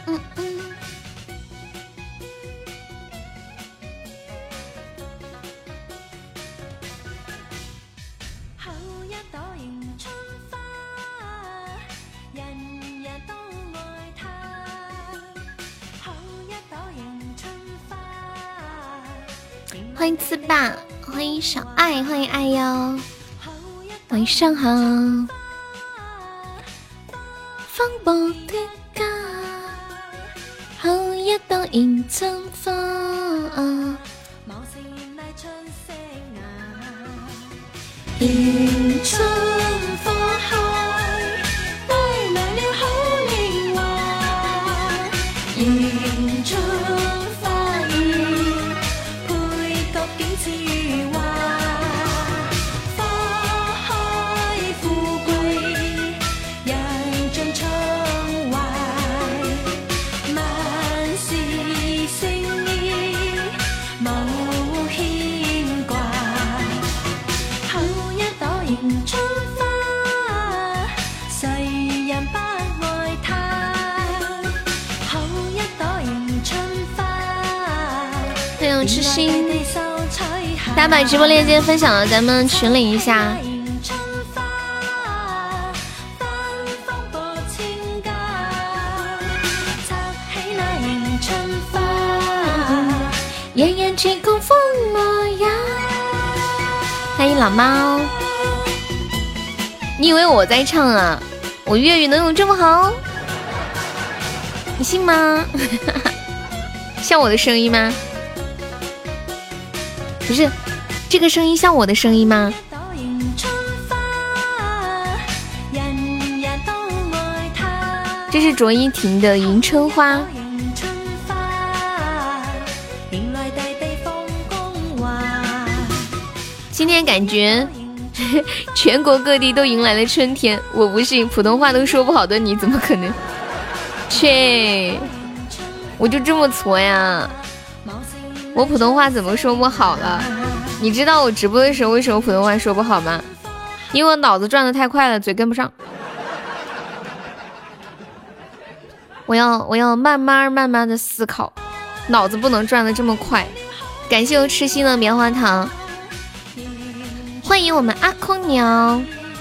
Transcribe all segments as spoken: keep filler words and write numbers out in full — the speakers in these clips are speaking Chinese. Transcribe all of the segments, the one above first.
嗯嗯。欢迎刺霸，欢迎小爱，欢迎爱哟，晚上好。风暴的家，後一朵迎春花。迎春花開，帶來了好年華。迎春花雨，配角景致如畫。花開富貴，人盡暢懷。萬事勝意，無牽掛。迎春花，誰人不愛它？好一朵迎春花。欢迎痴心，大家把直播链接分享了，咱们群领一下。人人只共風模樣。欢迎老貓。你以为我在唱啊？我粤语能有这么好？你信吗？像我的声音吗？不是，这个声音像我的声音吗？这是卓依婷的《迎春花》。今天感觉全国各地都迎来了春天，我不信，普通话都说不好的你怎么可能？切，我就这么挫呀？我普通话怎么说不好了？你知道我直播的时候为什么普通话说不好吗？因为我脑子转得太快了，嘴跟不上。我要我要慢慢慢慢的思考，脑子不能转得这么快。感谢我痴心的棉花糖。欢迎我们阿空鸟，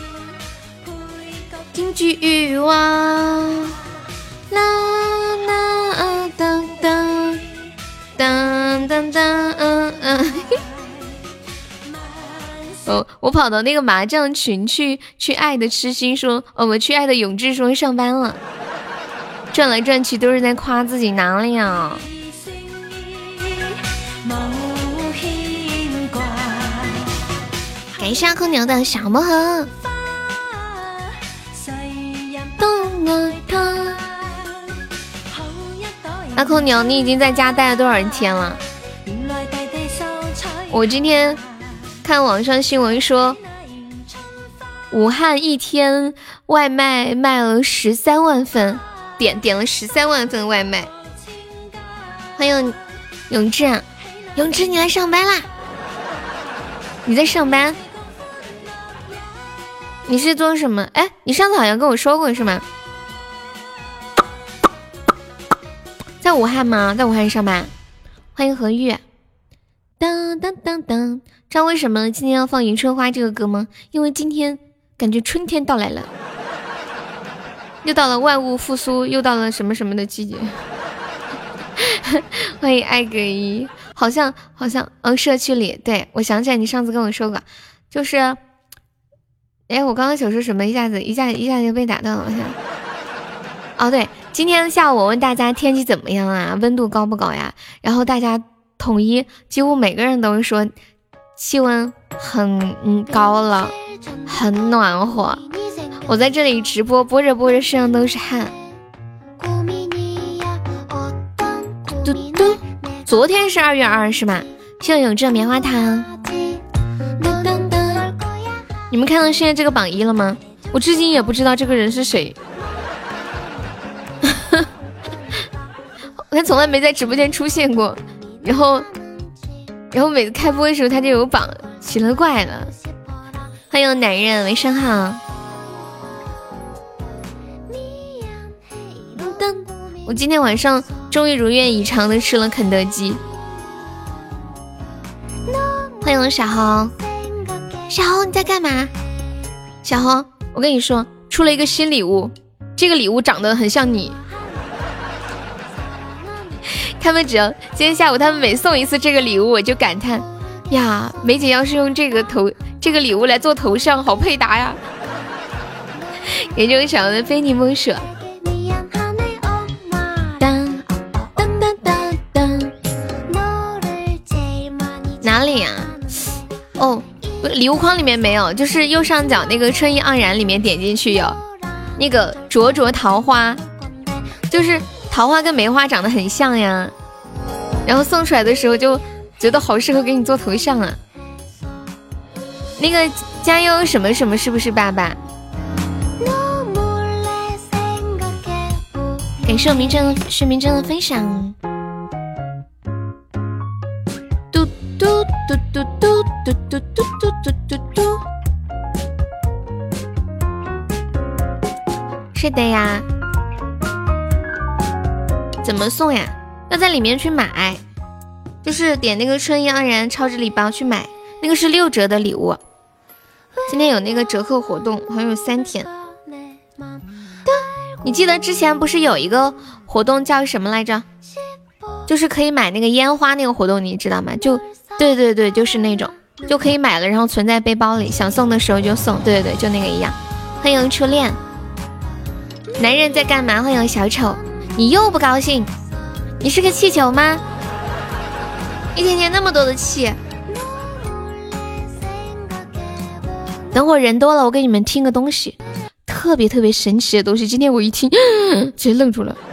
京剧欲望，啦啦当当当当当，嗯嗯。哦，我跑到那个麻将群去，去爱的痴心说，我们去爱的永志说上班了，转来转去都是在夸自己哪里啊？感谢阿空牛的小魔盒。阿空牛，你已经在家待了多少天了？我今天看网上新闻说，武汉一天外卖卖了十三万份，点点了十三万份外卖。欢迎永志啊，永志你来上班啦？你在上班？你是做什么？哎，你上次好像跟我说过是吗？在武汉吗？在武汉上班。欢迎何玉。当当当当，知道为什么今天要放《迎春花》这个歌吗？因为今天感觉春天到来了，又到了万物复苏，又到了什么什么的季节。欢迎爱葛一，好像好像嗯，社区里，对，我想起来你上次跟我说过，就是哎，我刚刚想说什么，一下子一下一下就被打断了。哦，对，今天下午我问大家天气怎么样啊，温度高不高呀？然后大家统一，几乎每个人都是说气温很嗯高了，很暖和。我在这里直播，播着播着身上都是汗。嘟嘟，昨天是二月二是吧？谢谢永志棉花糖。你们看到现在这个榜一了吗？我至今也不知道这个人是谁。他从来没在直播间出现过，然后然后每次开播的时候他就有榜，奇了怪了。欢迎男人晚上好。 我今天晚上终于如愿以偿的吃了肯德基。欢迎小红，小红你在干嘛？小红，我跟你说，出了一个新礼物，这个礼物长得很像你。他们只要今天下午他们每送一次这个礼物，我就感叹呀，梅姐要是用这个头这个礼物来做头像，好配搭呀。也就是小的非你莫属。哪里啊？哦，礼物框里面没有，就是右上角那个春意盎然里面点进去有那个灼灼桃花，就是桃花跟梅花长得很像呀，然后送出来的时候就觉得好适合给你做头像啊。那个加油什么什么是不是爸爸？感谢我明真的是明真的分享。嘟嘟嘟嘟嘟嘟嘟嘟嘟嘟嘟。是的呀。怎么送呀？要在里面去买，就是点那个春意盎然超值礼包去买，那个是六折的礼物。今天有那个折扣活动，好像有三天。你记得之前不是有一个活动叫什么来着？就是可以买那个烟花那个活动，你知道吗？就对对对，就是那种，就可以买了，然后存在背包里，想送的时候就送。对对对，就那个一样。欢迎初恋。男人在干嘛？欢迎小丑。你又不高兴？你是个气球吗？一天天那么多的气。等会儿人多了，我给你们听个东西，特别特别神奇的东西。今天我一听，直接愣住了。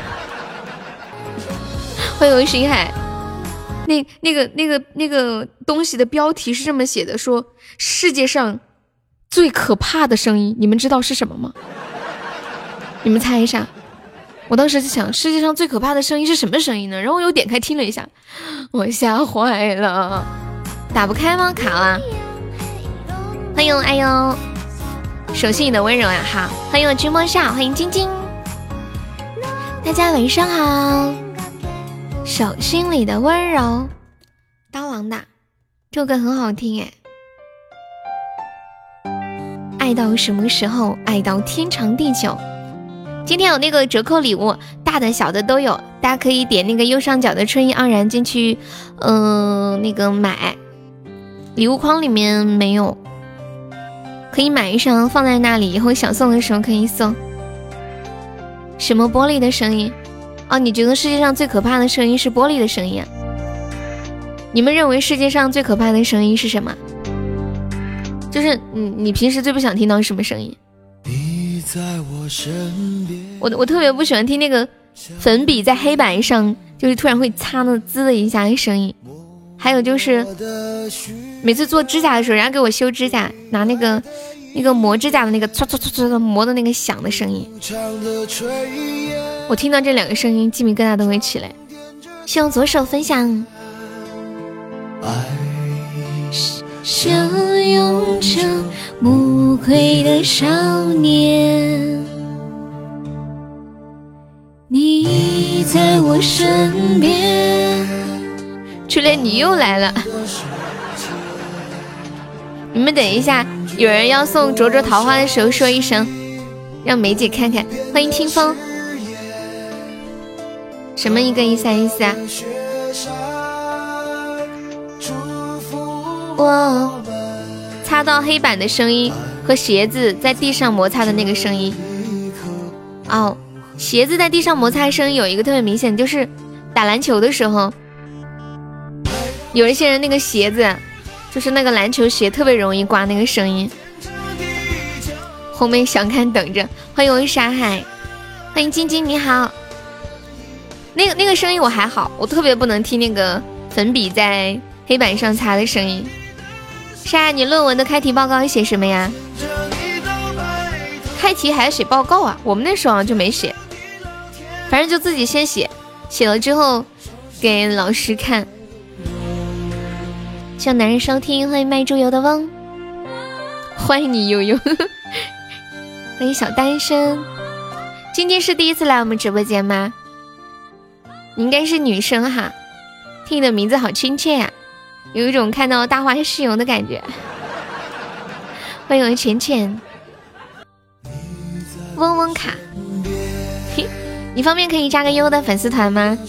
欢迎星海。那那个那个那个东西的标题是这么写的，说世界上最可怕的声音，你们知道是什么吗？你们猜一下。我当时就想，世界上最可怕的声音是什么声音呢？然后我又点开听了一下，我吓坏了。打不开吗？卡了。欢迎哎呦，手心里的温柔呀！好，欢迎我君莫笑，欢迎晶晶，大家晚上好。手心里的温柔，刀郎的这首歌很好听哎。爱到什么时候？爱到天长地久。今天有那个折扣礼物，大的小的都有，大家可以点那个右上角的春意盎然进去，嗯、呃，那个买，礼物框里面没有，可以买一张放在那里，以后想送的时候可以送。什么玻璃的声音？哦，你觉得世界上最可怕的声音是玻璃的声音啊？你们认为世界上最可怕的声音是什么？就是你你平时最不想听到什么声音？我我特别不喜欢听那个粉笔在黑板上就是突然会擦的滋的一下的声音，还有就是每次做指甲的时候，人家给我修指甲拿那个那个磨指甲的那个唰唰唰唰的磨的那个响的声音，我听到这两个声音鸡皮疙瘩都会起来。希望左手分享。手拥着无愧的少年，你在我身边。初恋你又来了，你们等一下，有人要送灼灼桃花的时候说一声，让梅姐看看。欢迎听风。什么一个一三一四啊？我擦到黑板的声音和鞋子在地上摩擦的那个声音。哦，鞋子在地上摩擦的声音有一个特别明显，就是打篮球的时候，有一些人那个鞋子就是那个篮球鞋特别容易刮那个声音。后面想看等着。欢迎我沙海，欢迎晶晶你好。那个那个声音我还好，我特别不能听那个粉笔在黑板上擦的声音。沙海，你论文的开题报告写什么呀？开题还要写报告啊？我们那时候就没写，反正就自己先写，写了之后给老师看。向男人收听，欢迎卖猪油的翁，欢迎你悠悠，欢迎小单身。今天是第一次来我们直播间吗？ 你应该是女生哈，听你的名字好亲切呀、啊，有一种看到《大话西游》的感觉。欢迎我浅浅，嗡嗡卡，嘿，你方便可以加个优的粉丝团吗？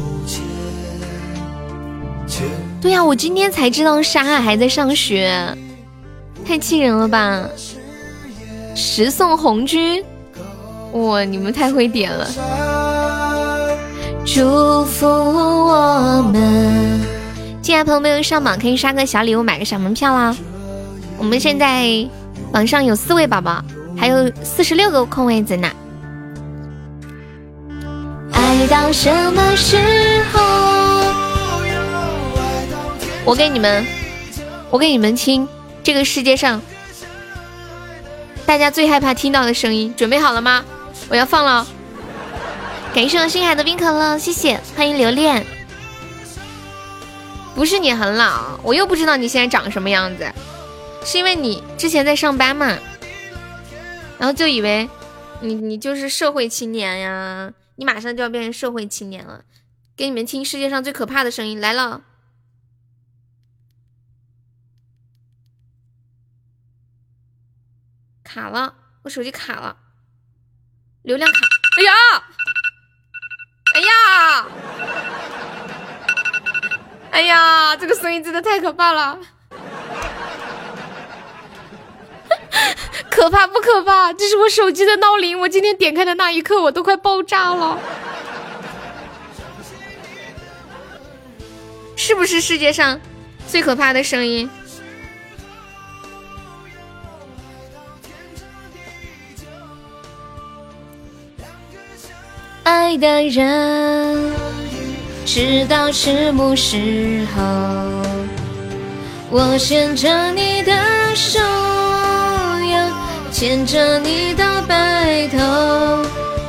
对呀、啊，我今天才知道沙海还在上学，太气人了吧！十送红军，哇，你们太会点了！祝福我们，进来朋友没有上榜可以刷个小礼物，买个小门票啦。我们现在榜上有四位宝宝，还有四十六个空位子呢。爱到什么时候？我给你们，我给你们听这个世界上大家最害怕听到的声音，准备好了吗？我要放了。感谢我星海的冰可乐，谢谢，欢迎留恋。不是你很老，我又不知道你现在长什么样子。是因为你之前在上班嘛，然后就以为你你就是社会青年呀，你马上就要变成社会青年了。给你们听世界上最可怕的声音来了，卡了，我手机卡了，流量卡。哎呀，哎呀，哎呀，这个声音真的太可怕了。可怕不可怕？这是我手机的闹铃，我今天点开的那一刻我都快爆炸了。是不是世界上最可怕的声音？爱的人知道什么时候，我牵着你的手，牵着你到白头。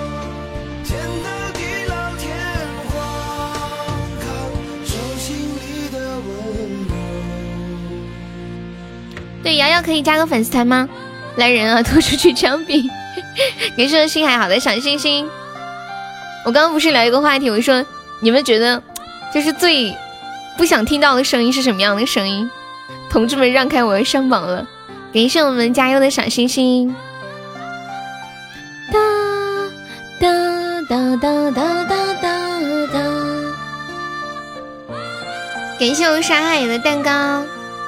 对，瑶瑶可以加个粉丝团吗？来人啊，拖出去枪毙！感谢星海好的小星星。我刚刚不是聊一个话题，我说你们觉得就是最不想听到的声音是什么样的声音？同志们让开，我要上榜了。感谢我们加油的小星星。哒哒哒哒哒哒哒哒。感谢我们沙海的蛋糕。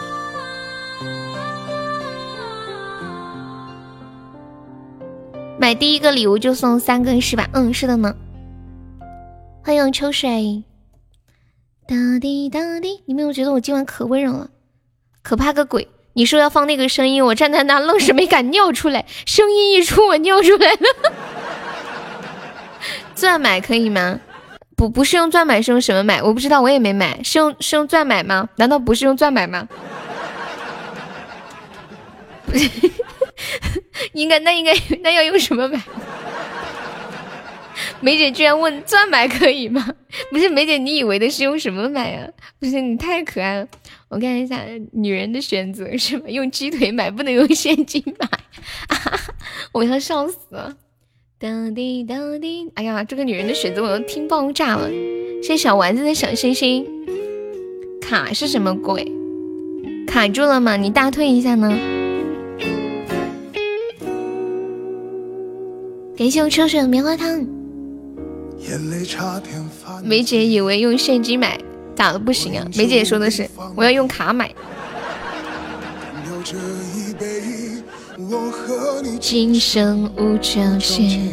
买第一个礼物就送三个是吧？嗯，是的呢。欢迎秋水。哒滴哒滴，你们有觉得我今晚可温柔了？可怕个鬼！你说要放那个声音，我站在那愣是没敢尿出来，声音一出我尿出来了。钻买可以吗？不，不是用钻买，是用什么买？我不知道，我也没买。是用是用钻买吗？难道不是用钻买吗？应该那应该那要用什么买？梅姐居然问钻买可以吗？不是梅姐，你以为的是用什么买啊？不是，你太可爱了。我看一下女人的选择是吧？用鸡腿买，不能用现金买。啊、我要笑死了。哒滴哒滴，哎呀，这个女人的选择我要听爆炸了。谢谢小丸子的小星星。卡是什么鬼？卡住了吗？你大退一下呢？感谢我秋水的棉花糖。梅姐以为用现金买咋了不行啊？梅姐说的是我要用卡买。今生无条件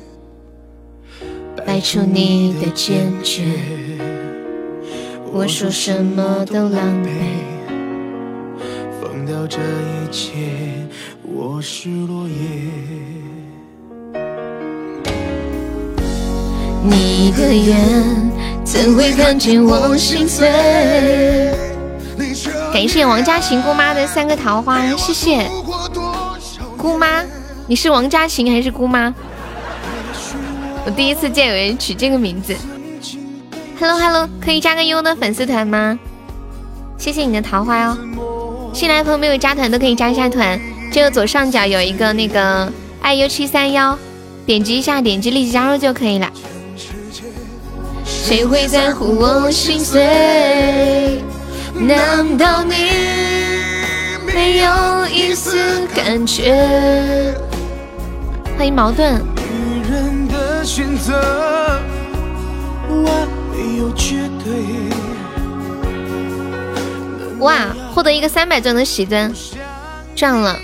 摆出你的坚决，我说什么都狼狈，放掉这一切，我是落叶。你的眼怎会看见我心碎？感谢王家琴姑妈的三个桃花，谢谢姑妈。你是王家琴还是姑妈？我第一次见有人取这个名字。Hello Hello， 可以加个优的粉丝团吗？谢谢你的桃花哦。新来的朋友没有加团都可以加一下团，这个左上角有一个那个爱优七三幺，点击一下，点击立即加入就可以了。 谁会在乎我心碎？难道你没有一丝感觉？欢迎矛盾。女人的选择，我没有绝对。哇，获得一个三百钻的喜钻，赚了，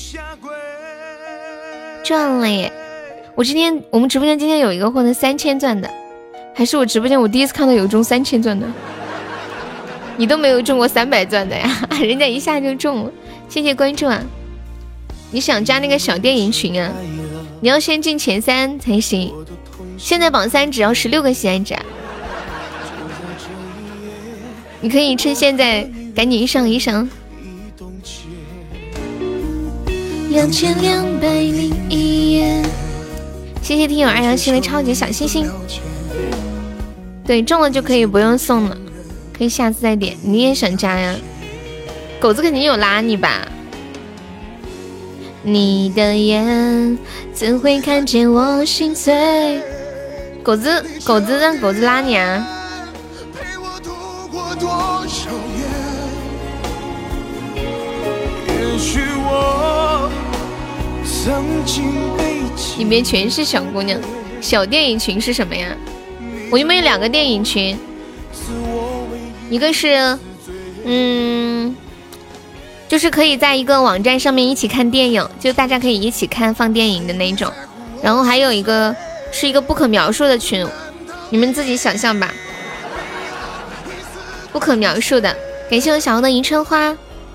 赚了耶！我今天我们直播间今天有一个获得三千钻的，还是我直播间我第一次看到有中三千钻的。你都没有中过三百钻的呀，人家一下就中了，谢谢关注啊！你想加那个小电影群啊？你要先进前三才行。现在榜三只要十六个喜爱值，你可以趁现在赶紧上一上。两千两百零一页，谢谢听友二幺七的超级小星星。对，中了就可以不用送了，可以下次再点。你也想加呀？狗子肯定有拉你吧？你的眼怎会看见我心碎？狗子，狗子让狗子拉你啊！里面全是小姑娘，小电影群是什么呀？我有没有两个电影群？一个是，嗯，就是可以在一个网站上面一起看电影，就大家可以一起看放电影的那种。然后还有一个是一个不可描述的群，你们自己想象吧。不可描述的，感谢我小红的迎春花。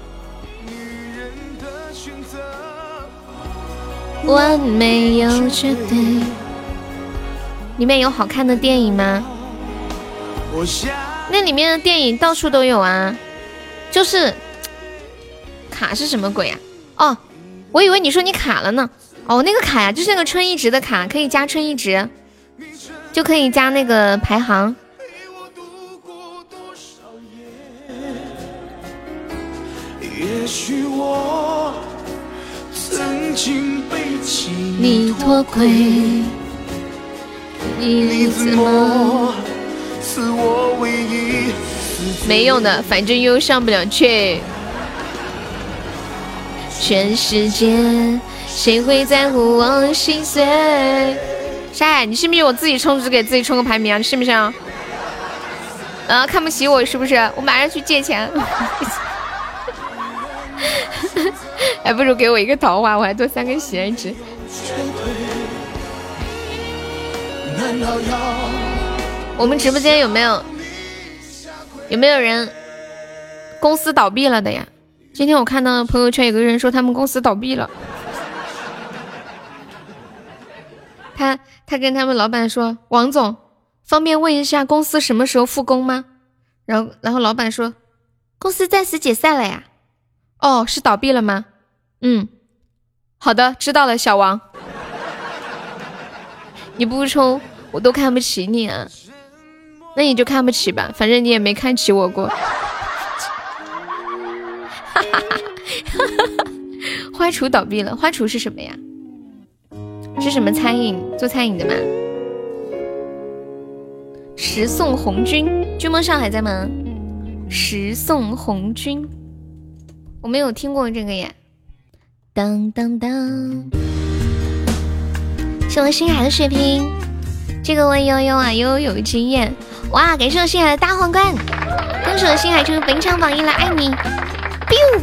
我没有绝对。里面有好看的电影吗？那里面的电影到处都有啊。就是卡是什么鬼啊？哦，我以为你说你卡了呢。哦，那个卡呀，就是那个春一直的卡，可以加春一直，就可以加那个排行。也许我曾经背起你托亏，你怎么是我唯一？没用的，反正又上不了去。全世界谁会在乎我心碎？晒，你信不信我自己充值给自己充个排名啊？你信不信啊？啊，看不起我是不是？我马上去借钱。还不如给我一个桃花，我还多三个喜爱值。我们直播间有没有有没有人公司倒闭了的呀？今天我看到朋友圈有个人说他们公司倒闭了，他他跟他们老板说：“王总，方便问一下公司什么时候复工吗？”然后然后老板说：“公司暂时解散了呀。”哦，是倒闭了吗？嗯，好的，知道了，小王。你不充，我都看不起你啊。那你就看不起吧，反正你也没看起我过。花厨倒闭了，花厨是什么呀？是什么餐饮？做餐饮的吗？十送红军，君梦上还在吗？十送红军。我没有听过这个耶。当当当，谢我星海的血瓶，这个问悠悠啊，悠悠有经验。哇，感谢我星海的大皇冠，恭喜我星海成为本场榜一了，爱你。biu，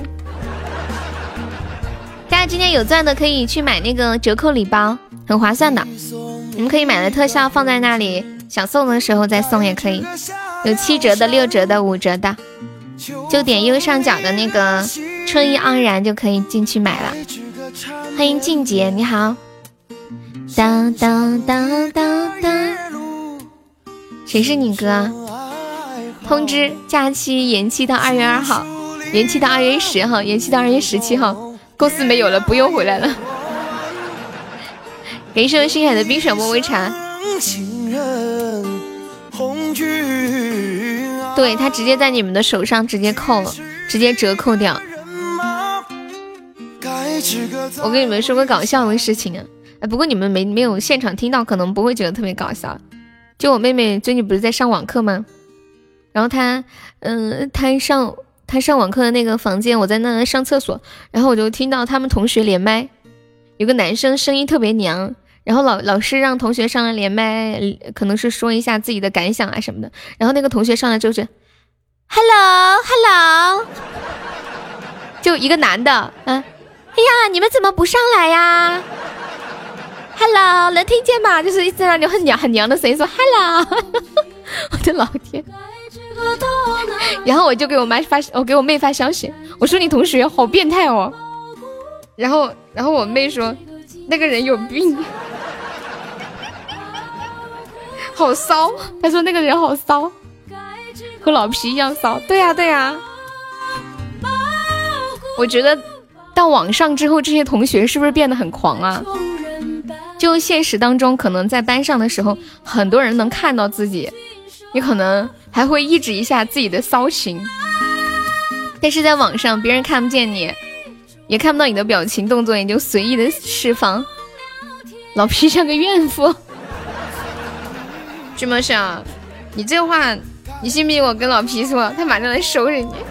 大家今天有钻的可以去买那个折扣礼包，很划算的。你们可以买了特效放在那里，想送的时候再送也可以，有七折的、六折的、五折的。就点右上角的那个春意盎然就可以进去买了。欢迎静姐，你好。当当当当当，谁是你哥？通知假期延期到二月二号，延期到二月十号，延期到二月十七号，公司没有了，不用回来了。感谢星海的冰水摸微茶。对，他直接在你们的手上直接扣了，直接折扣掉。我跟你们说个搞笑的事情啊，哎，不过你们没没有现场听到，可能不会觉得特别搞笑。 就我妹妹最近不是在上网课吗？然后她，嗯、呃，她上她上网课的那个房间，我在那上厕所，然后我就听到他们同学连麦，有个男生声音特别娘，然后老老师让同学上来连麦，可能是说一下自己的感想啊什么的，然后那个同学上来就是 ，hello hello， 就一个男的，嗯、啊，哎呀，你们怎么不上来呀？ Hello， 能听见吗？就是一直让你很娘很娘的声音说 Hello， 我的老天！然后我就给我妈发，我给我妹发消息，我说你同学好变态哦。然后，然后我妹说那个人有病，好骚。她说那个人好骚，和老皮一样骚。对呀、啊、对呀、啊。我觉得到网上之后，这些同学是不是变得很狂啊？就现实当中，可能在班上的时候，很多人能看到自己，你可能还会抑制一下自己的骚情，但是在网上，别人看不见你，也看不到你的表情动作，你就随意的释放。老皮像个怨妇，这么想，你这话，你信不信我跟老皮说，他马上来收拾你。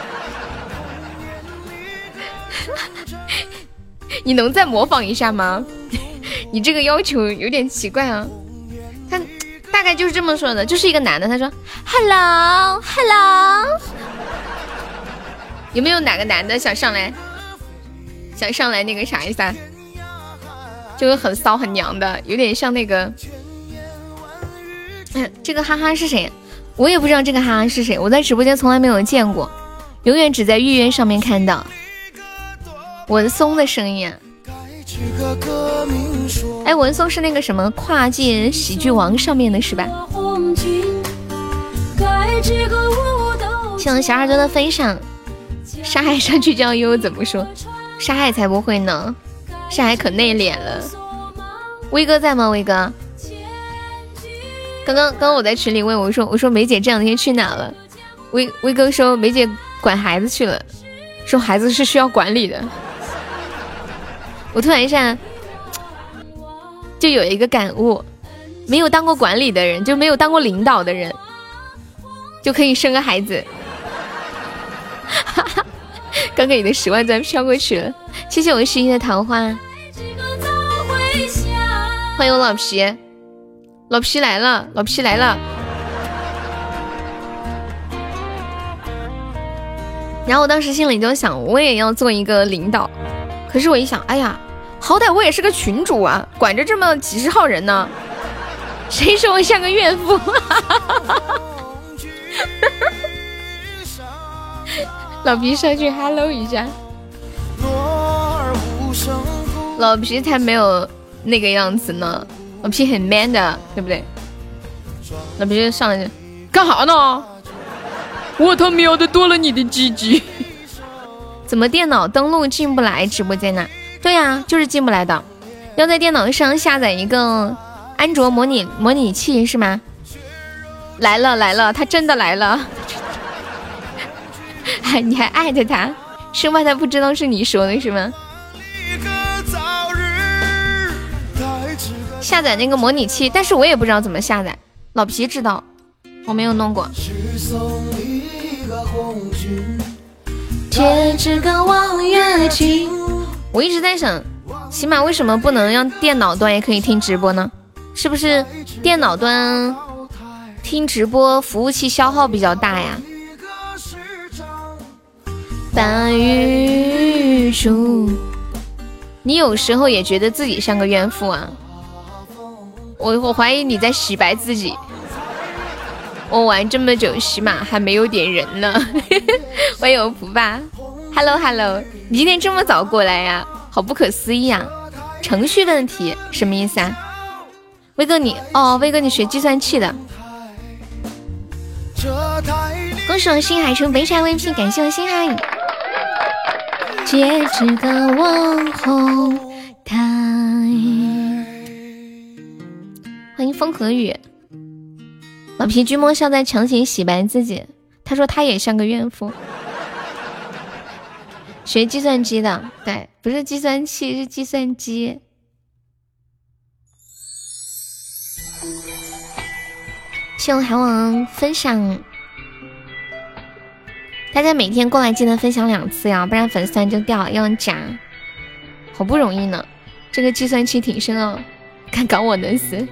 你能再模仿一下吗？你这个要求有点奇怪啊。他大概就是这么说的，就是一个男的，他说 Hello Hello， 有没有哪个男的想上来想上来那个啥一下，就是很骚很娘的，有点像那个、嗯、这个哈哈是谁？我也不知道这个哈哈是谁，我在直播间从来没有见过，永远只在预约上面看到文松的声音啊。哎，文松是那个什么跨界喜剧王上面的是吧？谢谢小耳朵的分享。沙海上去叫悠怎么说？沙海才不会呢，沙海可内敛了。威哥在吗？威哥，刚刚刚刚我在群里问我说，我说梅姐这两天去哪了？威威哥说梅姐管孩子去了，说孩子是需要管理的。我突然一下就有一个感悟，没有当过管理的人，就没有当过领导的人，就可以生个孩子。刚给你的十万钻飘过去了，谢谢我十一的桃花。欢迎我老皮，老皮来了，老皮来了。然后我当时心里就想，我也要做一个领导。可是我一想，哎呀，好歹我也是个群主啊，管着这么几十号人呢，谁说我像个怨妇？老皮上去 hello 一下，老皮才没有那个样子呢，老皮很 man 的，对不对？老皮上来就干哈呢？我他喵的多了你的鸡鸡。怎么电脑登录进不来直播间呢？对呀、啊，就是进不来的，要在电脑上下载一个安卓模拟模拟器是吗？来了来了，他真的来了。还你还艾特他，生怕他不知道是你说的是吗？下载那个模拟器，但是我也不知道怎么下载，老皮知道，我没有弄过。贴纸个望远镜，我一直在想，起码为什么不能让电脑端也可以听直播呢？是不是电脑端听直播服务器消耗比较大呀？白玉珠，你有时候也觉得自己像个怨妇啊？我我怀疑你在洗白自己。我玩这么久，起码还没有点人呢。我有福吧 ？Hello Hello， 你今天这么早过来呀、啊？好不可思议啊！程序问题什么意思啊？威哥你哦，威哥你学计算器的。恭喜我星海成本山 V P， 感谢我星海。戒指的网红台，欢迎风和雨。老皮君莫笑在强行洗白自己，他说他也像个怨妇。学计算机的，对，不是计算器，是计算机。 谢我韩王分享，大家每天过来记得分享两次呀，不然粉丝团就掉，要加，好不容易呢，这个计算器挺深哦，看搞我的死。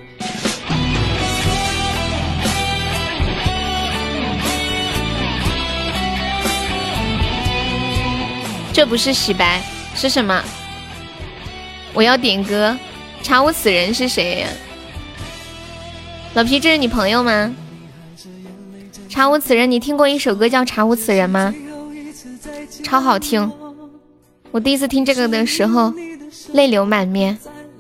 这不是洗白是什么？我要点歌，查无此人是谁呀？老皮，这是你朋友吗？查无此人，你听过一首歌叫《查无此人》吗？超好听，我第一次听这个的时候泪流满面，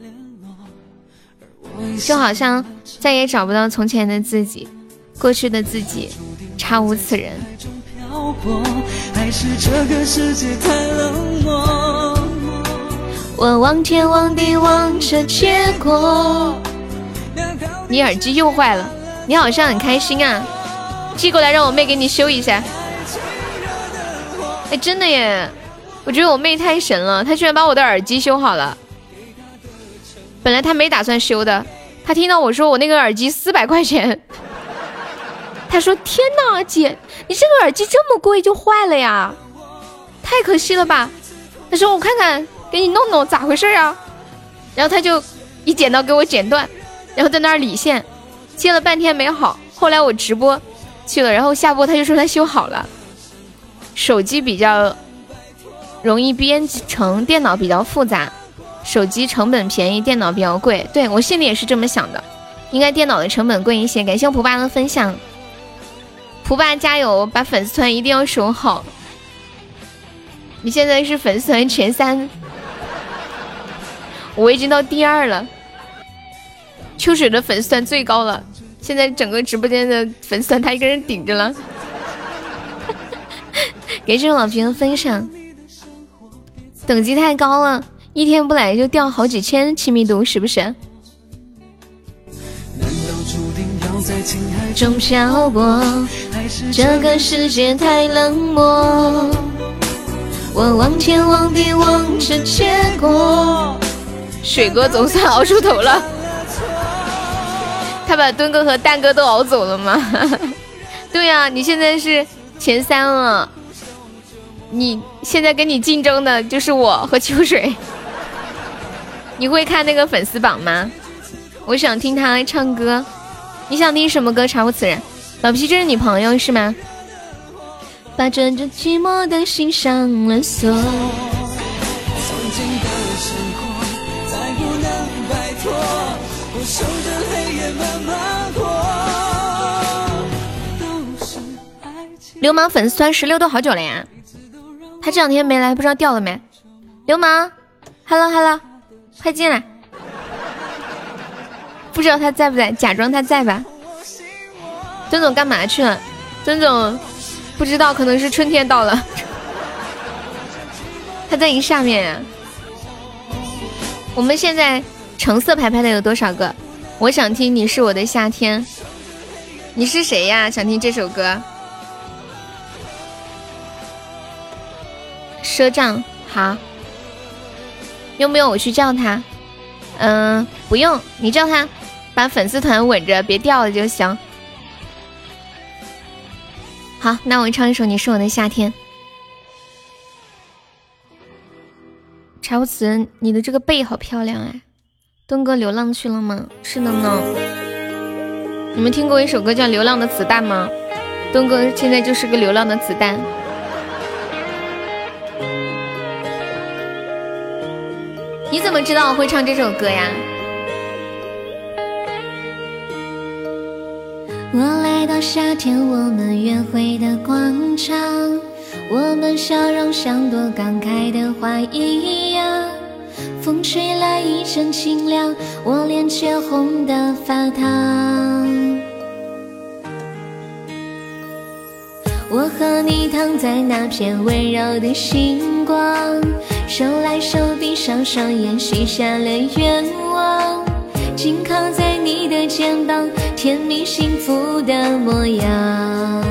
就好像再也找不到从前的自己，过去的自己，查无此人。还是这个世界太冷漠，我望天望地望着结果。你耳机又坏了，你好像很开心啊，寄过来让我妹给你修一下。哎，真的耶，我觉得我妹太神了，她居然把我的耳机修好了。本来她没打算修的，她听到我说我那个耳机四百块钱，她说天哪姐，你这个耳机这么贵就坏了呀，太可惜了吧。她说我看看给你弄弄咋回事啊，然后她就一剪刀给我剪断，然后在那儿理线，切了半天没好，后来我直播去了，然后下播他就说他修好了。手机比较容易编程，电脑比较复杂，手机成本便宜，电脑比较贵。对，我心里也是这么想的，应该电脑的成本贵一些。感谢蒲爸的分享，蒲爸加油，把粉丝团一定要守好。你现在是粉丝团前三，我已经到第二了。秋水的粉丝团最高了，现在整个直播间的粉丝团他一个人顶着了。给这种老皮的分享，等级太高了，一天不来就掉好几千亲密度，是不是？中漂泊，这个世界太冷漠，我望天望地望着结果。水哥总算熬出头了，他把墩哥和蛋哥都熬走了吗？对呀、啊，你现在是前三了，你现在跟你竞争的就是我和秋水。你会看那个粉丝榜吗？我想听他唱歌。你想听什么歌？查无此人。老皮，这是你朋友是吗？把这这寂寞的心上了锁。流氓粉丝团十六都好久了呀，他这两天没来，不知道掉了没。流氓 ，hello hello， 快进来。不知道他在不在，假装他在吧。尊总干嘛去了？尊总不知道，可能是春天到了。他在你上面呀。我们现在橙色牌牌的有多少个？我想听你是我的夏天。你是谁呀？想听这首歌？赊账好，用不用我去叫他？嗯，不用，你叫他把粉丝团稳着，别掉了就行。好，那我唱一首《你是我的夏天》。查无此人，你的这个背好漂亮哎！墩哥流浪去了吗？是的呢。你们听过一首歌叫《流浪的子弹》吗？墩哥现在就是个流浪的子弹。你怎么知道我会唱这首歌呀？我来到夏天，我们约会的广场，我们笑容像朵刚开的花一样，风吹来一阵清凉，我脸却红得发烫。我和你躺在那片温柔的星光，手来手闭上双眼，许下了愿望，紧靠在你的肩膀，甜蜜幸福的模样。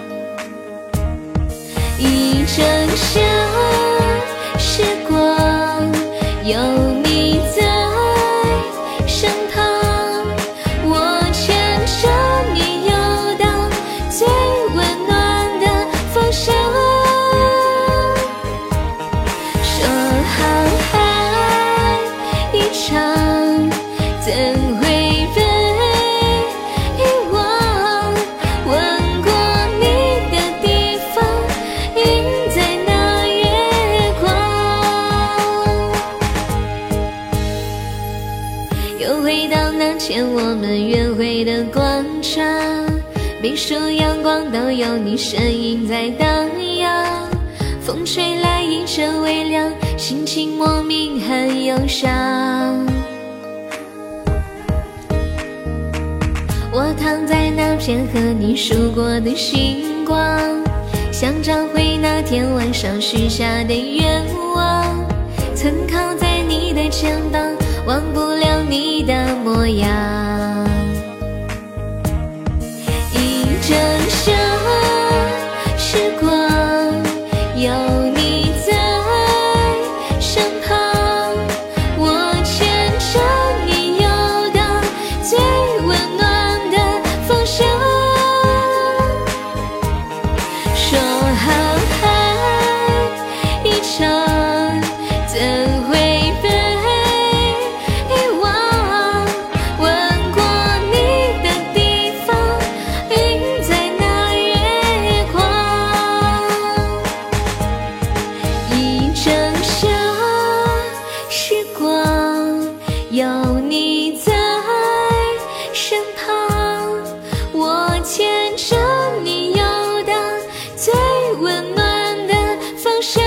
一整夏时光，有你在身旁，我牵着你右每束阳光都有你身影在荡漾，风吹来一阵微凉，心情莫名很忧伤。我躺在那片和你数过的星光，想找回那天晚上许下的愿望，曾靠在你的肩膀，忘不了你的模样。一整宵时光，有你在身旁，我牵着你游荡最温暖的方向。说好爱一场，怎会被遗忘？吻过你的地方，印在那月光。一整宵时光，有你在身旁，我牵着你游荡最温暖的方向。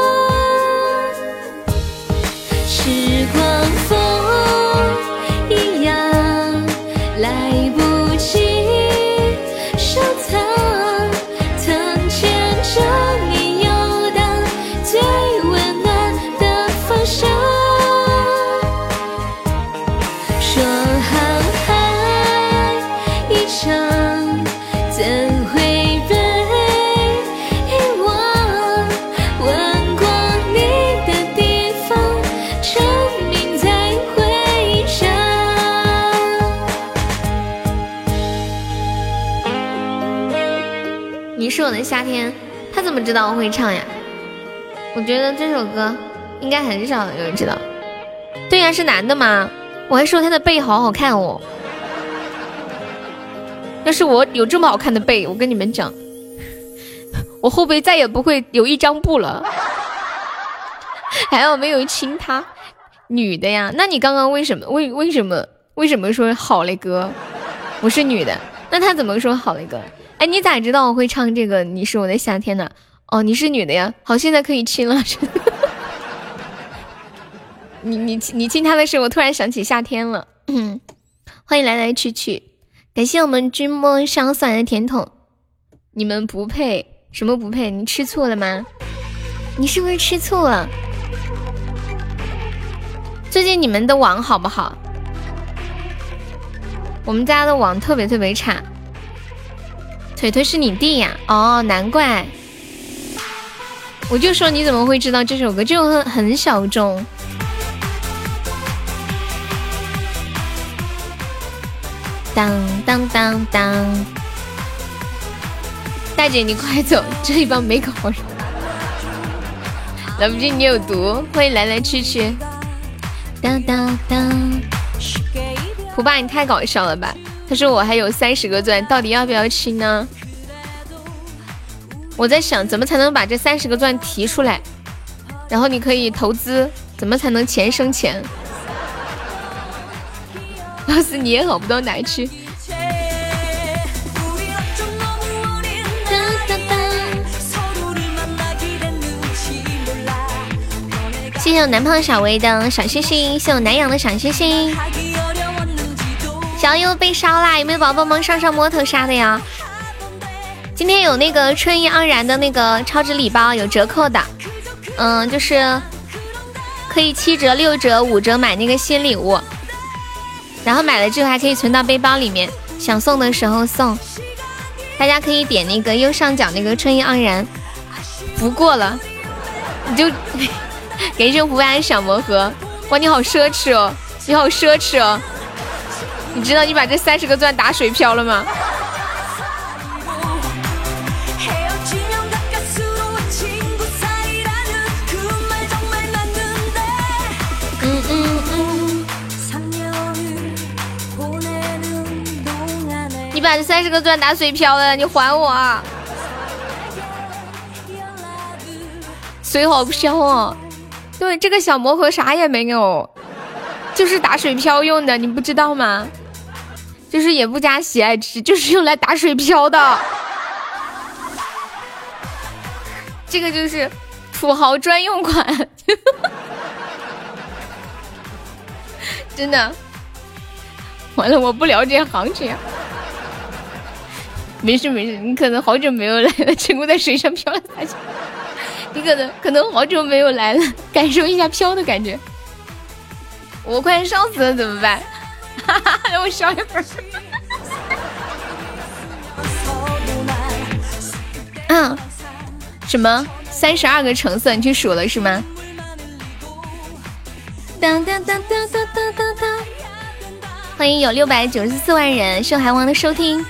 时光风一样，来不及收藏，曾牵着你游荡最温暖的方向。说好爱一场，怎会被遗忘？吻过你的地方，沉迷在回忆上。你是我的夏天，他怎么知道我会唱呀？我觉得这首歌应该很少有人知道。对呀，是男的吗？我还说他的背好好看哦。要是我有这么好看的背，我跟你们讲，我后背再也不会有一张布了。还好没有亲他。女的呀，那你刚刚为什么为为什么为什么说好嘞哥？我是女的，那他怎么说好嘞哥？哎，你咋知道我会唱这个你是我的夏天呢？哦，你是女的呀，好，现在可以亲了。你你你亲他的时候，我突然想起夏天了。嗯，欢迎来来去去，感谢我们君莫相送来的甜筒。你们不配，什么不配？你吃醋了吗？你是不是吃醋了？最近你们的网好不好？我们家的网特别特别差。腿腿是你弟呀？哦，难怪。我就说你怎么会知道这首歌？就很很小众。当当当当，大姐你快走，这一帮没搞好人。来不及你有毒，欢迎来来去去。当当当，胡爸你太搞笑了吧？他说我还有三十个钻，到底要不要亲呢？我在想怎么才能把这三十个钻提出来，然后你可以投资，怎么才能钱生钱？要是你也好不到哪去。谢谢我男朋友小薇的小星星，谢谢我南阳的小星星。小优被烧啦，有没有宝宝们上上摸头杀的呀？今天有那个春意盎然的那个超值礼包有折扣的，嗯，就是可以七折、六折、五折买那个新礼物。然后买了之后还可以存到背包里面，想送的时候送。大家可以点那个右上角那个春意盎然，不过了，你就给这胡白的小魔盒。哇，你好奢侈哦，你好奢侈哦！你知道你把这三十个钻打水漂了吗？嗯嗯嗯。你把这三十个钻打水漂了，你还我啊！水好飘哦。对，这个小魔盒啥也没有，就是打水漂用的，你不知道吗？ 就是也不加喜爱值，就是用来打水漂的。这个就是土豪专用款。真的，完了，我不了解行情。没事没事，你可能好久没有来了，成功在水上漂了下去。你可能可能好久没有来了，感受一下飘的感觉。我快烧死了怎么办？哈哈，让我烧一会儿。嗯，什么三十二个橙色？你去数了是吗？当当当当当当当当！欢迎有六百九十四万人受海王的收听。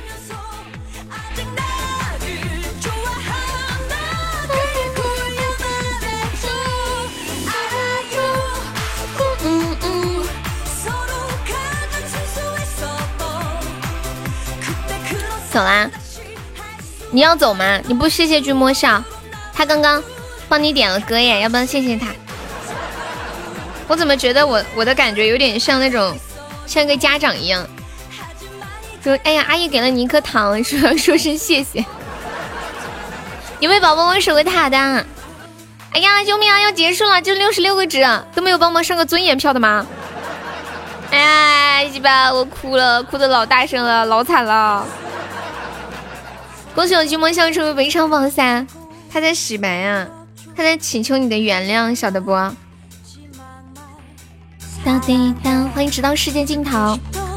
嗯嗯。走啦！你要走吗？你不谢谢君莫笑，他刚刚帮你点了歌耶，要不要谢谢他？我怎么觉得我我的感觉有点像那种像个家长一样，就哎呀，阿姨给了你一颗糖，说说声谢谢。有没有宝宝们守个塔的？哎呀，救命啊！要结束了，就六十六个值，都没有帮忙上个尊严票的吗？哎呀，鸡巴，我哭了，哭的老大声了，老惨了。恭喜我君莫笑成为本场榜三，他在洗白啊，他在请求你的原谅，晓得不？当滴当，欢迎直到世界尽头。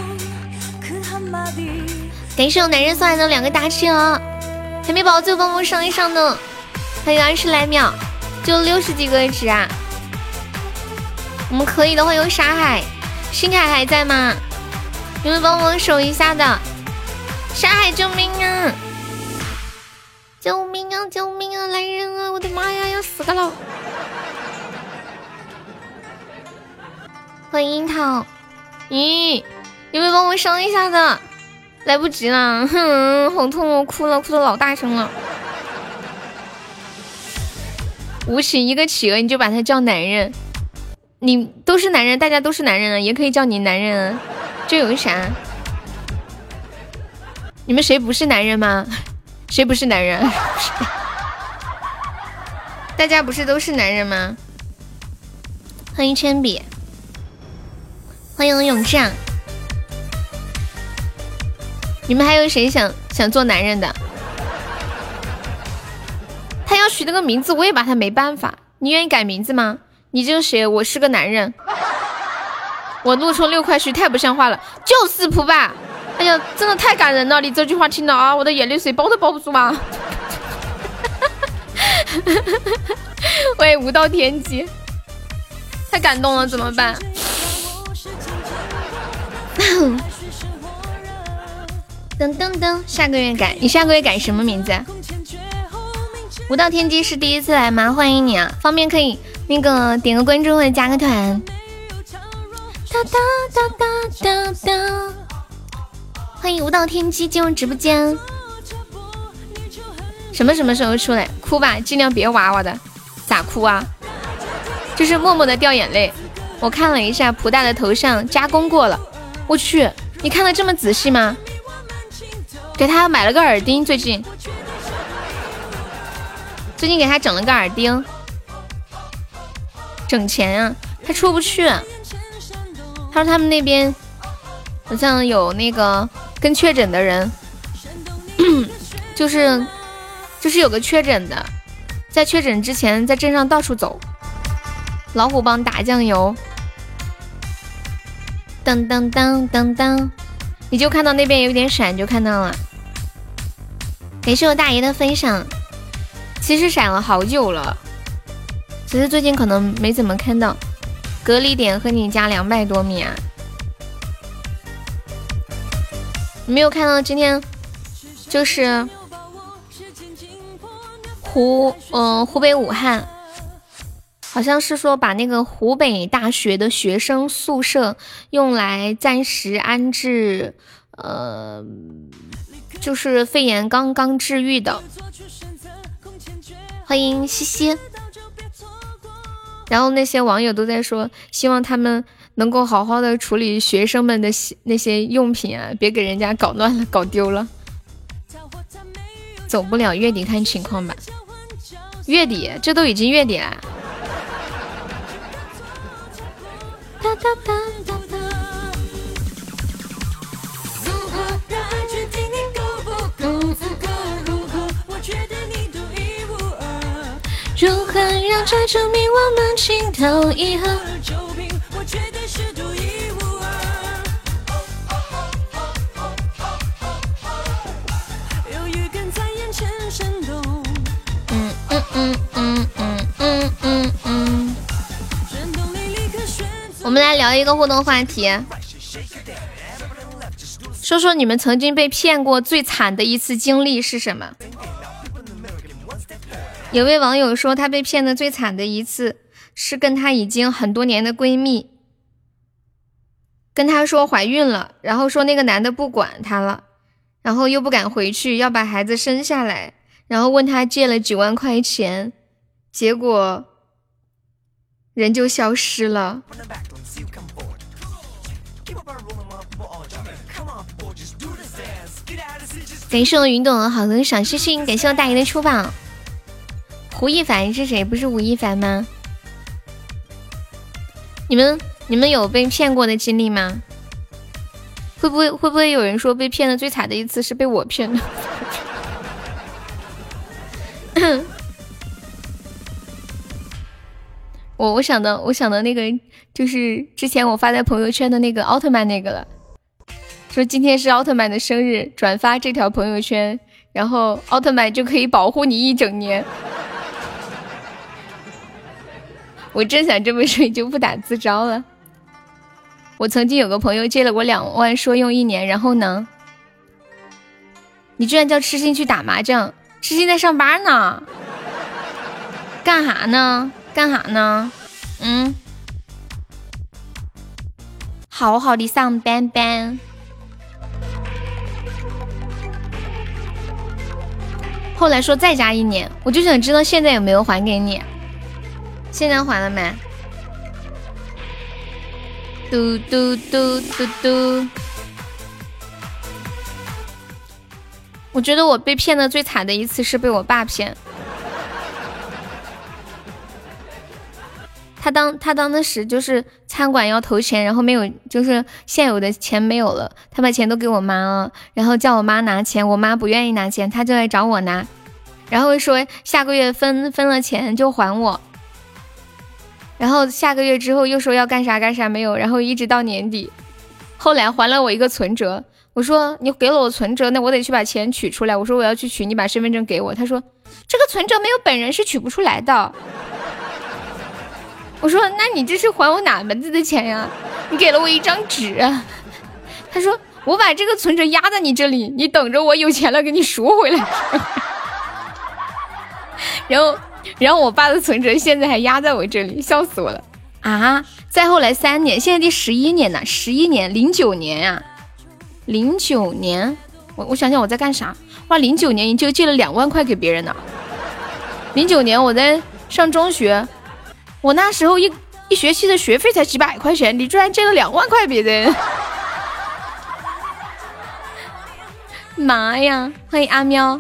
感谢我男人送来的两个大气哦，还没宝最后帮我上一上呢，还有二十来秒，就六十几个值啊！我们可以的话有沙海，星海还在吗？有没有帮我守一下的？沙海救命啊！救命啊！救命啊！来人啊！我的妈呀，要死个了！欢迎樱桃，咦，有没有帮我上一下的？来不及了，哼，好痛哦，哭了，哭的老大声了。吴起一个企鹅，你就把他叫男人，你都是男人，大家都是男人啊，也可以叫你男人啊，这有啥？你们谁不是男人吗？谁不是男人？大家不是都是男人吗？欢迎铅笔。欢迎永志，你们还有谁想想做男人的？他要取那个名字，我也把他没办法。你愿意改名字吗？你就写我是个男人。我录出六块须太不像话了，就是扑吧！哎呀，真的太感人了！你这句话听了啊，我的眼泪水包都包不住吗？喂，无道天机，太感动了，怎么办？噔噔噔，下个月改，你下个月改什么名字？无道天机是第一次来吗？欢迎你啊！方便可以那个点个关注或者加个团。哒哒哒哒哒哒，欢迎无道天机进入直播间。什么什么时候出来？哭吧，尽量别哇哇的。咋哭啊？就是默默的掉眼泪。我看了一下普大的头像加工过了。我去，你看的这么仔细吗？给他买了个耳钉，最近最近给他整了个耳钉，整钱啊，他出不去。他说他们那边好像有那个跟确诊的人，就是就是有个确诊的，在确诊之前在镇上到处走，老虎帮打酱油。噔噔噔噔噔，你就看到那边有点闪，就看到了。感谢我大爷的分享，其实闪了好久了，只是最近可能没怎么看到。隔离点和你家两百多米啊，你没有看到今天就是湖嗯、呃、湖北武汉。好像是说把那个湖北大学的学生宿舍用来暂时安置，呃，就是肺炎刚刚治愈的。欢迎西西。然后那些网友都在说，希望他们能够好好的处理学生们的那些用品啊，别给人家搞乱了搞丢了。走不了，月底看情况吧。月底，这都已经月底了。哒哒哒哒哒。如何让这证明我们情投意合？嗯嗯嗯嗯嗯嗯嗯嗯。我们来聊一个互动话题，说说你们曾经被骗过最惨的一次经历是什么？有位网友说她被骗的最惨的一次是跟她已经很多年的闺蜜跟她说怀孕了，然后说那个男的不管她了，然后又不敢回去，要把孩子生下来，然后问她借了几万块钱，结果人就消失了。感谢我云朵好多小星星，感谢我大爷的出榜。胡一凡是谁？不是吴亦凡吗？你们你们有被骗过的经历吗？会不会会不会有人说被骗的最惨的一次是被我骗的？我我想的我想的那个就是之前我发在朋友圈的那个奥特曼那个了，说今天是奥特曼的生日，转发这条朋友圈，然后奥特曼就可以保护你一整年。我真想这么说就不打自招了。我曾经有个朋友借了我两万说用一年，然后呢，你居然叫痴心去打麻将，痴心在上班呢，干哈呢干哈呢嗯，好好的上班班。后来说再加一年，我就想知道现在有没有还给你。现在还了没？嘟嘟嘟嘟嘟。我觉得我被骗的最惨的一次是被我爸骗。他当他当时就是餐馆要投钱，然后没有，就是现有的钱没有了，他把钱都给我妈了，然后叫我妈拿钱，我妈不愿意拿钱，他就来找我拿，然后说下个月分分了钱就还我。然后下个月之后又说要干啥干啥没有，然后一直到年底，后来还了我一个存折。我说你给了我存折，那我得去把钱取出来。我说我要去取，你把身份证给我。他说这个存折没有本人是取不出来的。我说那你这是还我哪门子的钱呀？你给了我一张纸啊。他说我把这个存折压在你这里，你等着我有钱了给你赎回来。然后然后我爸的存折现在还压在我这里，笑死我了啊！再后来三年，现在第十一年呢，十一年，零九年呀、啊，零九年，我我想想我在干啥？哇，零九年你就借了两万块给别人呢。零九年我在上中学，我那时候一一学期的学费才几百块钱，你居然借了两万块别人！妈呀！欢迎阿喵。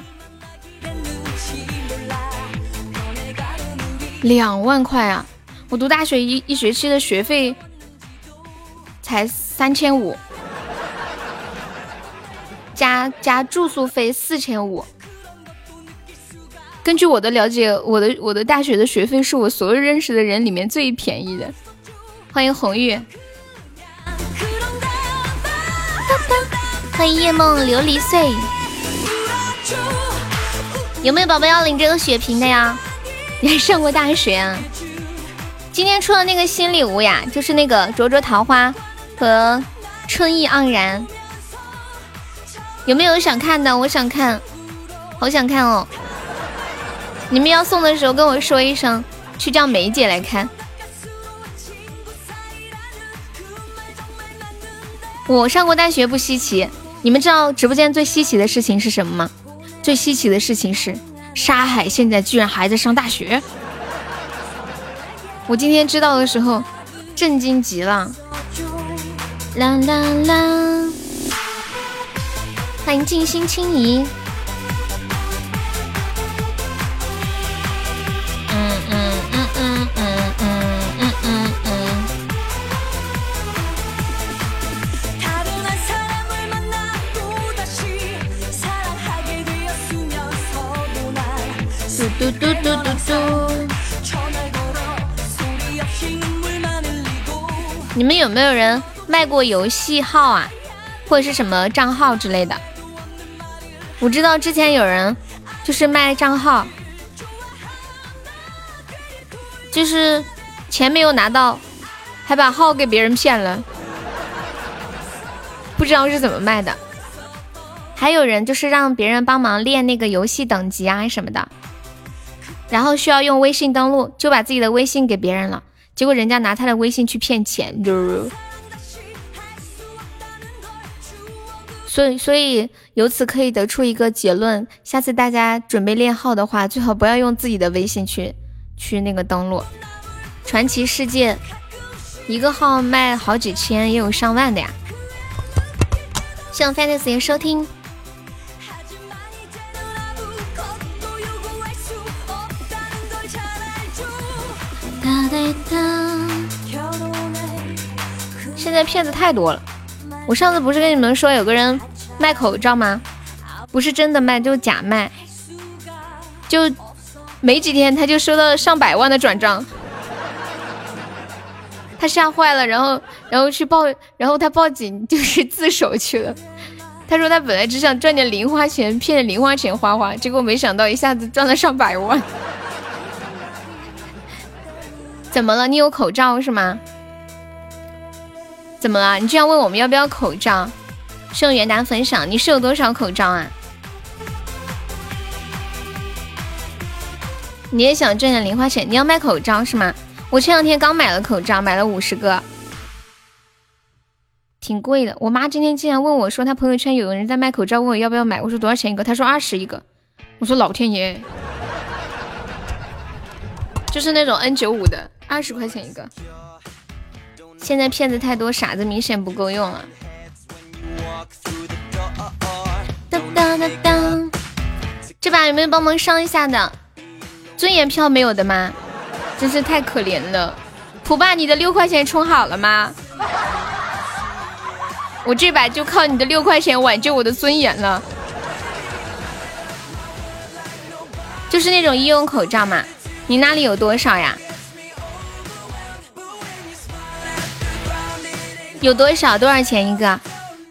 两万块啊！我读大学一一学期的学费才三千五，加加住宿费四千五。根据我的了解，我的我的大学的学费是我所有认识的人里面最便宜的。欢迎红玉，欢迎夜梦琉璃碎。有没有宝宝要领这个血瓶的呀？你还上过大学啊？今天出的那个新礼物呀，就是那个灼灼桃花和春意盎然，有没有想看的？我想看，好想看哦！你们要送的时候跟我说一声，去叫梅姐来看。我上过大学不稀奇，你们知道直播间最稀奇的事情是什么吗？最稀奇的事情是沙海现在居然还在上大学。我今天知道的时候震惊极了。 啦啦啦！欢迎静心轻移。嗯嗯嗯嗯嗯嗯嗯嗯嗯。嘟嘟嘟嘟嘟嘟。你们有没有人卖过游戏号啊，或者是什么账号之类的？我知道之前有人就是卖账号，就是钱没有拿到，还把号给别人骗了，不知道是怎么卖的。还有人就是让别人帮忙练那个游戏等级啊什么的，然后需要用微信登录，就把自己的微信给别人了，结果人家拿他的微信去骗钱，所以所以由此可以得出一个结论，下次大家准备练号的话，最好不要用自己的微信去去那个登录。传奇世界一个号卖好几千，也有上万的呀。希望 Fantasy 也收听。现在骗子太多了，我上次不是跟你们说有个人卖口罩吗？不是真的卖，就假卖，就没几天他就收到了上百万的转账，他吓坏了，然后然后去报，然后他报警就是自首去了。他说他本来只想赚点零花钱，骗点零花钱花花，结果没想到一下子赚了上百万。怎么了？你有口罩是吗？怎么了？你这样问我们要不要口罩？送元旦分享，你是有多少口罩啊？你也想挣点零花钱？你要卖口罩是吗？我前两天刚买了口罩，买了五十个，挺贵的。我妈今天竟然问我说，她朋友圈有人在卖口罩，问我要不要买。我说多少钱一个？她说二十一个。我说老天爷，就是那种 N 九十五 的，二十块钱一个。现在骗子太多，傻子明显不够用了。当当当当，这把有没有帮忙上一下的？尊严票没有的吗？真是太可怜了。普爸，你的六块钱充好了吗？我这把就靠你的六块钱挽救我的尊严了。就是那种医用口罩嘛，你那里有多少呀？有多少？多少钱一个？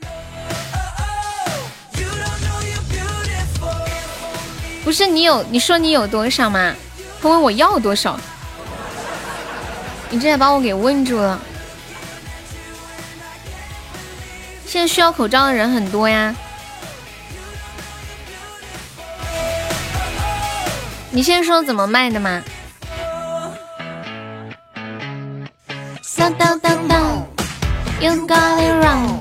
不是你有，你说你有多少吗？他问我要多少，你这也把我给问住了。现在需要口罩的人很多呀。你先说怎么卖的吗？当当当当 You got it wrong。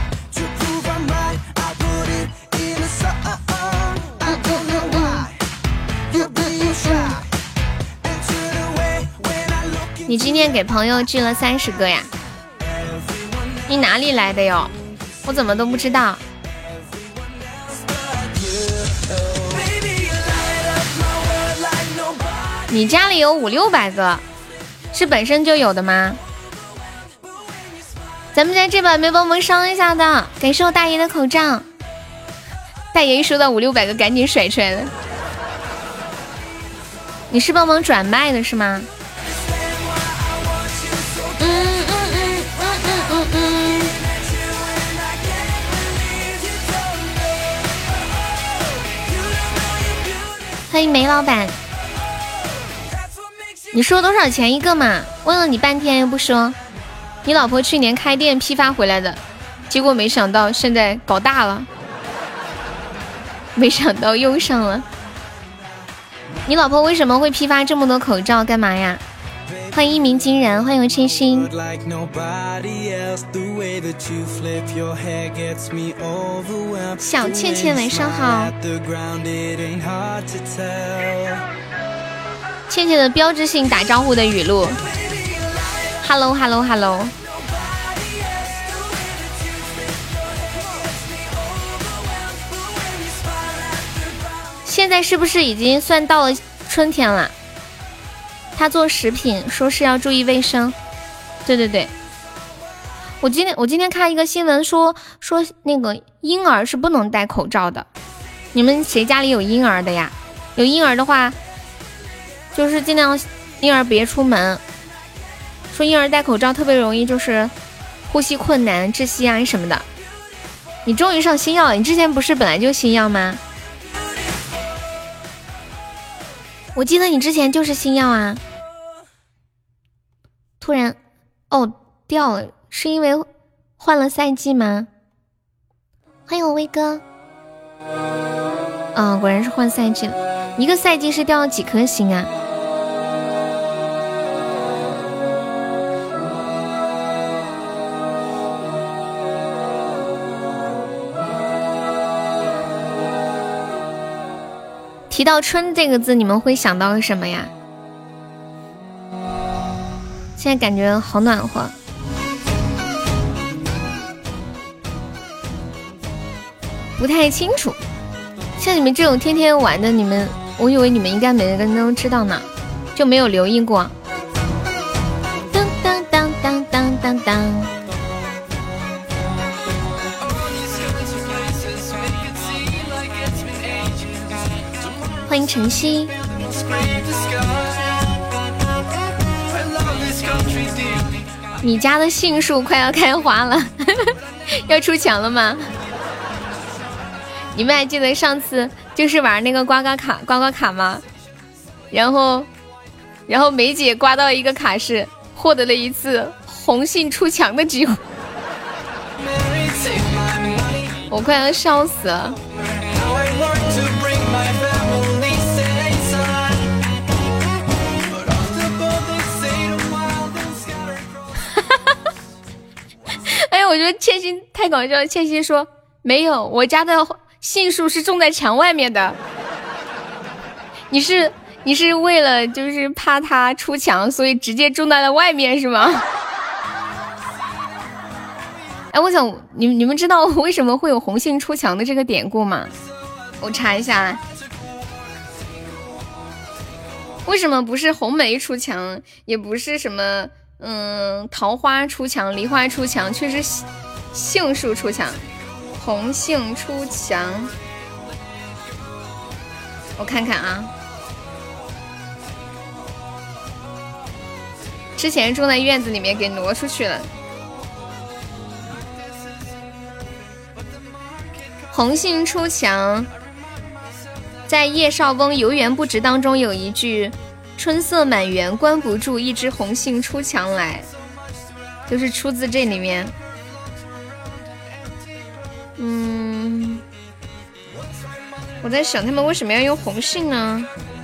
你今天给朋友寄了三十个呀？你哪里来的哟？我怎么都不知道。你家里有五六百个，是本身就有的吗？咱们家这把没帮忙上一下的，感谢我大爷的口罩。大爷一收到五六百个，赶紧甩出来了。你是帮忙转卖的是吗？嗯嗯嗯嗯嗯嗯嗯。欢迎梅老板。你说多少钱一个嘛？问了你半天又不说。你老婆去年开店批发回来的，结果没想到现在搞大了，没想到用上了。你老婆为什么会批发这么多口罩？干嘛呀？欢迎一鸣惊人，欢迎我千心。小倩倩晚上好。倩倩的标志性打招呼的语录 Hello Hello Hello。 现在是不是已经算到了春天了？他做食品说是要注意卫生。对对对，我今天我今天看一个新闻说说那个婴儿是不能戴口罩的。你们谁家里有婴儿的呀？有婴儿的话，就是尽量婴儿别出门。说婴儿戴口罩特别容易就是呼吸困难、窒息啊什么的。你终于上新药了，你之前不是本来就新药吗？我记得你之前就是新药啊。突然，哦，掉了，是因为换了赛季吗？欢迎我威哥。啊、哦，果然是换赛季了。一个赛季是掉了几颗星啊？提到春这个字，你们会想到什么呀？现在感觉好暖和。不太清楚，像你们这种天天玩的，你们我以为你们应该每个人都知道呢，就没有留意过。当当当当当当当。欢迎晨曦。你家的杏树快要开花了，要出墙了吗？你们还记得上次就是玩那个刮刮卡刮刮卡吗？然后然后梅姐刮到一个卡是获得了一次红杏出墙的机会，我快要笑死了。哎，我觉得千玺太搞笑了。千玺说没有，我家的杏树是种在墙外面的。你是你是为了就是怕它出墙，所以直接种在了外面是吗？哎，我想你你们知道为什么会有红杏出墙的这个典故吗？我查一下来。为什么不是红梅出墙，也不是什么嗯桃花出墙、梨花出墙，却是杏树出墙？红杏出墙，我看看啊。之前种在院子里面，给挪出去了。红杏出墙，在叶绍翁游园不值当中有一句春色满园关不住，一枝红杏出墙来，就是出自这里面。嗯，我在想他们为什么要用红杏呢？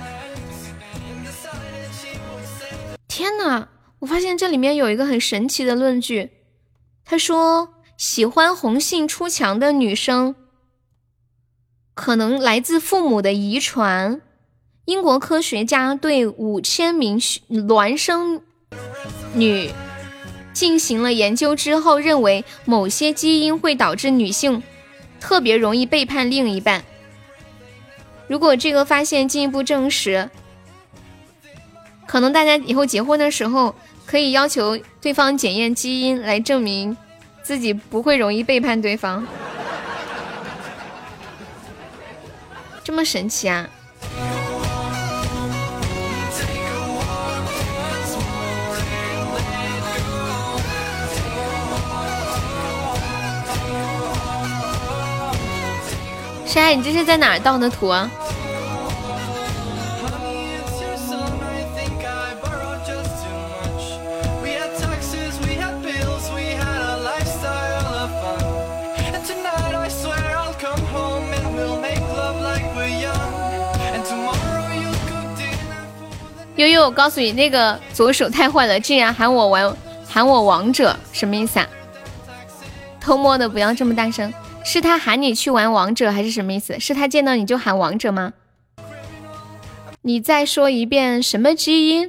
天哪，我发现这里面有一个很神奇的论据，他说喜欢红杏出墙的女生可能来自父母的遗传。英国科学家对五千名孪生女进行了研究之后，认为某些基因会导致女性特别容易背叛另一半。如果这个发现进一步证实，可能大家以后结婚的时候可以要求对方检验基因，来证明自己不会容易背叛对方。这么神奇啊！山，你这是在哪儿盗的图啊？悠悠，我告诉你，那个左手太坏了，竟然喊我玩，喊我王者，什么意思啊？偷摸的不要这么大声。是他喊你去玩王者还是什么意思？是他见到你就喊王者吗？你再说一遍什么基因？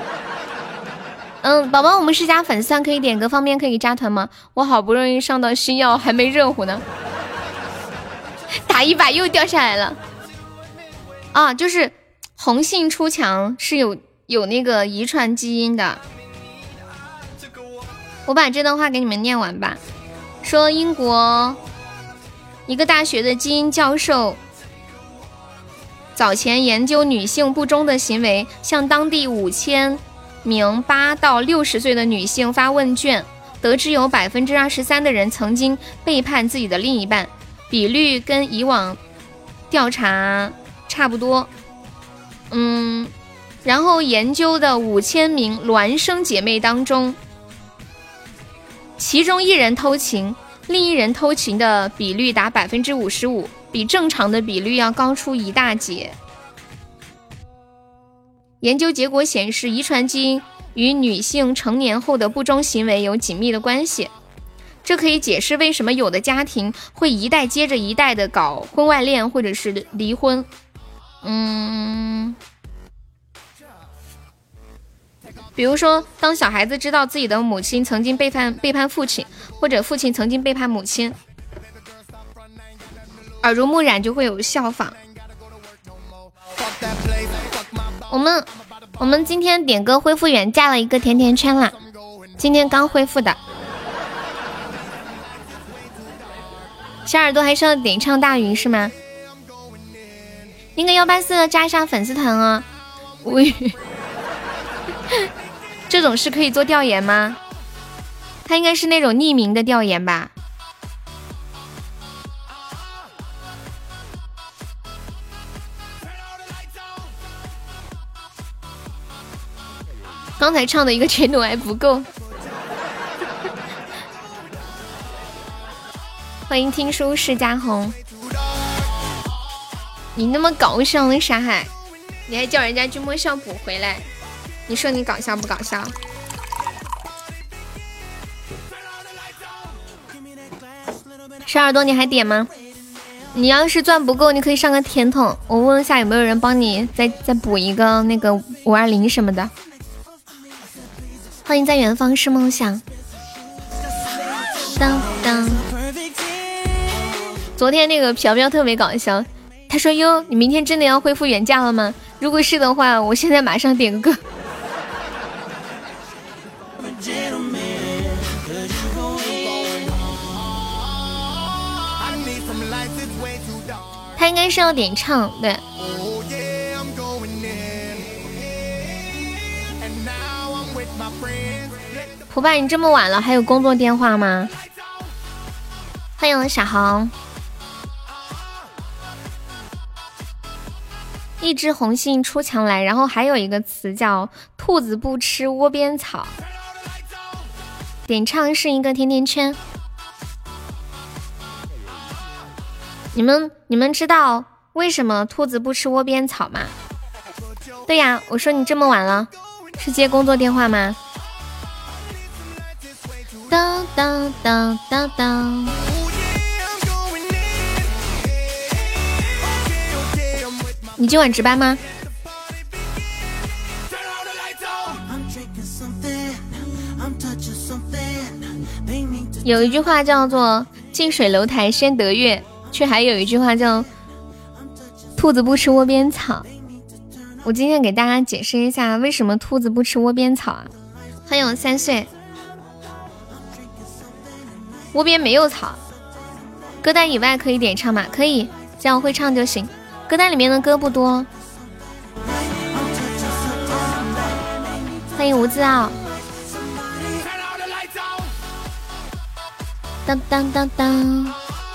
嗯，宝宝，我们是加粉丝，可以点歌，方便可以加团吗？我好不容易上到星耀，还没热乎呢，打一把又掉下来了。 啊，就是红杏出墙是有有那个遗传基因的。我把这段话给你们念完吧。说英国一个大学的基因教授早前研究女性不忠的行为，向当地五千名八到六十岁的女性发问卷，得知有百分之二十三的人曾经背叛自己的另一半，比率跟以往调查差不多。嗯，然后研究的五千名孪生姐妹当中，其中一人偷情，另一人偷情的比率达百分之五十五，比正常的比率要高出一大截。研究结果显示，遗传基因与女性成年后的不忠行为有紧密的关系，这可以解释为什么有的家庭会一代接着一代的搞婚外恋或者是离婚。嗯，比如说当小孩子知道自己的母亲曾经背叛背叛父亲，或者父亲曾经背叛母亲，耳濡目染就会有效仿。我们我们今天点歌恢复原价了一个甜甜圈啦，今天刚恢复的。小耳朵还是要点唱大鱼是吗？那个幺八四加一下粉丝团啊！喂，这种是可以做调研吗？它应该是那种匿名的调研吧？刚才唱的一个全努还不够。欢迎听书释家红。你那么搞笑那啥海，你还叫人家去摸笑补回来，你说你搞笑不搞笑？小耳朵你还点吗？你要是钻不够，你可以上个甜筒，我问一下有没有人帮你再再补一个那个五二零什么的。欢迎在远方是梦想。当当。昨天那个朴朴特别搞笑，他说哟，你明天真的要恢复原价了吗？如果是的话，我现在马上点个歌。他应该是要点唱，对。蒲爸，你这么晚了还有工作电话吗？欢迎小红。一只红杏出墙来，然后还有一个词叫兔子不吃窝边草。点唱是一个甜甜圈。你们你们知道为什么兔子不吃窝边草吗？对呀，我说你这么晚了，是接工作电话吗？当当当当当。你今晚值班吗？有一句话叫做近水楼台先得月，却还有一句话叫兔子不吃窝边草。我今天给大家解释一下为什么兔子不吃窝边草啊。欢迎我三岁。窝边没有草，歌单以外可以点唱吗？可以，只要会唱就行。歌单里面的歌不多。欢迎无自傲。当当当当。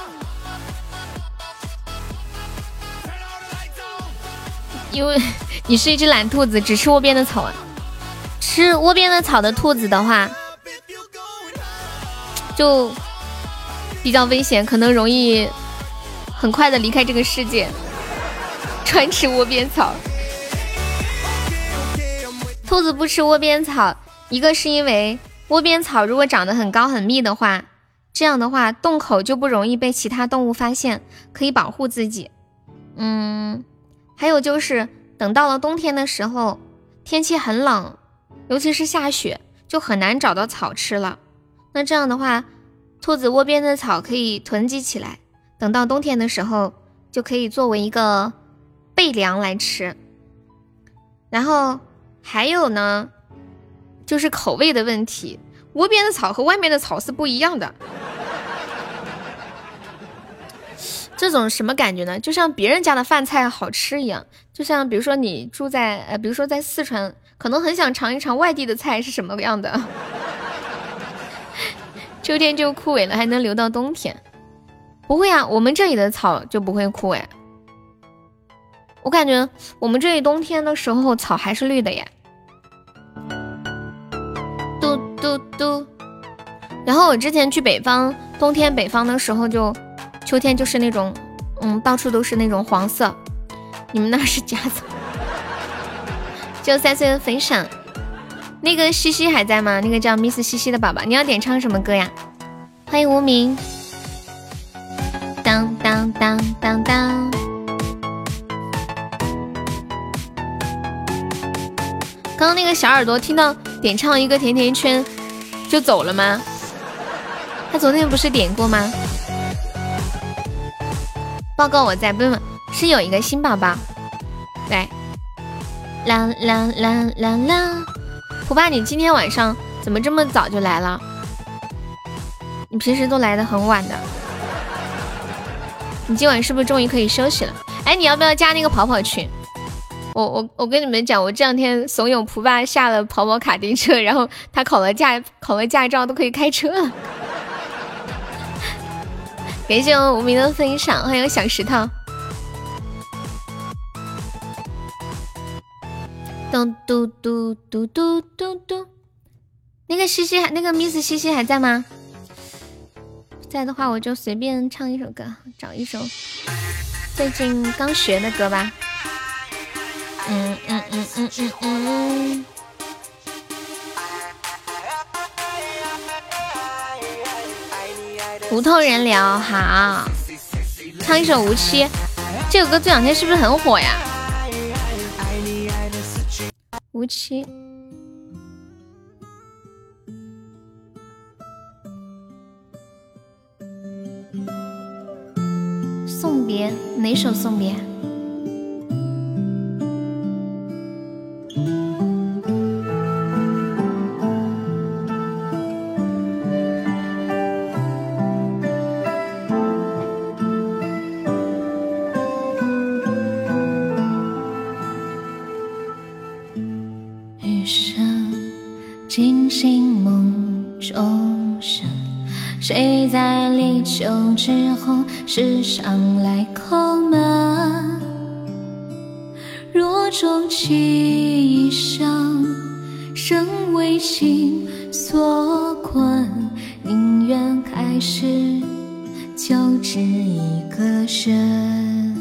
因为你是一只懒兔子，只吃窝边的草啊。吃窝边的草的兔子的话，就比较危险，可能容易很快的离开这个世界。专吃窝边草。兔子不吃窝边草，一个是因为窝边草如果长得很高很密的话，这样的话洞口就不容易被其他动物发现，可以保护自己。嗯，还有就是等到了冬天的时候，天气很冷，尤其是下雪，就很难找到草吃了。那这样的话，兔子窝边的草可以囤积起来，等到冬天的时候就可以作为一个备粮来吃。然后还有呢，就是口味的问题，窝边的草和外面的草是不一样的。这种什么感觉呢？就像别人家的饭菜好吃一样，就像比如说你住在呃，比如说在四川，可能很想尝一尝外地的菜是什么样的。秋天就枯萎了，还能留到冬天？不会啊，我们这里的草就不会枯萎。我感觉我们这里冬天的时候草还是绿的耶。嘟嘟嘟。然后我之前去北方，冬天北方的时候就，秋天就是那种，嗯，到处都是那种黄色。你们那是夹子。就三岁的分享。那个西西还在吗？那个叫 Miss 西西的宝宝，你要点唱什么歌呀？欢迎无名。当当当当当。刚刚那个小耳朵听到点唱一个甜甜圈就走了吗？他昨天不是点过吗？报告我在，不是，是有一个新宝宝。对，啦啦啦啦啦。胡爸，你今天晚上怎么这么早就来了？你平时都来的很晚的。你今晚是不是终于可以休息了？哎，你要不要加那个跑跑群？我我我跟你们讲，我这两天怂恿蒲爸下了跑跑卡丁车，然后他考了驾考了驾照，都可以开车了。感谢我无名的分享，欢迎小石头。嘟嘟嘟嘟嘟嘟嘟，那个西西还那个 Miss 西西还在吗？在的话，我就随便唱一首歌，找一首最近刚学的歌吧。嗯嗯嗯嗯嗯嗯。胡同人聊好，唱一首无期。这首歌这两天是不是很火呀？无期。送别，哪首送别？ 余生惊醒梦中声，谁在立秋之后时常来叩门？若终其一生，生为情所困，宁愿开始就只一个人。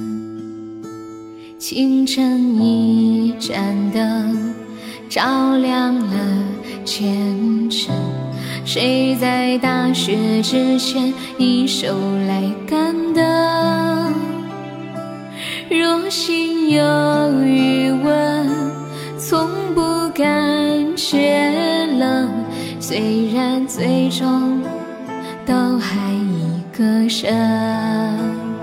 清晨一盏灯照亮了前程，谁在大雪之前一手来赶灯？若心有余温，从不感觉冷，虽然最终都还一个人。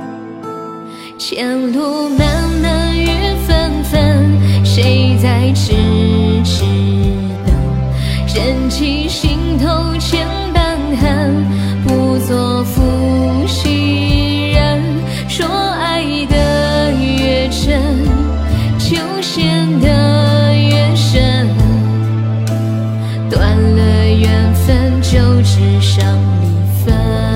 前路漫漫雨纷纷，谁在痴痴等？忍起心头千般恨，不做负心人。说爱得越真，就陷得越深。断了缘分，就只剩离分。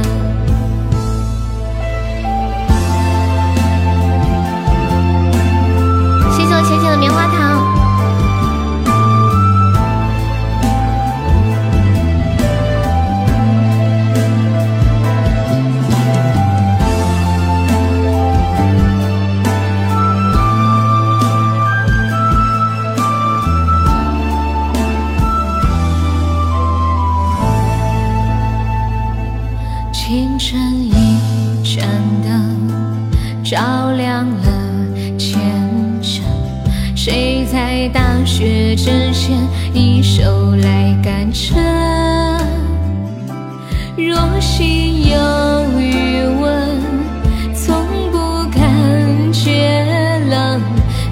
浅浅的棉花糖， 清晨一盏灯照亮了前程，谁在大雪之前一手来赶车？若心有余温，从不感觉冷，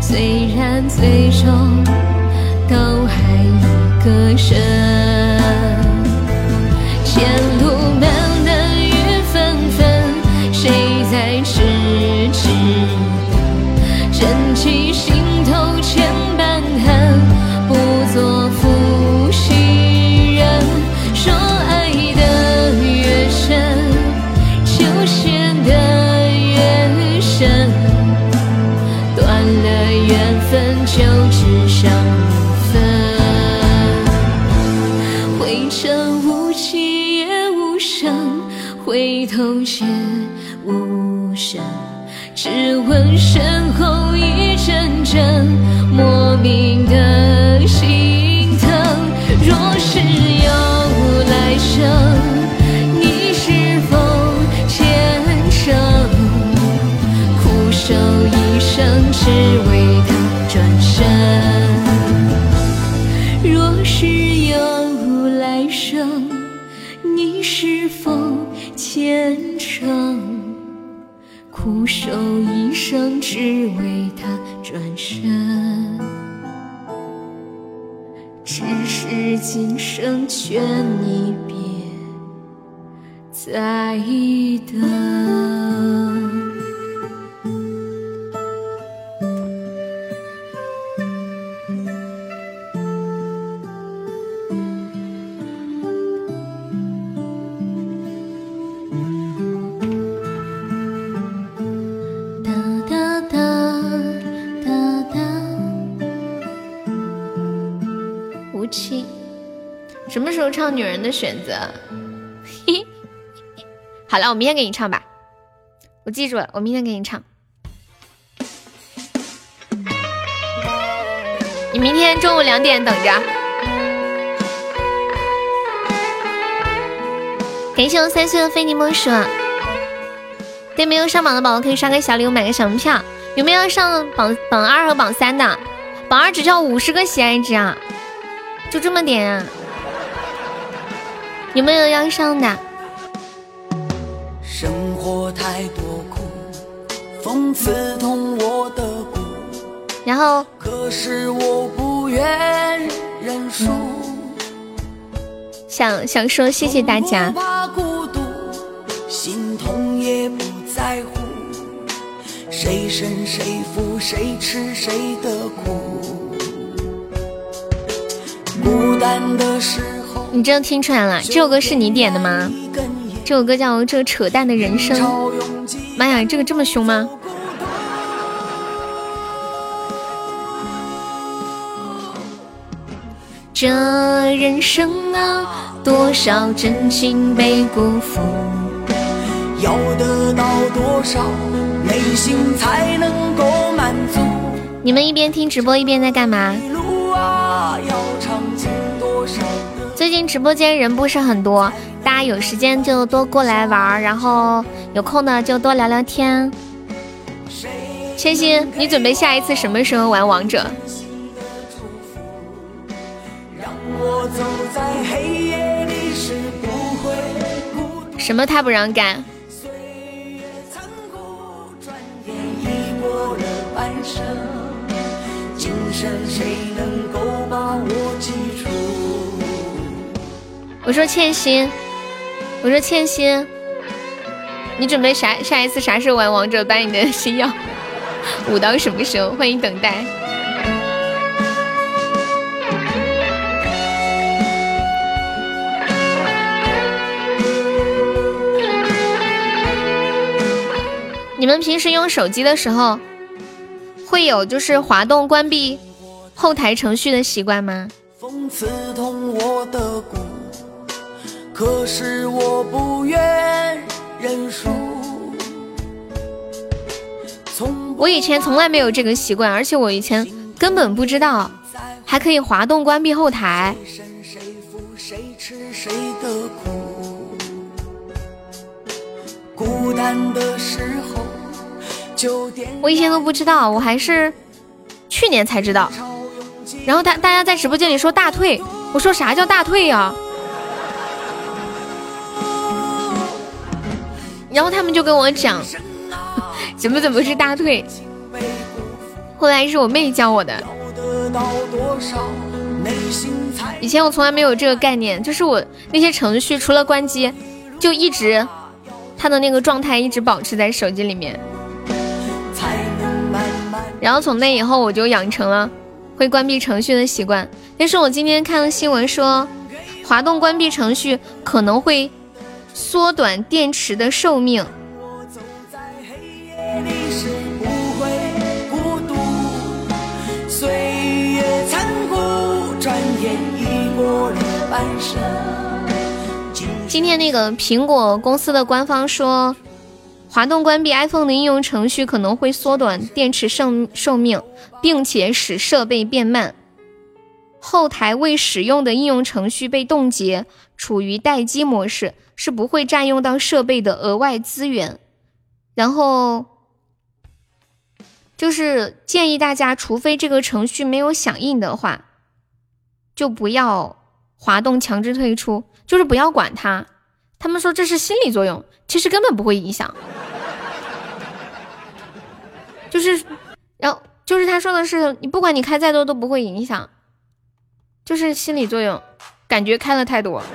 虽然最终都还一个人。前路漫漫雨纷纷，谁在痴痴等？忍起心头千般恨，不做负心人。说爱的越深，就陷得越深。断了缘分，就只剩一份。灰尘无迹也无声，回头却无声。只闻身后一阵阵莫名的心疼。若是有来生，你是否虔诚？苦守一生，只为他转身。若是有来生，你是否虔诚？苦守一生，只为他转身。只是今生劝你别再等。 什么时候唱女人的选择？好了，我明天给你唱吧，我记住了，我明天给你唱。你明天中午两点等着。感谢我三岁的非你莫属。对没有上榜的宝宝可以刷个小礼物，买个小门票。有没有上榜榜二和榜三的？榜二只需要五十个喜爱值啊，就这么点啊。有没有要上的？ 生活太多苦，风刺痛我的骨。 然后， 可是我不愿认输。 想想说谢谢大家。 不怕孤独，心痛也不在乎。谁胜谁负，谁吃谁的苦。孤单的时候。 你真的听出来了，这首歌是你点的吗？这首歌叫《这个扯淡的人生》。妈呀，这个这么凶吗？这人生啊，多少真情被辜负。 要得到多少，内心才能够满足。 你们一边听直播一边在干嘛？最近直播间人不是很多，大家有时间就多过来玩，然后有空呢就多聊聊天。千心，你准备下一次什么时候玩王者？什么他不让干？我说倩心，我说倩心，你准备啥下一次啥时候玩王者？把你的心要舞到什么时候？欢迎等待。你们平时用手机的时候，会有就是滑动关闭后台程序的习惯吗？ 风刺痛我的骨，可是我不愿认输。 我以前从来没有这个习惯，而且我以前根本不知道还可以滑动关闭后台。 孤单的时候就点， 我以前都不知道，我还是去年才知道。然后大大家在直播间里说大退，我说啥叫大退呀？然后他们就跟我讲怎么怎么是大退。 后来是我妹教我的。以前我从来没有这个概念，就是我那些程序除了关机，就一直它的那个状态一直保持在手机里面。然后从那以后我就养成了会关闭程序的习惯。但是我今天看了新闻说，滑动关闭程序可能会缩短电池的寿命。今天那个苹果公司的官方说，滑动关闭 iPhone 的应用程序可能会缩短电池寿寿命，并且使设备变慢。后台未使用的应用程序被冻结，处于待机模式，是不会占用到设备的额外资源。然后就是建议大家，除非这个程序没有响应的话，就不要滑动强制退出，就是不要管它。他们说这是心理作用，其实根本不会影响。就是，然后就是他说的是，你不管你开再多都不会影响，就是心理作用，感觉开了太多。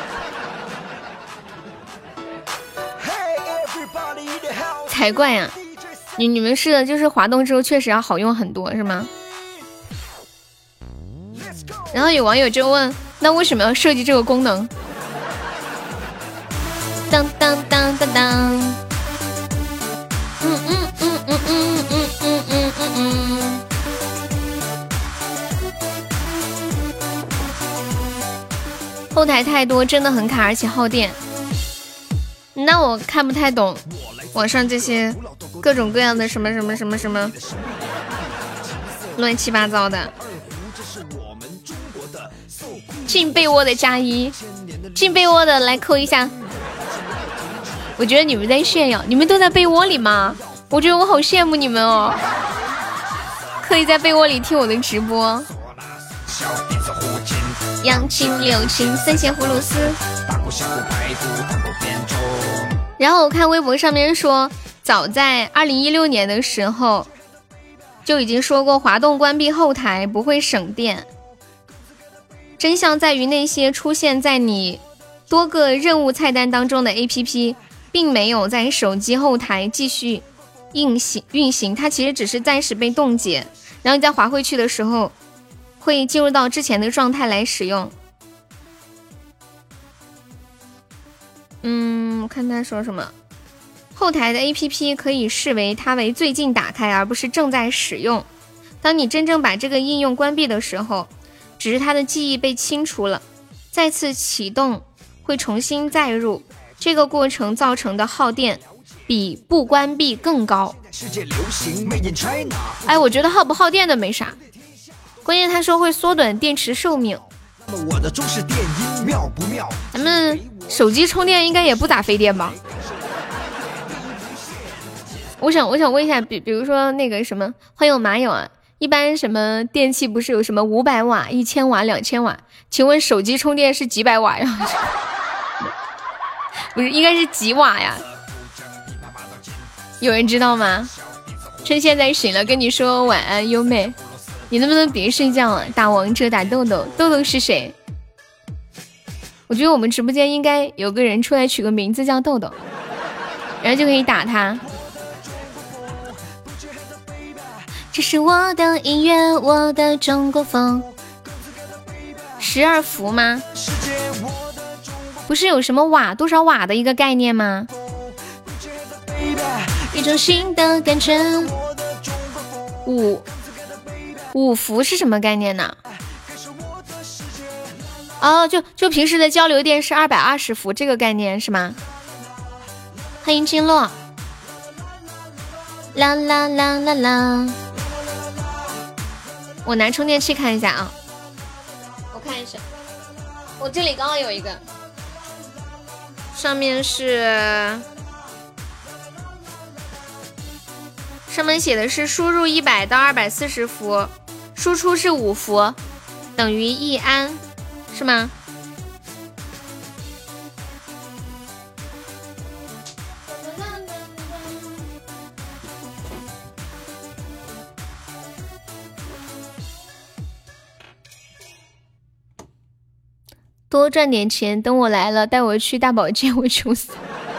才怪呀、啊！你你们是的，就是滑动之后确实要好用很多，是吗？然后有网友就问，那为什么要设计这个功能？当当当当当，嗯嗯嗯嗯嗯嗯嗯嗯嗯嗯。后台太多，真的很卡，而且耗电。那我看不太懂网上这些各种各样的什么什么什么什么乱七八糟的。进被窝的加一，进被窝的来扣一下。我觉得你们在炫耀，你们都在被窝里吗？我觉得我好羡慕你们哦，可以在被窝里听我的直播。杨青、柳青、三线葫芦丝。然后我看微博上面说，早在二零一六年的时候就已经说过，滑动关闭后台不会省电。真相在于，那些出现在你多个任务菜单当中的 A P P 并没有在手机后台继续运行运行，它其实只是暂时被冻结，然后你再滑回去的时候会进入到之前的状态来使用。嗯，我看他说什么，后台的 A P P 可以视为它为最近打开，而不是正在使用。当你真正把这个应用关闭的时候，只是它的记忆被清除了，再次启动会重新载入，这个过程造成的耗电比不关闭更高。哎，我觉得耗不耗电的没啥，关键他说会缩短电池寿命。咱们手机充电应该也不咋费电吧？我想我想问一下，比比如说那个什么，欢迎马友啊，一般什么电器不是有什么五百瓦、一千瓦、两千瓦？请问手机充电是几百瓦呀？不是，应该是几瓦呀？有人知道吗？趁现在醒了，跟你说晚安，优妹。你能不能别睡觉了？打王者，打豆豆，豆豆是谁？我觉得我们直播间应该有个人出来取个名字叫豆豆，然后就可以打他。这是我的音乐，我的中国风。十二伏吗？不是有什么瓦多少瓦的一个概念吗？一种新的感觉。五五伏是什么概念呢？哦，就就平时的交流电是二百二十伏这个概念是吗？欢迎金洛。啦啦啦啦啦。我拿充电器看一下啊，我看一下，我这里刚刚有一个，上面是上面写的是输入一百到二百四十伏，输出是五伏，等于一安，是吗？ 多赚点钱，等我来了带我去大保健，我穷死。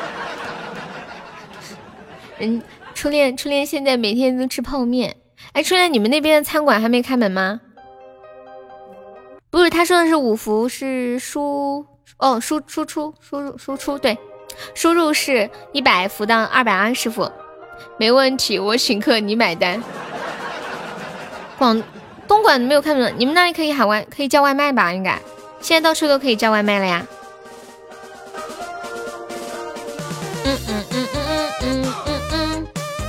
人初恋初恋现在每天都吃泡面。哎，初恋你们那边的餐馆还没开门吗？不是，他说的是五福是输哦输输出输入输出对，输入是一百福到二百二十福，没问题，我请客你买单。广东莞没有开门，你们那里可以喊外可以叫外卖吧？应该现在到处都可以叫外卖了呀。嗯嗯嗯嗯嗯嗯嗯嗯。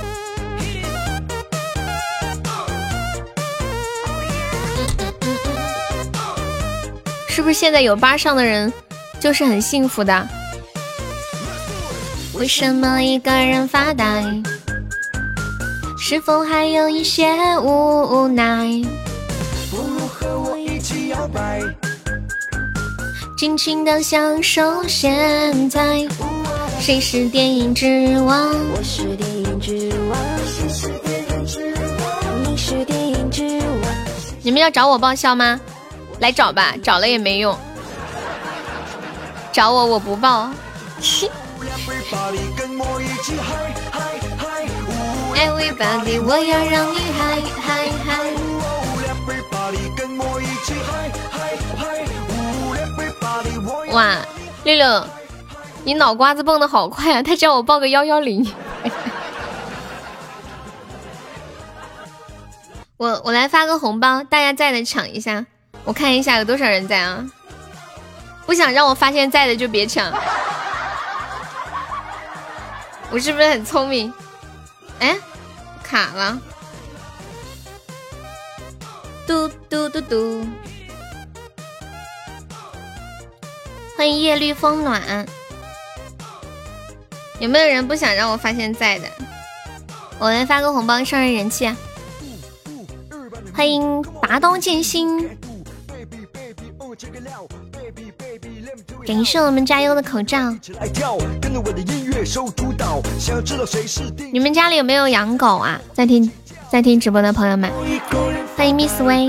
是不是现在有班上的人就是很幸福的？为什么一个人发呆？是否还有一些无奈？不如和我一起摇摆，尽情的享受现在。谁是电影之王？我是电影之王，谁是电影之王？你是电影之王。你们要找我报销吗？来找吧，找了也没用。找我我不报。Everybody， 我要让你嗨嗨嗨！哇，六六，你脑瓜子蹦的好快啊！他叫我报个幺幺零。我我来发个红包，大家在的抢一下，我看一下有多少人在啊！不想让我发现在的就别抢。我是不是很聪明？哎，卡了。嘟嘟嘟嘟。欢迎叶绿风暖。有没有人不想让我发现在的？我来发个红包上人人气啊！欢迎拔刀剑心。感谢我们加油的口罩。你们家里有没有养狗啊？在听在听直播的朋友们，欢迎 Miss 薇。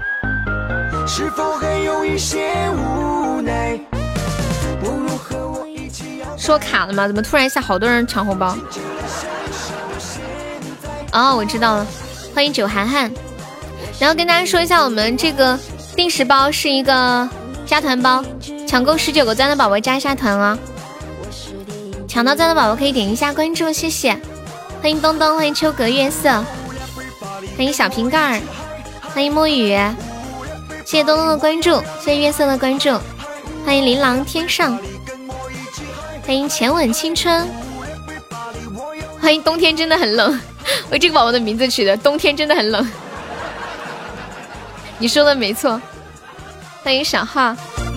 说卡了吗？怎么突然一下好多人抢红包？哦，我知道了。欢迎九涵涵。然后跟大家说一下，我们这个定时包是一个加团包，抢够十九个钻的宝宝加一下团哦。抢到钻的宝宝可以点一下关注，谢谢。欢迎东东，欢迎秋格月色，欢迎小瓶盖，欢迎墨雨，谢谢东东的关注，谢谢月色的关注，欢迎琳琅天上，欢迎前吻青春，欢迎冬天真的很冷。为这个宝宝的名字取的冬天真的很冷。你说的没错。欢迎小号。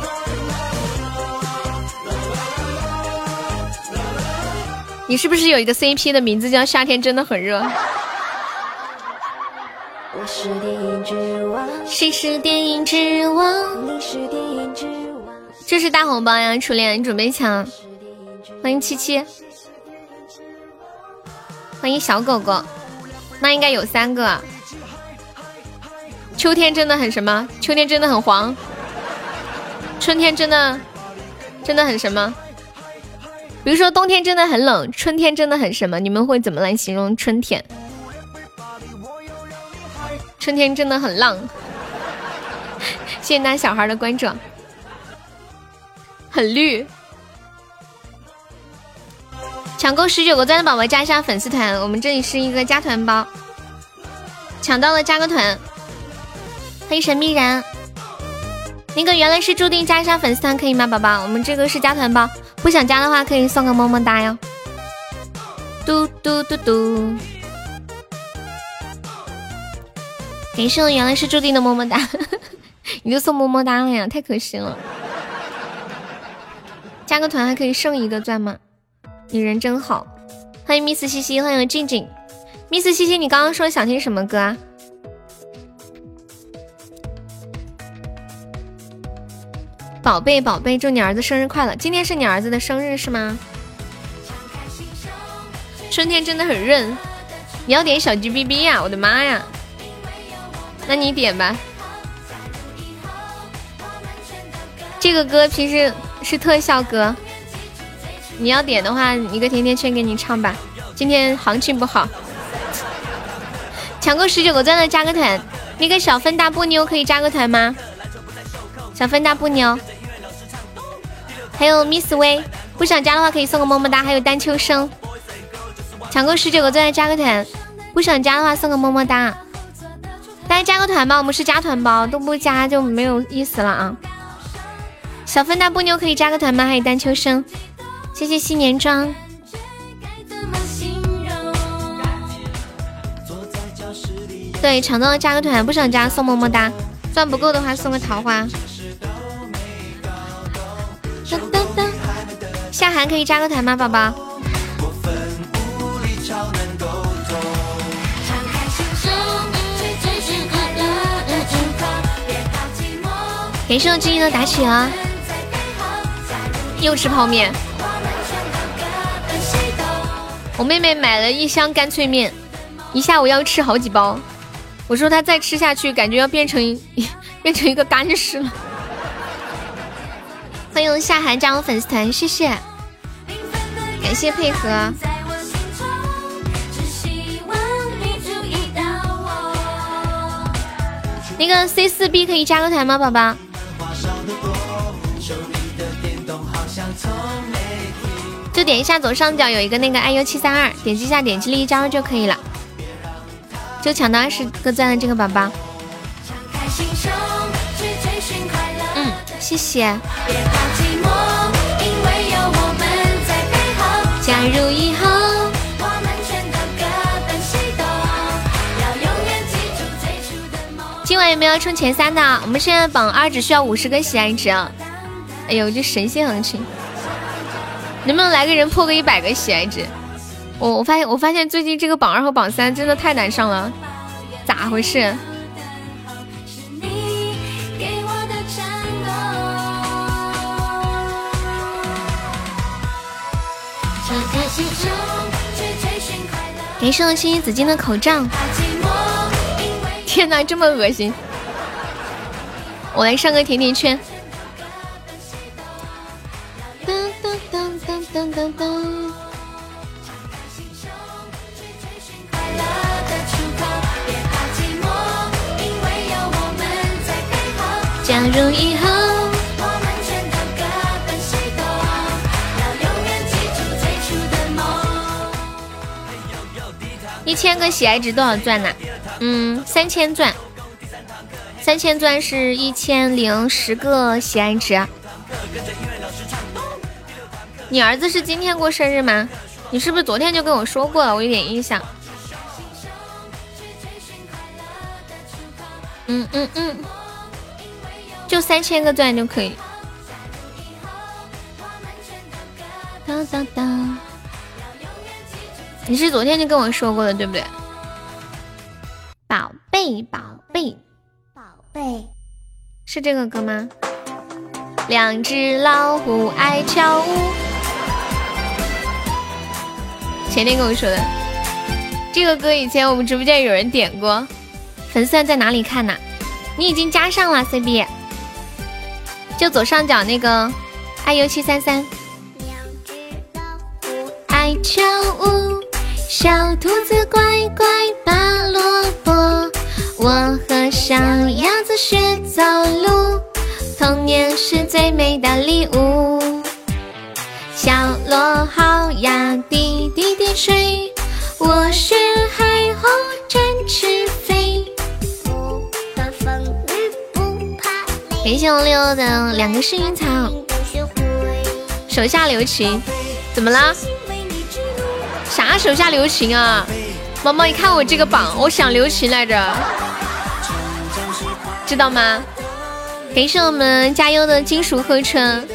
你是不是有一个 C P 的名字叫夏天真的很热？我是电影之王，谁是电影之王？你是电影之王。这是大红包呀，初恋，你准备抢。欢迎七七，欢迎小狗狗，那应该有三个。秋天真的很什么？秋天真的很黄。春天真的真的很什么？比如说冬天真的很冷，春天真的很什么？你们会怎么来形容春天？春天真的很浪。谢谢那小孩的关注。很绿。抢够十九个钻的宝宝加一下粉丝团，我们这里是一个加团包，抢到了加个团。欢迎神秘然，那个原来是注定加一下粉丝团可以吗，宝宝？我们这个是加团包，不想加的话可以送个么么哒哟。嘟嘟嘟嘟，感谢我原来是注定的么么哒，你就送么么哒了呀，太可惜了。加个团还可以剩一个钻吗？你人真好。欢迎 Miss 西西，欢迎静静。Miss 西西，你刚刚说想听什么歌啊？宝贝宝贝，祝你儿子生日快乐！今天是你儿子的生日是吗？春天真的很润，你要点小 G B B 呀、啊！我的妈呀！那你点吧。 这个歌平时是特效歌，你要点的话，一个甜甜圈给你唱吧。今天行情不好，抢够十九个钻的加个团。那个小芬大布妞可以加个团吗？小芬大布妞，还有 Miss 薇，不想加的话可以送个么么哒。还有丹秋生，抢够十九个钻加个团，不想加的话送个么么哒。大家加个团吧，我们是加团包，都不加就没有意思了啊。小芬大布妞可以加个团吗？还有丹秋生，谢谢新年装。对，抢到了加个团，不想加送么么哒，钻不够的话送个桃花。噔噔噔，夏涵可以加个团吗，宝宝？给手机的打起啊！又吃泡面。我妹妹买了一箱干脆面，一下午要吃好几包。我说她再吃下去，感觉要变成一变成一个干尸了。欢迎夏寒加入粉丝团，谢谢，感谢配合。那个 C 四 B 可以加个团吗，宝宝？就点一下左上角有一个那个 I U 七三二，点击一下点击立即加入就可以了。就抢到二十个钻的这个宝宝，嗯，谢谢。加入以后，今晚有没有冲前三的？我们现在榜二只需要五十个喜爱值啊！哎呦，这神仙行情，能不能来个人破个一百个喜爱值？我我发现我发现最近这个榜二和榜三真的太难上了，咋回事？给送了星星紫金的口罩，天哪，这么恶心！我来上个甜甜圈。噔噔噔噔噔噔噔。加入以后，一千个喜爱值多少钻呢？嗯，三千钻，三千钻是一千零十个喜爱值。你儿子是今天过生日吗？你是不是昨天就跟我说过了？我有点印象。嗯嗯嗯。就三千个钻就可以。当当当，你是昨天就跟我说过的，对不对？宝贝，宝贝，宝贝，是这个歌吗？两只老虎爱跳舞。前天跟我说的，这个歌以前我们直播间有人点过。粉丝团在哪里看呢？你已经加上了 C B。就左上角那个 I U 七三三，爱跳舞，小兔子乖乖拔萝卜，我和小鸭子学走路，童年是最美的礼物。小螺号呀滴滴滴水，我学海鸥展翅飞。感谢我六的两个幸运草，手下留情，怎么了？啥手下留情啊？毛毛，你看我这个榜，我想留情来着，知道吗？感谢我们加油的金属合成。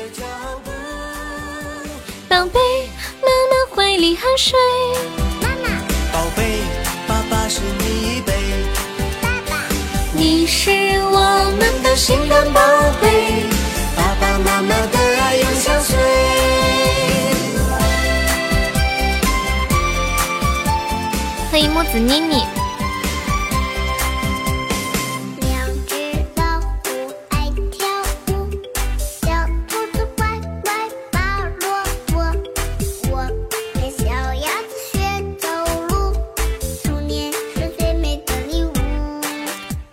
宝贝，妈妈怀里酣睡。妈妈，宝贝，爸爸是你一杯。你是我们的心肝宝贝，爸爸妈妈的爱永相随。欢迎木子妮妮。两只老虎爱跳舞，小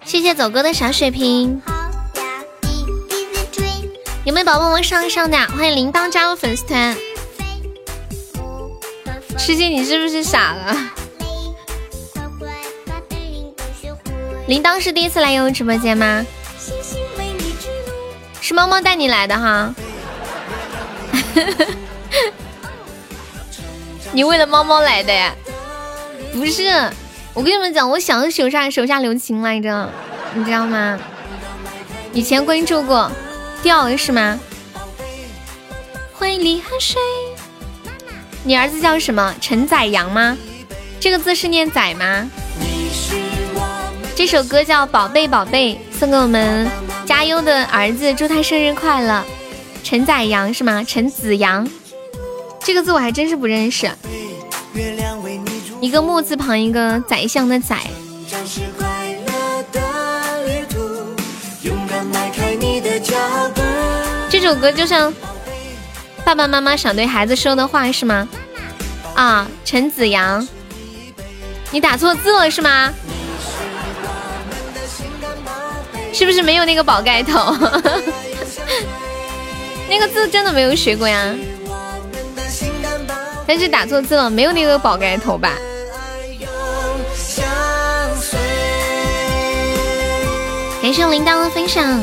谢谢走哥的小水瓶。有没有宝宝们上一上的？欢迎铃铛加入粉丝团。师姐，你是不是傻了？铃铛是第一次来悠悠直播间吗？是猫猫带你来的哈。你为了猫猫来的呀？不是，我跟你们讲，我想手下手下留情来着，你知道吗？以前关注过。掉了是吗？欢迎离汗水。你儿子叫什么？陈宰阳吗？这个字是念宰吗？这首歌叫《宝贝宝贝》，送给我们加优的儿子，祝他生日快乐。陈宰阳是吗？陈子阳，这个字我还真是不认识。一个木字旁，一个宰相的宰。这首歌就像爸爸妈妈想对孩子说的话是吗？啊，陈子阳，你打错字了是吗？是不是没有那个宝盖头？那个字真的没有学过呀，但是打错字了，没有那个宝盖头吧？感谢铃铛的分享。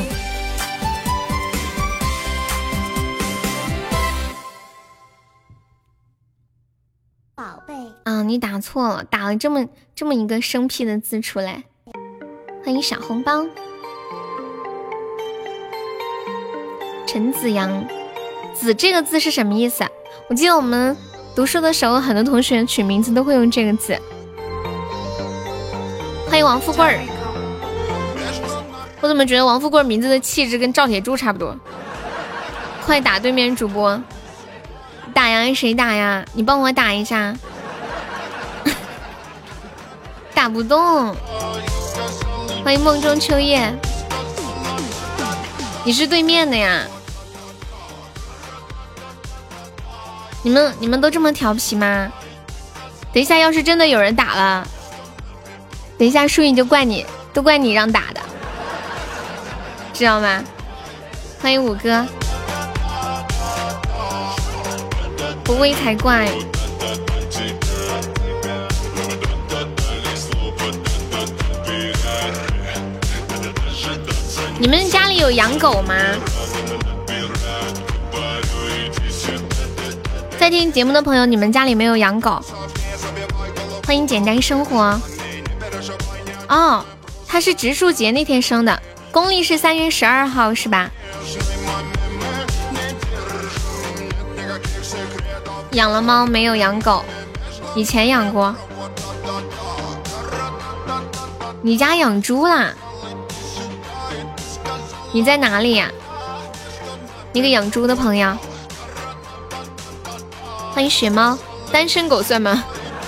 宝贝啊，你打错了，打了这么这么一个生僻的字出来。欢迎小红包。陈子阳，子这个字是什么意思啊？我记得我们读书的时候，很多同学取名字都会用这个字。欢迎王富贵儿。我怎么觉得王富贵名字的气质跟赵铁柱差不多？快打对面主播！打呀，谁打呀？你帮我打一下。打不动。欢迎梦中秋叶。你是对面的呀？你们你们都这么调皮吗？等一下，要是真的有人打了，等一下输赢就怪你，都怪你让打的。知道吗？欢迎五哥，不会才怪。你们家里有养狗吗？在听节目的朋友，你们家里没有养狗？欢迎简单生活。哦，他是植树节那天生的。公历是三月十二号是吧？养了猫没有养狗，以前养过。你家养猪啦？你在哪里呀？那个养猪的朋友，欢迎雪猫。单身狗算吗？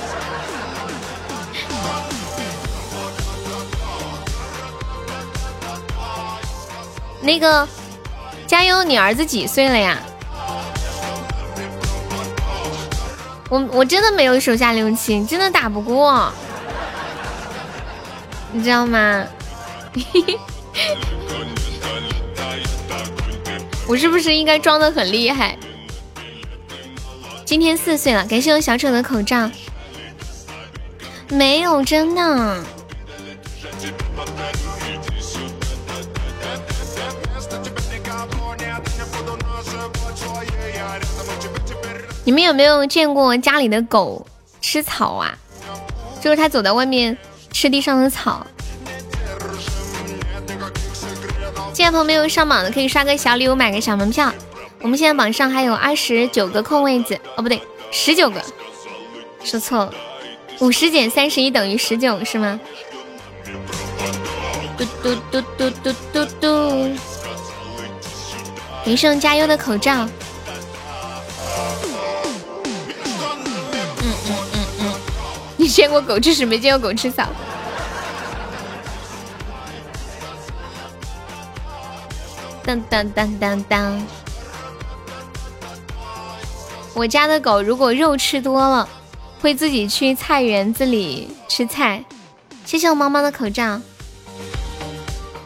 那个加油，你儿子几岁了呀？我我真的没有手下留情，真的打不过，你知道吗？我是不是应该装得很厉害？今天四岁了，感谢我小丑的口罩。没有，真的。你们有没有见过家里的狗吃草啊？就是它走在外面吃地上的草。现在朋友没有上榜的可以刷个小礼物，买个小门票。我们现在榜上还有二十九个空位子，哦不对，十九个，说错了，五十减三十一等于十九是吗？嘟嘟嘟嘟嘟嘟嘟，给上加油的口罩。嗯嗯嗯嗯，你见过狗吃屎，没见过狗吃草。当当当当当。我家的狗如果肉吃多了，会自己去菜园子里吃菜。谢谢我猫猫的口罩。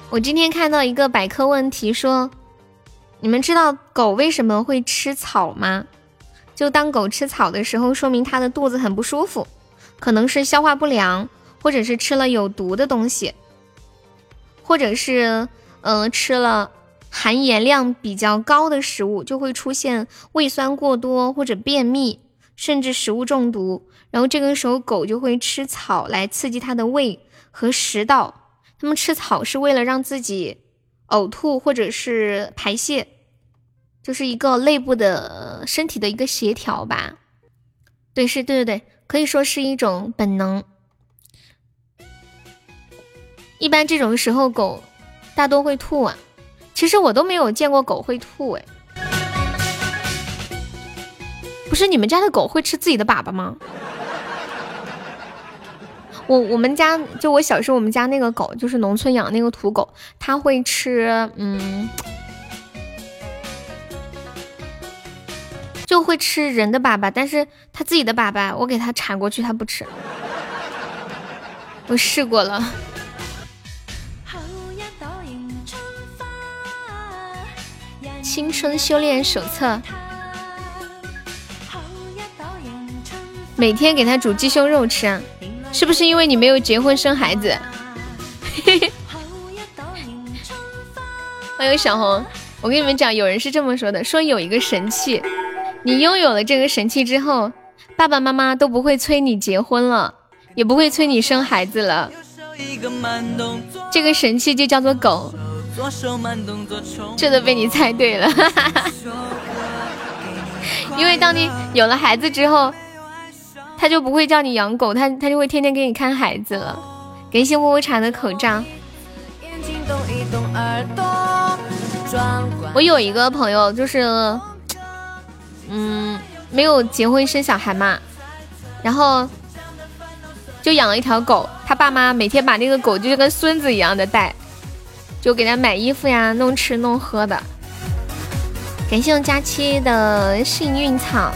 我今天看到一个百科问题说，你们知道狗为什么会吃草吗？就当狗吃草的时候，说明它的肚子很不舒服，可能是消化不良，或者是吃了有毒的东西，或者是呃吃了含盐量比较高的食物，就会出现胃酸过多或者便秘，甚至食物中毒。然后这个时候狗就会吃草来刺激它的胃和食道。它们吃草是为了让自己呕吐或者是排泄，就是一个内部的身体的一个协调吧。对，是对对对，可以说是一种本能。一般这种时候狗大多会吐啊，其实我都没有见过狗会吐哎。不是你们家的狗会吃自己的粑粑吗？我我们家就我小时候我们家那个狗就是农村养那个土狗，它会吃嗯，就会吃人的粑粑，但是它自己的粑粑我给它铲过去它不吃。我试过了。青春修炼手册，每天给它煮鸡胸肉吃啊。是不是因为你没有结婚生孩子？欢迎小红，我跟你们讲，有人是这么说的，说有一个神器，你拥有了这个神器之后，爸爸妈妈都不会催你结婚了，也不会催你生孩子了。这个神器就叫做狗。这都被你猜对了。因为当你有了孩子之后，他就不会叫你养狗，他他就会天天给你看孩子了。感谢窝窝茶的口罩。我有一个朋友，就是嗯没有结婚生小孩嘛，然后就养了一条狗，他爸妈每天把那个狗就跟孙子一样的带，就给他买衣服呀，弄吃弄喝的。感谢我佳期的幸运草。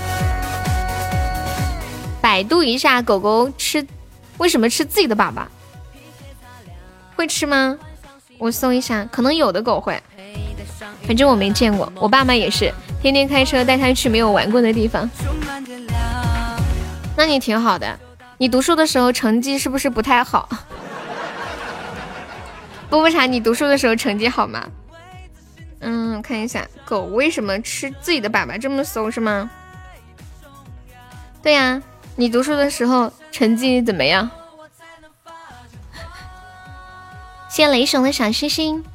百度一下狗狗吃为什么吃自己的粑粑，会吃吗？我搜一下，可能有的狗会，反正我没见过。我爸妈也是天天开车带它去没有玩过的地方。那你挺好的，你读书的时候成绩是不是不太好？波波茶，你读书的时候成绩好吗？嗯，看一下狗为什么吃自己的粑粑，这么搜是吗？对呀、啊，你读书的时候成绩怎么样？谢雷熊的小星星，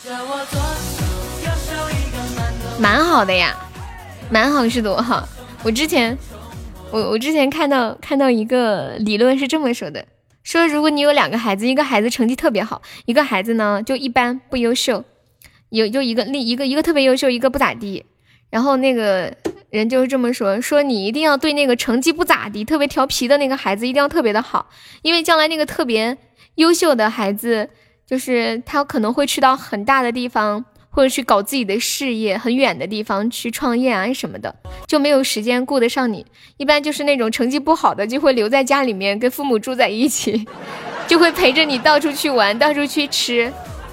蛮好的呀，蛮好是多好。我之前我我之前看到看到一个理论是这么说的，说如果你有两个孩子，一个孩子成绩特别好，一个孩子呢就一般不优秀，有就一个另一个一个特别优秀，一个不咋地，然后那个人就这么说，说你一定要对那个成绩不咋地特别调皮的那个孩子一定要特别的好，因为将来那个特别优秀的孩子就是他可能会去到很大的地方，或者去搞自己的事业，很远的地方去创业啊什么的，就没有时间顾得上你。一般就是那种成绩不好的就会留在家里面跟父母住在一起，就会陪着你到处去玩，到处去吃。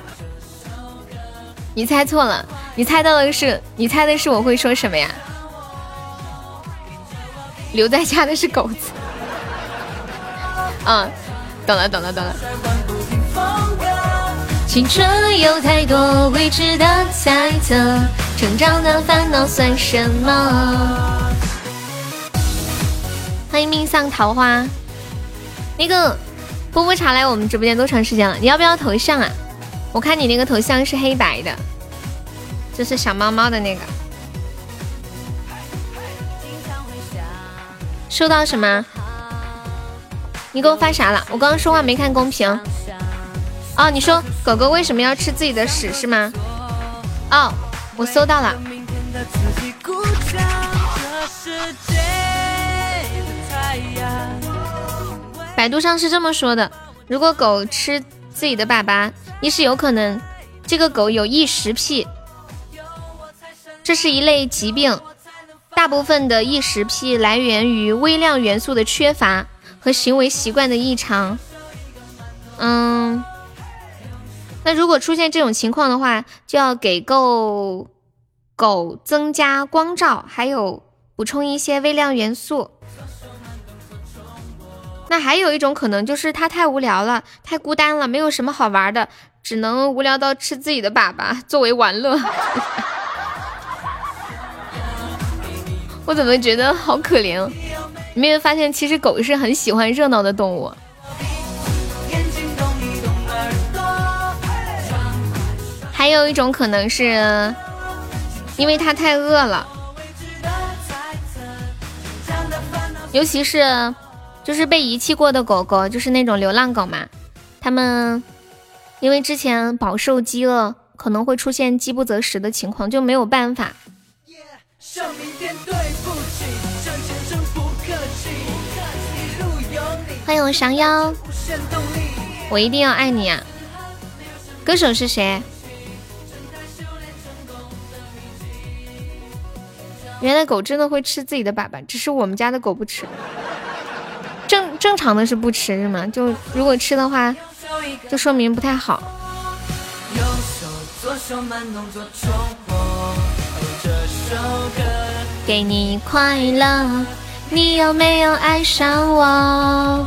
你猜错了，你猜到的是你猜的是我会说什么呀？留在家的是狗子。嗯，懂了懂了懂了。青春有太多未知的猜测，成长的烦恼算什么？欢迎命丧桃花。那个波波茶来我们直播间多长时间了？你要不要头像啊？我看你那个头像是黑白的，就是小猫猫的那个。收到什么？你给我发啥了？我刚刚说话没看公屏。哦，你说狗狗为什么要吃自己的屎是吗？哦，我搜到了。百度上是这么说的：如果狗吃自己的粑粑，一是有可能这个狗有异食癖，这是一类疾病，大部分的异食癖来源于微量元素的缺乏和行为习惯的异常。嗯。 那如果出现这种情况的话，就要给够狗增加光照，还有补充一些微量元素。那还有一种可能就是它太无聊了，太孤单了，没有什么好玩的，只能无聊到吃自己的粑粑作为玩乐。我怎么觉得好可怜？你没有发现其实狗是很喜欢热闹的动物？还有一种可能是因为它太饿了，尤其是就是被遗弃过的狗狗，就是那种流浪狗嘛，它们因为之前饱受饥饿，可能会出现饥不择食的情况，就没有办法。欢迎我降妖，我一定要爱你啊！歌手是谁？原来狗真的会吃自己的粑粑，只是我们家的狗不吃。正正常的是不吃是吗？就如果吃的话，就说明不太好。给你快乐，你有没有爱上我？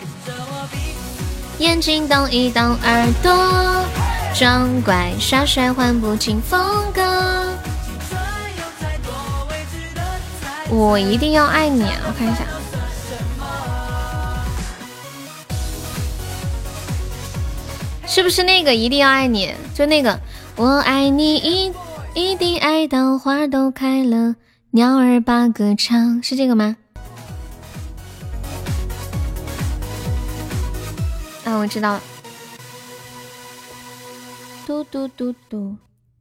眼睛动一动，耳朵装乖耍帅，换不清风格。我一定要爱你啊！我看一下，是不是那个一定要爱你？就那个我爱你一一定爱到花都开了，鸟儿把歌唱，是这个吗？啊，我知道了。嘟嘟嘟嘟。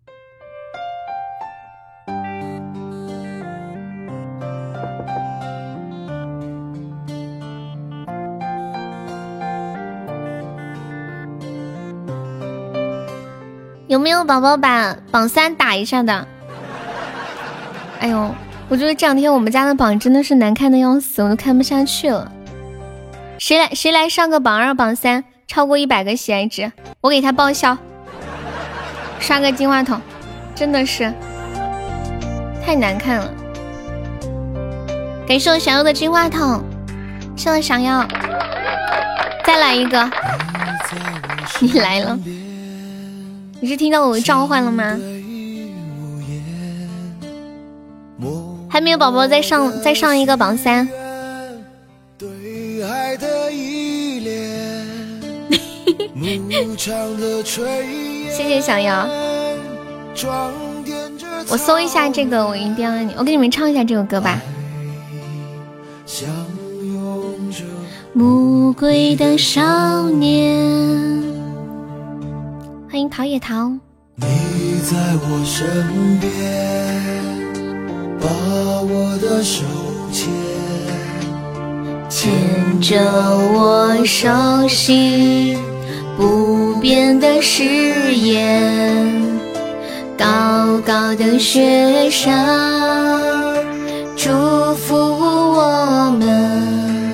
有没有宝宝把榜三打一下的？哎呦，我觉得这两天我们家的榜真的是难看的要死，我都看不下去了。谁来谁来上个榜二榜三，超过一百个喜爱值，我给他报销，刷个金话筒，真的是太难看了。感谢我想要的金话筒，谢我想要，再来一个，你来了。你是听到我的召唤了吗？还没有宝宝再上再上一个榜三。谢谢小妖。我搜一下这个，我一定要爱你。我给你们唱一下这首歌吧。暮归的少年。欢迎陶冶陶。你在我身边，把我的手牵，牵着我手心，不变的誓言，高高的雪山，祝福我们。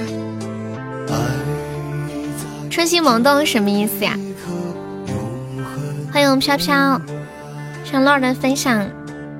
春心萌动什么意思呀？欢迎飘飘，谢乐儿的分享。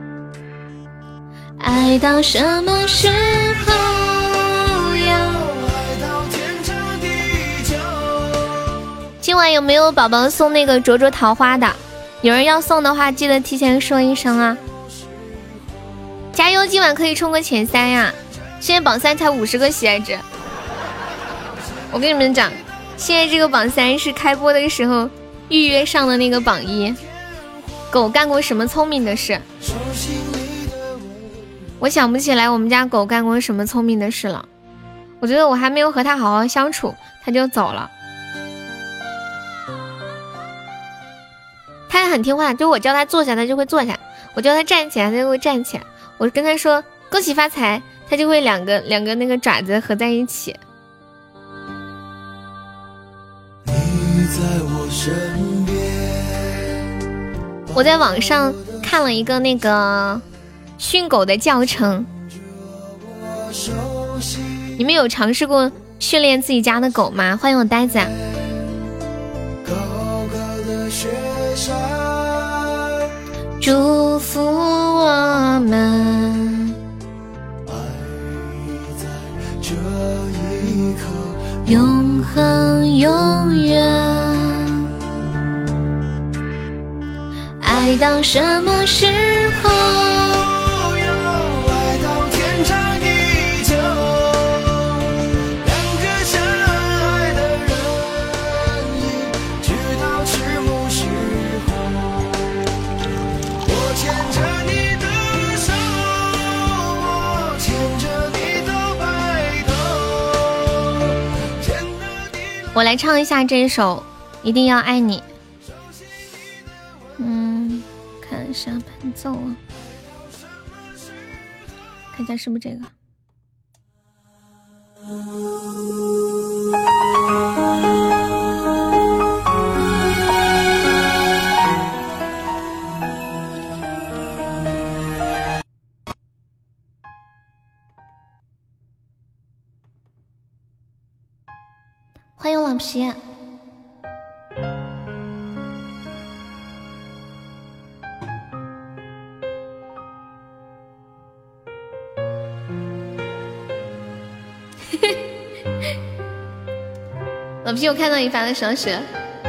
爱到什么时候要爱到天长地久？今晚有没有宝宝送那个灼灼桃花的？有人要送的话，记得提前说一声啊！加油，今晚可以冲个前三呀！现在榜三才五十个喜爱值。我跟你们讲，现在这个榜三是开播的时候预约上的那个榜一。狗干过什么聪明的事？我想不起来我们家狗干过什么聪明的事了。我觉得我还没有和它好好相处，它就走了。它也很听话，就我叫它坐下，它就会坐下；我叫它站起来，它就会站起来。我跟它说恭喜发财，它就会两个两个那个爪子合在一起。你在我身边。我在网上看了一个那个训狗的教程，你们有尝试过训练自己家的狗吗？欢迎我呆子。高高的雪山， 祝福我们。 爱在这一刻永恒永远，爱到什么时候？ 要爱到天长地久，两个相爱的人一直到迟暮时候。我牵着你的手，我牵着你的白头，牵着你的我来唱一下这一首《一定要爱你》。嗯，看一下伴奏啊，看一下是不是这个。欢迎老皮。老皮，我看到你发的小雪。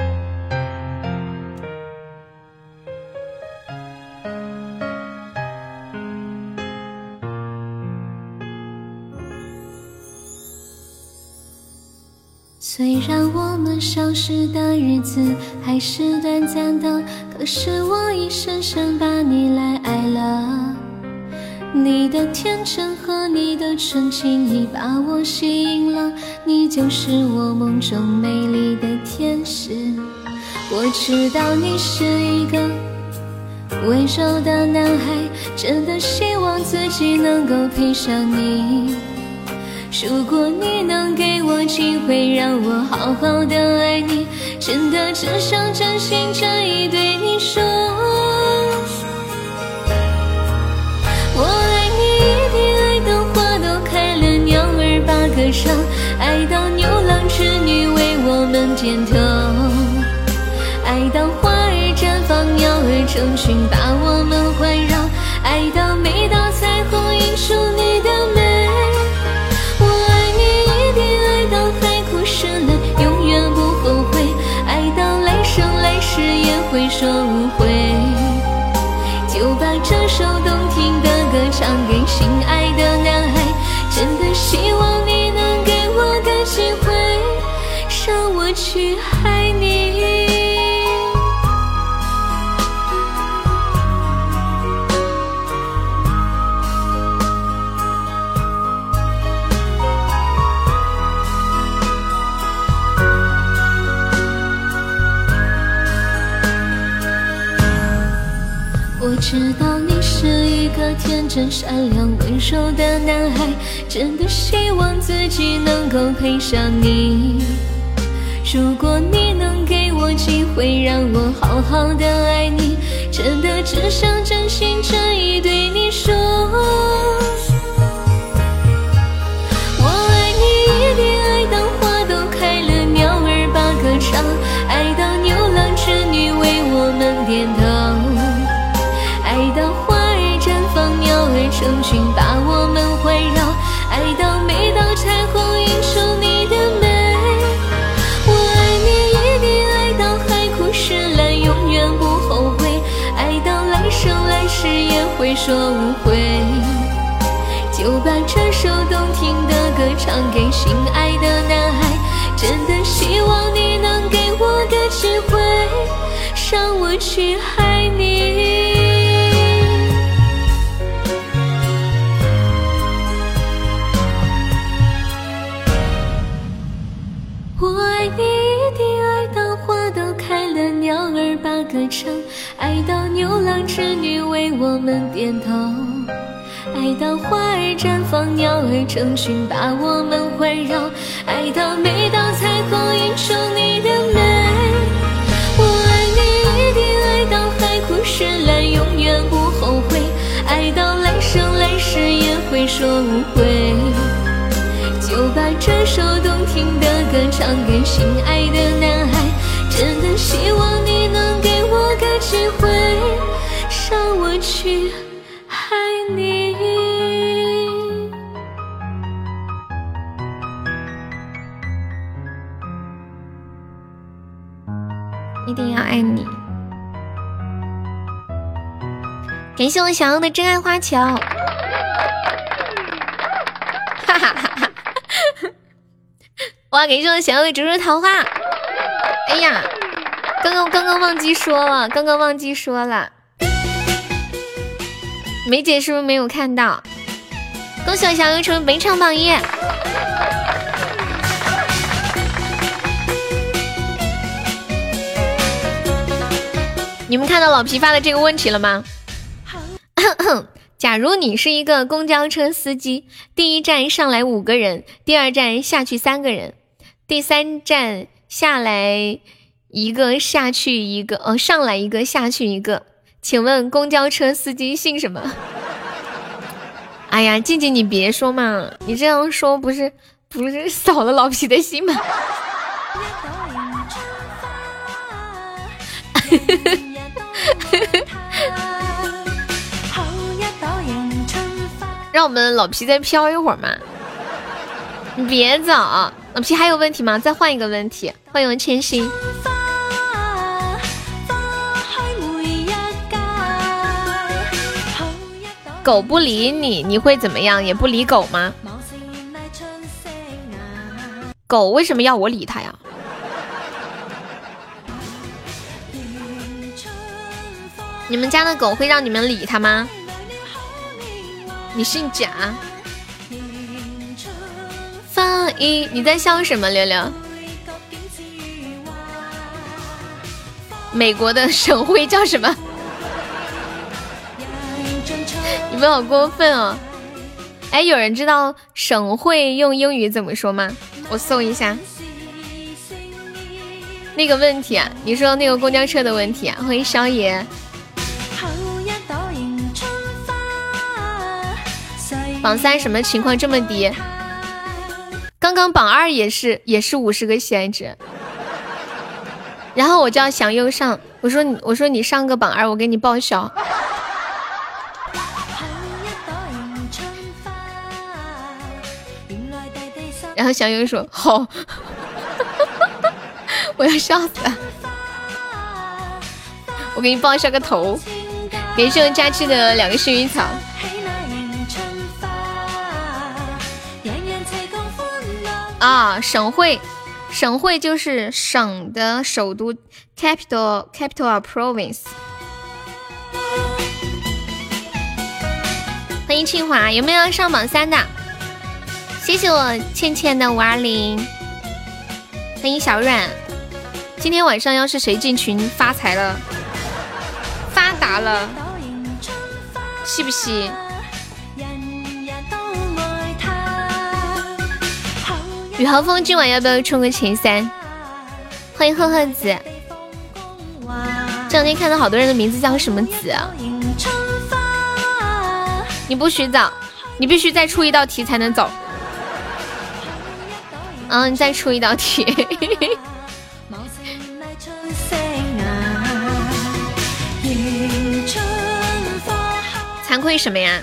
虽然我们相识的日子还是短暂的，可是我已深深把你来爱了。你的天真和你的纯情已把我吸引了，你就是我梦中美丽的天使。我知道你是一个温柔的男孩，真的希望自己能够配上你。如果你能给我机会让我好好的爱你，真的只想真心真意对你说，我爱你一定爱到花都开了，鸟儿把歌唱，爱到牛郎织女为我们点头，爱到花儿绽放，鸟儿成群把我们环绕，爱到每道彩虹映出你的美。永远不后悔，爱到来生来世也会说无悔，就把这首动听的歌唱给心爱的男孩，真的希望你能给我个机会让我去爱你。我知道你是一个天真善良温柔的男孩，真的希望自己能够配上你。如果你能给我机会让我好好的爱你，真的只想真心真意对你说，我爱你一定爱到花都开了，鸟儿把歌唱，爱到牛郎织女为我们点头，爱到花儿绽放，鸟儿成群把我们环绕，爱到每道彩虹映出你的美。我爱你一定爱到海枯石烂，永远不后悔，爱到来生来世也会说无悔，就把这首动听的歌唱给心爱的男孩，真的希望你能给我个机会让我去爱你。我爱你一定爱到花都开了，鸟儿把歌唱，爱到牛郎织女为我们点头，爱到花儿绽放，鸟儿成群把我们环绕，爱到每道彩虹映出你的美。我爱你一定爱到海枯石烂，永远不后悔，爱到来生来世也会说无悔，就把这首动听的歌唱给心爱的男孩，真的希望你能给我个机会让我去爱你。 一定要爱你。感谢我小优的真爱花球，哈哈哈哈！哇，感谢我小优的灼灼桃花。哎呀，刚刚刚刚忘记说了，刚刚忘记说了，梅姐是不是没有看到？恭喜我小优成为本场榜一。你们看到老皮发的这个问题了吗？假如你是一个公交车司机，第一站上来五个人，第二站下去三个人，第三站下来一个，下去一个，哦，上来一个，下去一个，请问公交车司机姓什么？哎呀，静静你别说嘛，你这样说不是不是扫了老皮的心吗？让我们老皮再飘一会儿嘛，你别走。老皮还有问题吗？再换一个问题。欢迎我千心。狗不理你，你会怎么样？也不理狗吗？狗为什么要我理它呀？你们家的狗会让你们理它吗？你姓贾。发一，你在笑什么？六六。美国的省会叫什么？你们好过分哦！哎，有人知道省会用英语怎么说吗？我搜一下。那个问题啊，你说那个公交车的问题啊，欢迎少爷。榜三什么情况这么低？刚刚榜二也是也是五十个喜爱值，然后我叫祥佑上，我说你我说你上个榜二，我给你报销。然后祥佑说好，我要笑死了，我给你报销个头。感谢我佳期的两个幸运草。啊，省会，省会就是省的首都 ，capital capital of province。欢迎清华，有没有要上榜三的？谢谢我倩倩的五二零。欢迎小阮，今天晚上要是谁进群发财了，发达了，是不是？雨豪风今晚要不要冲个前三？欢迎赫赫子。这两天看到好多人的名字叫什么子啊？你不许走，你必须再出一道题才能走。嗯，你再出一道题。惭愧什么呀？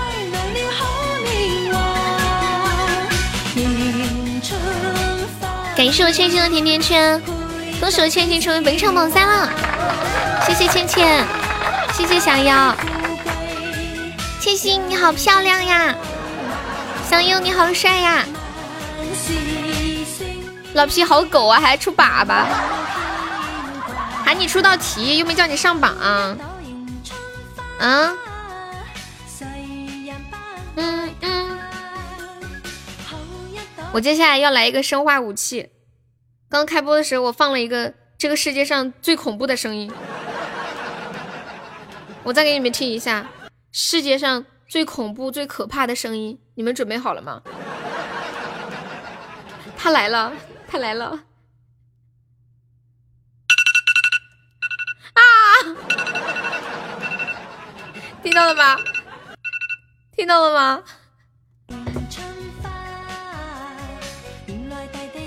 感谢我倩倩的甜甜圈，恭喜我倩倩成为本场榜三了，谢谢倩倩，谢谢小妖，倩心你好漂亮呀，小优你好帅呀，老皮好狗啊，还出粑粑，喊你出道题又没叫你上榜啊，啊，嗯嗯。我接下来要来一个生化武器。刚开播的时候，我放了一个这个世界上最恐怖的声音，我再给你们听一下世界上最恐怖、最可怕的声音，你们准备好了吗？他来了，他来了！啊！听到了吗？听到了吗？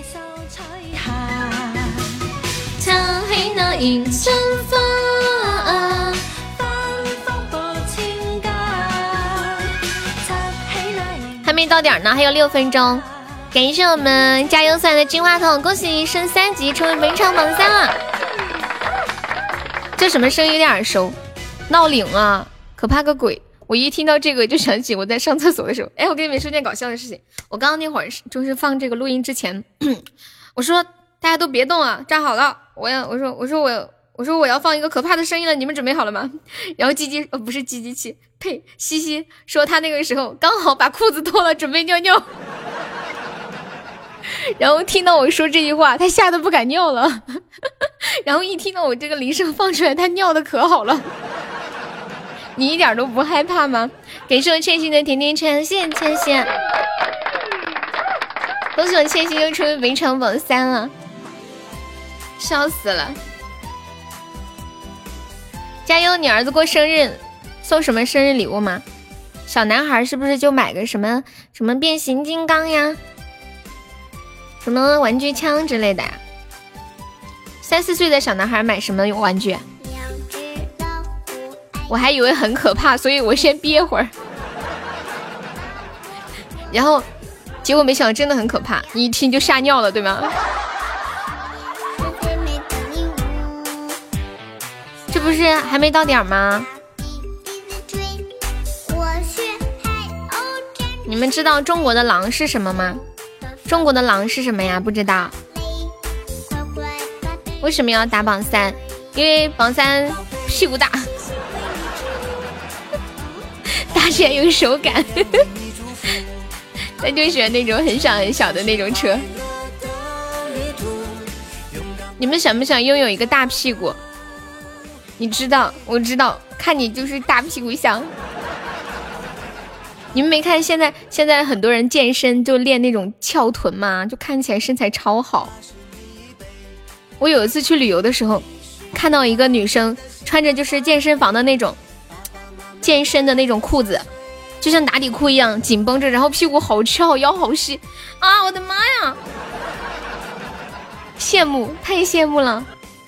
他喺那迎春花， 到点呢，还有六分钟。感谢我们加油送来的金话筒，恭喜升三级，成为本场榜三了。这什么声音有点耳熟？闹铃啊，可怕个鬼！我一听到这个就想起我在上厕所的时候。哎，我跟你们说件搞笑的事情，我刚刚那会儿就是放这个录音之前，我说大家都别动啊，站好了，我要我说我说我我说我要放一个可怕的声音了，你们准备好了吗？然后鸡鸡呃不是鸡鸡气，呸，西西说他那个时候刚好把裤子脱了，准备尿尿。然后听到我说这句话，他吓得不敢尿了。然后一听到我这个铃声放出来，他尿的可好了。你一点都不害怕吗？感谢我千玺的甜甜圈，谢谢千玺。恭喜我千玺又成为本场榜三了，笑死了！加油！你儿子过生日，送什么生日礼物吗？小男孩是不是就买个什么什么变形金刚呀？什么玩具枪之类的呀？三四岁的小男孩买什么玩具？我还以为很可怕，所以我先憋会儿。然后结果没想到真的很可怕，你一听就吓尿了，对吗？这不是还没到点吗？你们知道中国的狼是什么吗？中国的狼是什么呀？不知道。为什么要打榜三？因为榜三屁股大，打起来有手感。他就喜欢那种很小很小的那种车。你们想不想拥有一个大屁股？你知道，我知道，看你就是大屁股像。你们没看现在现在很多人健身就练那种翘臀嘛，就看起来身材超好。我有一次去旅游的时候，看到一个女生穿着就是健身房的那种健身的那种裤子，就像打底裤一样紧绷着，然后屁股好翘，腰好细啊！我的妈呀，羡慕，太羡慕了。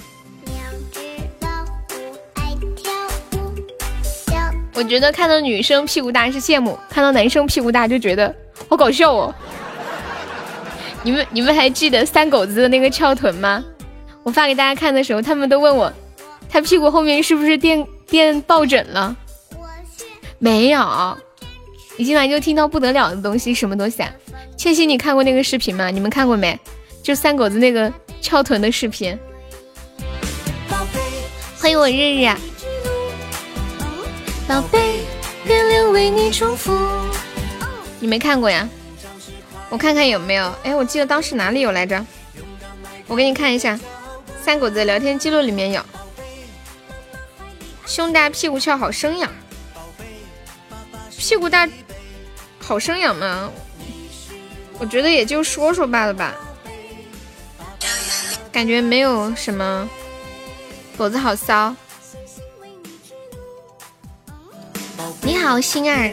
我觉得看到女生屁股大是羡慕，看到男生屁股大就觉得好搞笑哦。你们你们还记得三狗子的那个翘臀吗？我发给大家看的时候，他们都问我，他屁股后面是不是垫垫抱枕了？没有，一进来就听到不得了的东西，什么东西啊？倩欣，你看过那个视频吗？你们看过没？就三狗子那个翘臀的视频。欢迎我日日。宝贝，月亮为你祝福。你没看过呀？我看看有没有。哎，我记得当时哪里有来着？我给你看一下，三狗子的聊天记录里面有。胸大屁股翘好生养，屁股大好生养吗？我觉得也就说说罢了吧，感觉没有什么。狗子好骚。你好，星儿。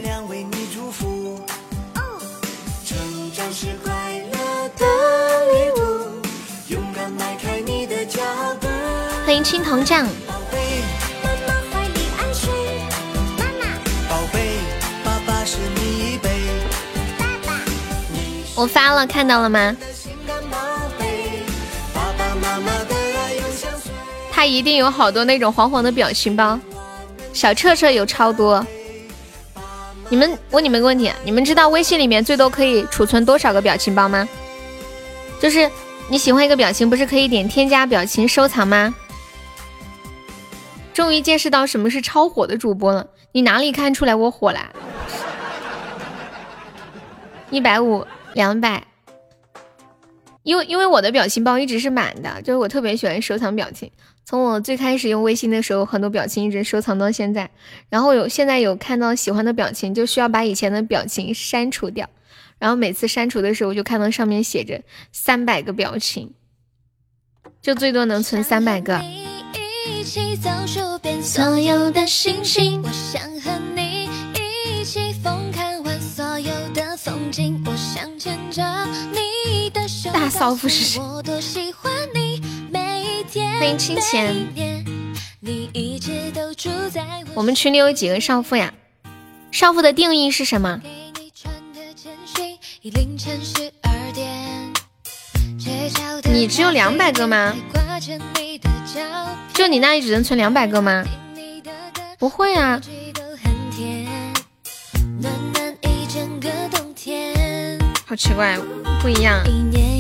欢迎青铜匠。我发了，看到了吗？他一定有好多那种黄黄的表情包，小彻彻有超多。你们问你们个问题，你们知道微信里面最多可以储存多少个表情包吗？就是你喜欢一个表情，不是可以点添加表情收藏吗？终于见识到什么是超火的主播了。你哪里看出来我火了？一百五两百，因为因为我的表情包一直是满的，就是我特别喜欢收藏表情。从我最开始用微信的时候，很多表情一直收藏到现在，然后有现在有看到喜欢的表情，就需要把以前的表情删除掉，然后每次删除的时候，就看到上面写着三百个表情，就最多能存三百个。一起走数遍所有的星星，我想和你一起疯看完所有的风景，我想牵着你的手。大少妇是谁？我多喜欢你。欢迎清闲。我们群里有几个少妇呀？少妇的定义是什么？ 你只有两百个吗？就你那里只能存两百个吗？不会啊。好奇怪，不一样。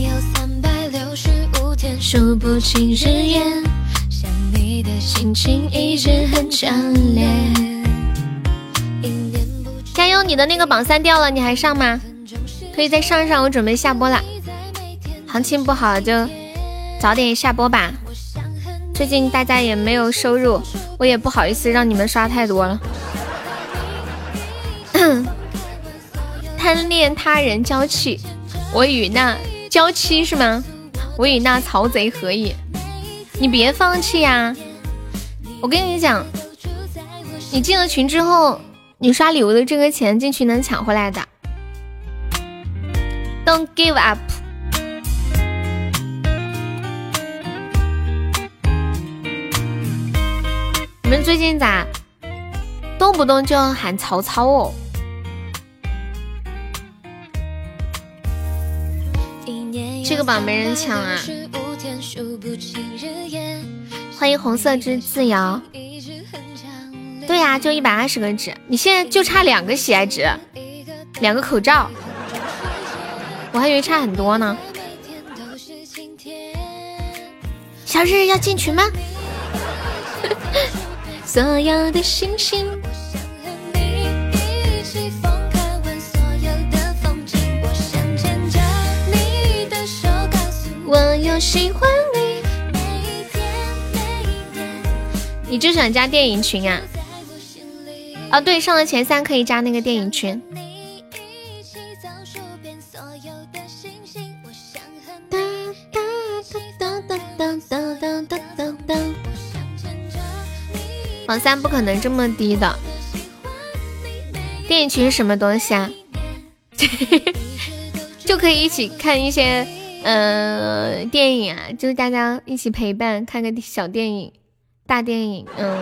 数不清日夜，想你的心情一直很强烈。加油，你的那个榜三掉了，你还上吗？可以再上上，我准备下播了。行情不好就早点下播吧。最近大家也没有收入，我也不好意思让你们刷太多了。贪恋他人娇气，我与那娇妻是吗？我与那曹贼何异？你别放弃呀！我跟你讲，你进了群之后，你刷礼物的这个钱进去能抢回来的。Don't give up。你们最近咋动不动就要喊曹操哦？这个榜没人抢啊！欢迎红色之自由。对呀、啊，就一百二十个值，你现在就差两个喜爱值，两个口罩，我还以为差很多呢。小日要进群吗？所有的星星。我又喜欢你。你就想加电影群啊？啊，对，上了前三可以加那个电影群。榜三不可能这么低的。电影群是什么东西啊？就可以一起看一些呃电影啊，就是大家一起陪伴看个小电影、大电影。嗯，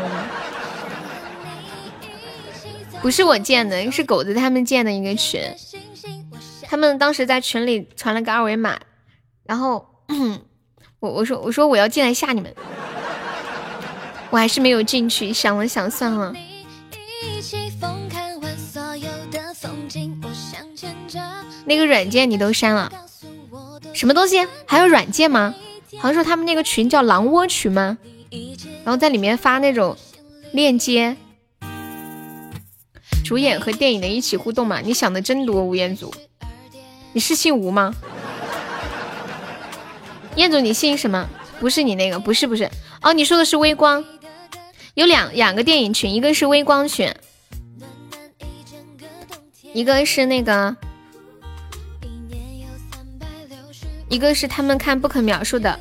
不是我建的，是狗子他们建的一个群。他们当时在群里传了个二维码，然后我我说我说我要进来吓你们。我还是没有进去，想了想算了。那个软件你都删了？什么东西？还有软件吗？好像说他们那个群叫狼窝群吗？然后在里面发那种链接，主演和电影的一起互动嘛？你想的真多，吴彦祖，你是姓吴吗？彦祖，你姓什么？不是你那个，不是不是哦，你说的是微光。有两两个电影群，一个是微光群，一个是那个，一个是他们看不可描述的。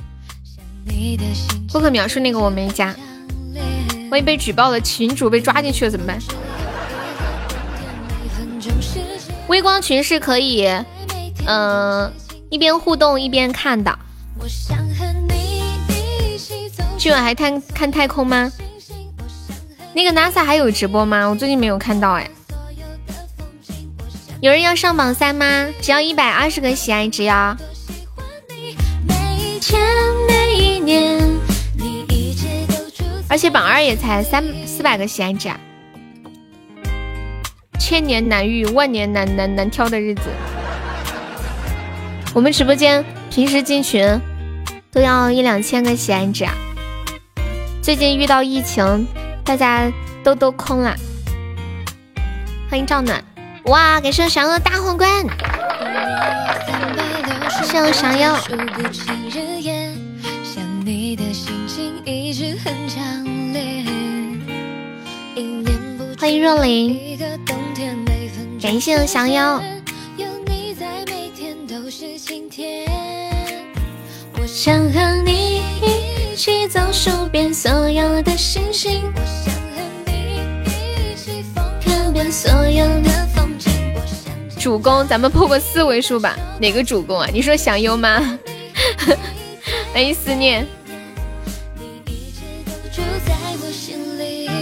不可描述那个我没加，万一被举报了，群主被抓进去了怎么办？微光群是可以，嗯、呃，一边互动一边看的。今晚还看看太空吗？那个 NASA 还有直播吗？我最近没有看到哎。有人要上榜三吗？只要一百二十个喜爱值呀。而且榜二也才三四百个喜爱值啊。千年难遇，万年难难难挑的日子。我们直播间平时进群都要一两千个喜爱值啊。最近遇到疫情，大家都都空了。欢迎赵暖，哇，感谢降妖大皇冠，谢谢降妖。欢迎若琳，感谢降妖。我想和你一起走数遍所有的星星，看遍所有的风景。主攻咱们破个四位数吧。哪个主攻啊？你说降优吗？欢迎思念。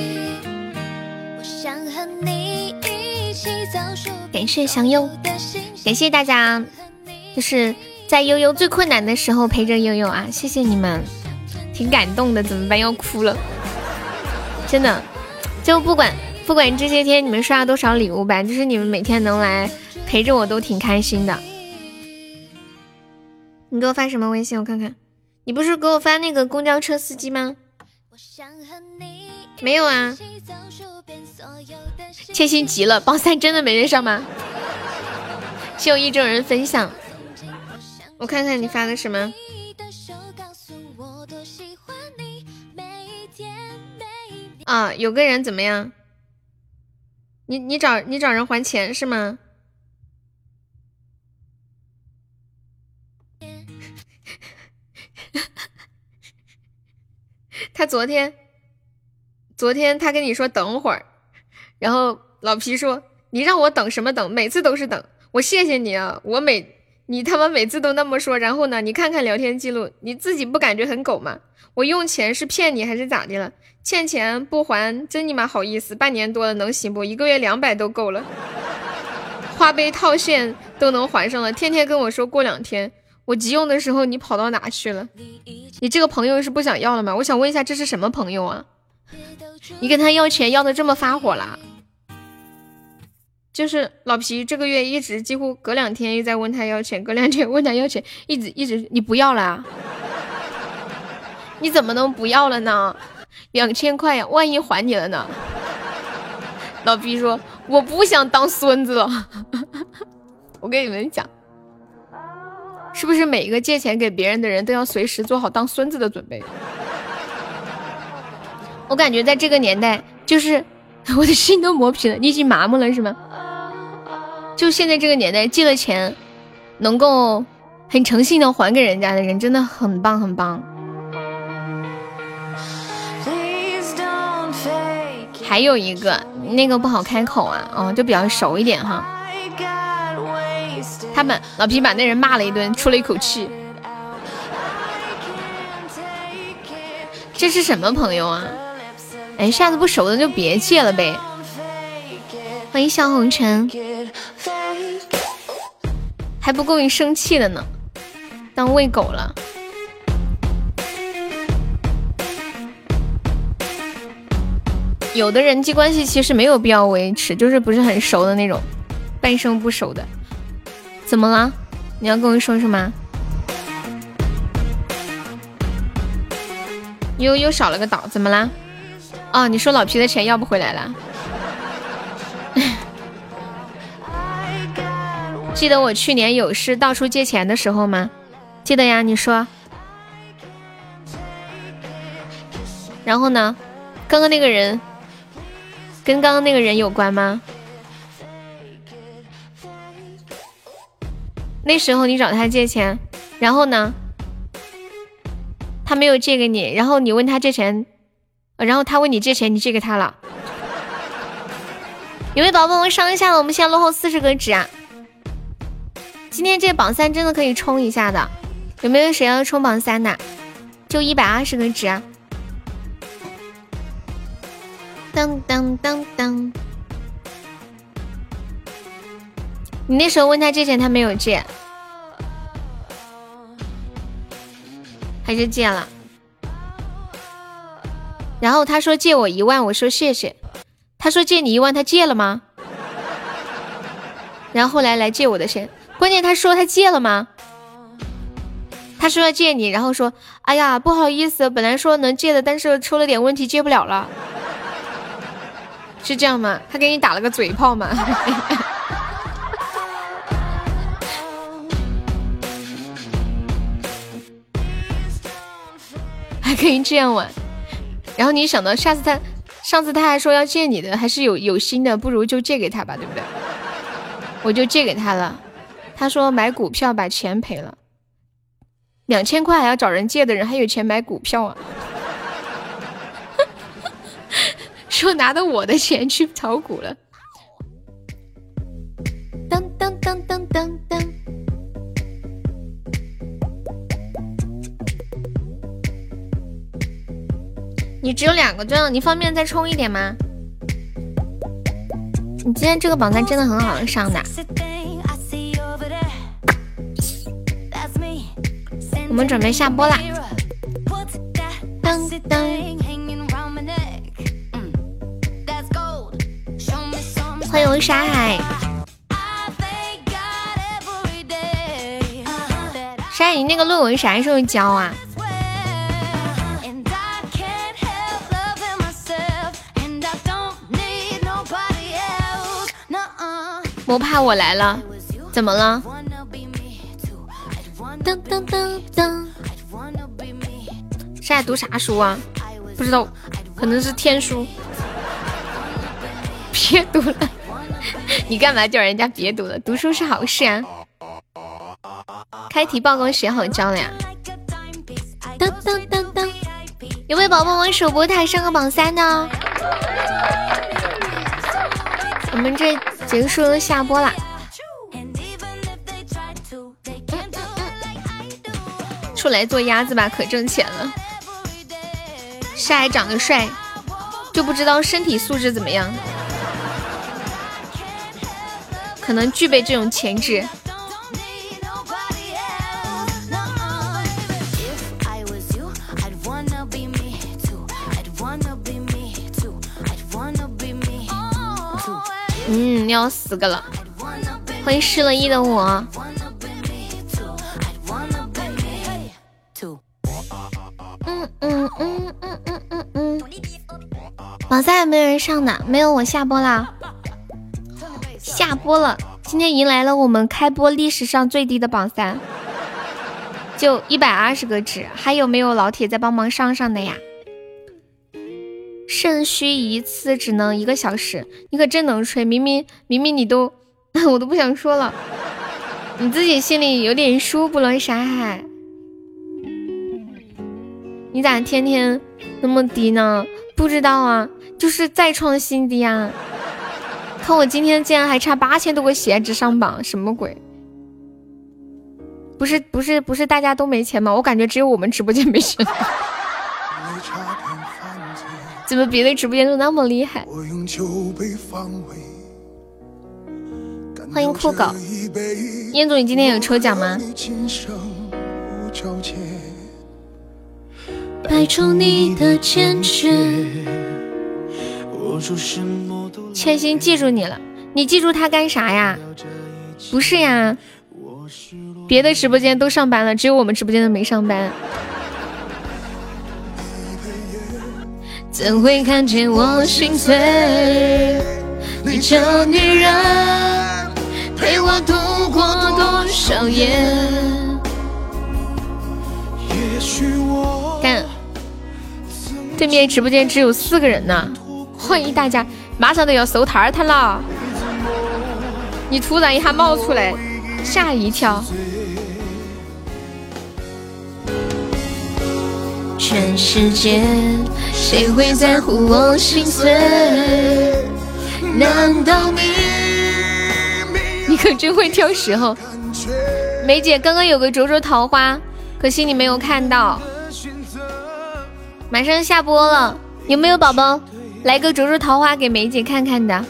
感谢降优。 感谢大家，就是在悠悠最困难的时候陪着悠悠啊，谢谢你们，挺感动的，怎么办？要哭了，真的，就不管不管这些天你们刷了多少礼物吧，就是你们每天能来陪着我都挺开心的。你给我发什么微信？我看看，你不是给我发那个公交车司机吗？没有啊，千心急了，榜三真的没人上吗？只有一种人分享，我看看你发的什么。啊，有个人怎么样？你你找你找人还钱是吗？他昨天昨天他跟你说等会儿，然后老皮说你让我等什么等，每次都是等，我谢谢你啊，我每你他妈每次都那么说，然后呢你看看聊天记录，你自己不感觉很狗吗？我用钱是骗你还是咋的了？欠钱不还真你妈好意思，半年多了能行不？一个月两百都够了，花呗套现都能还上了，天天跟我说过两天，我急用的时候你跑到哪去了？你这个朋友是不想要了吗？我想问一下这是什么朋友啊？你跟他要钱要的这么发火啦？就是老皮这个月一直几乎隔两天又在问他要钱，隔两天问他要钱，一直一直你不要了啊？你怎么能不要了呢？两千块呀，万一还你了呢？老皮说我不想当孙子了。我跟你们讲，是不是每一个借钱给别人的人都要随时做好当孙子的准备？我感觉在这个年代，就是我的心都磨皮了，你已经麻木了是吗？就现在这个年代，借了钱能够很诚信的还给人家的人，真的很棒很棒。还有一个那个不好开口啊，哦，就比较熟一点哈。他们老皮把那人骂了一顿，出了一口气。这是什么朋友啊？哎，下次不熟的就别借了呗。欢迎笑红尘，还不够你生气的呢，当喂狗了。有的人际关系其实没有必要维持，就是不是很熟的那种，半生不熟的。怎么了？你要跟我说什么？又又少了个岛，怎么啦？哦，你说老皮的钱要不回来了？记得我去年有事到处借钱的时候吗？记得呀，你说。然后呢？刚刚那个人跟刚刚那个人有关吗？那时候你找他借钱，然后呢？他没有借给你，然后你问他借钱，然后他问你借钱，你借给他了。有位宝宝们上一下了，我们现在落后四十个值啊！今天这榜三真的可以冲一下的，有没有谁要冲榜三的？就一百二十个值啊！当当当当！你那时候问他借钱，他没有借。还是借了，然后他说借我一万，我说谢谢。他说借你一万，他借了吗？然后后来来借我的钱，关键他说他借了吗？他说要借你，然后说哎呀不好意思，本来说能借的，但是出了点问题借不了了。是这样吗？他给你打了个嘴炮吗？还可以这样玩，然后你想到下次他上次他还说要借你的，还是有有心的，不如就借给他吧，对不对？我就借给他了。他说买股票把钱赔了，两千块还要找人借的人还有钱买股票啊？说拿着我的钱去炒股了。当当当当当当。你只有两个钻了，你方便再充一点吗？你今天这个榜单真的很好上的。 我们准备下播啦。当当，欢迎沙海。沙海，你那个论文啥时候交啊？我怕我来了，怎么了？当当当当，现在读啥书啊？不知道，可能是天书。别读了，你干嘛叫人家别读了？读书是好事啊！开题报告写好交了呀。当当当当，有没有宝宝们首播台上个榜三的？我们这结束下播啦。出来做鸭子吧，可挣钱了。是还长得帅，就不知道身体素质怎么样，可能具备这种潜质。嗯，要死个了！欢迎失了忆的我。嗯嗯嗯嗯嗯嗯嗯。榜三还没人上呢，没有，我下播啦。下播了，今天迎来了我们开播历史上最低的榜三，就一百二十个值，还有没有老铁在帮忙上上的呀？肾虚一次只能一个小时，你可真能吹！明明明明你都，我都不想说了，你自己心里有点数不了啥海？你咋天天那么低呢？不知道啊，就是再创新低啊！看我今天竟然还差八千多个喜爱值上榜，什么鬼？不是不是不是大家都没钱吗？我感觉只有我们直播间没钱。怎么别的直播间都那么厉害？欢迎酷狗，彦祖，你今天有抽奖吗？摆出你的坚持，千心记住你了，你记住他干啥呀？不是呀，别的直播间都上班了，只有我们直播间的没上班。怎会看见我心碎？你这女人陪我度过多少夜？干，对面直播间只有四个人呢，欢迎大家，马上都要收摊摊了。你突然一下冒出来，吓一跳。全世界谁会在乎我心碎？难道你你可真会挑时候。梅姐刚刚有个灼灼桃花，可惜你没有看到。马上下播了，有没有宝宝来个灼灼桃花给梅姐看看的？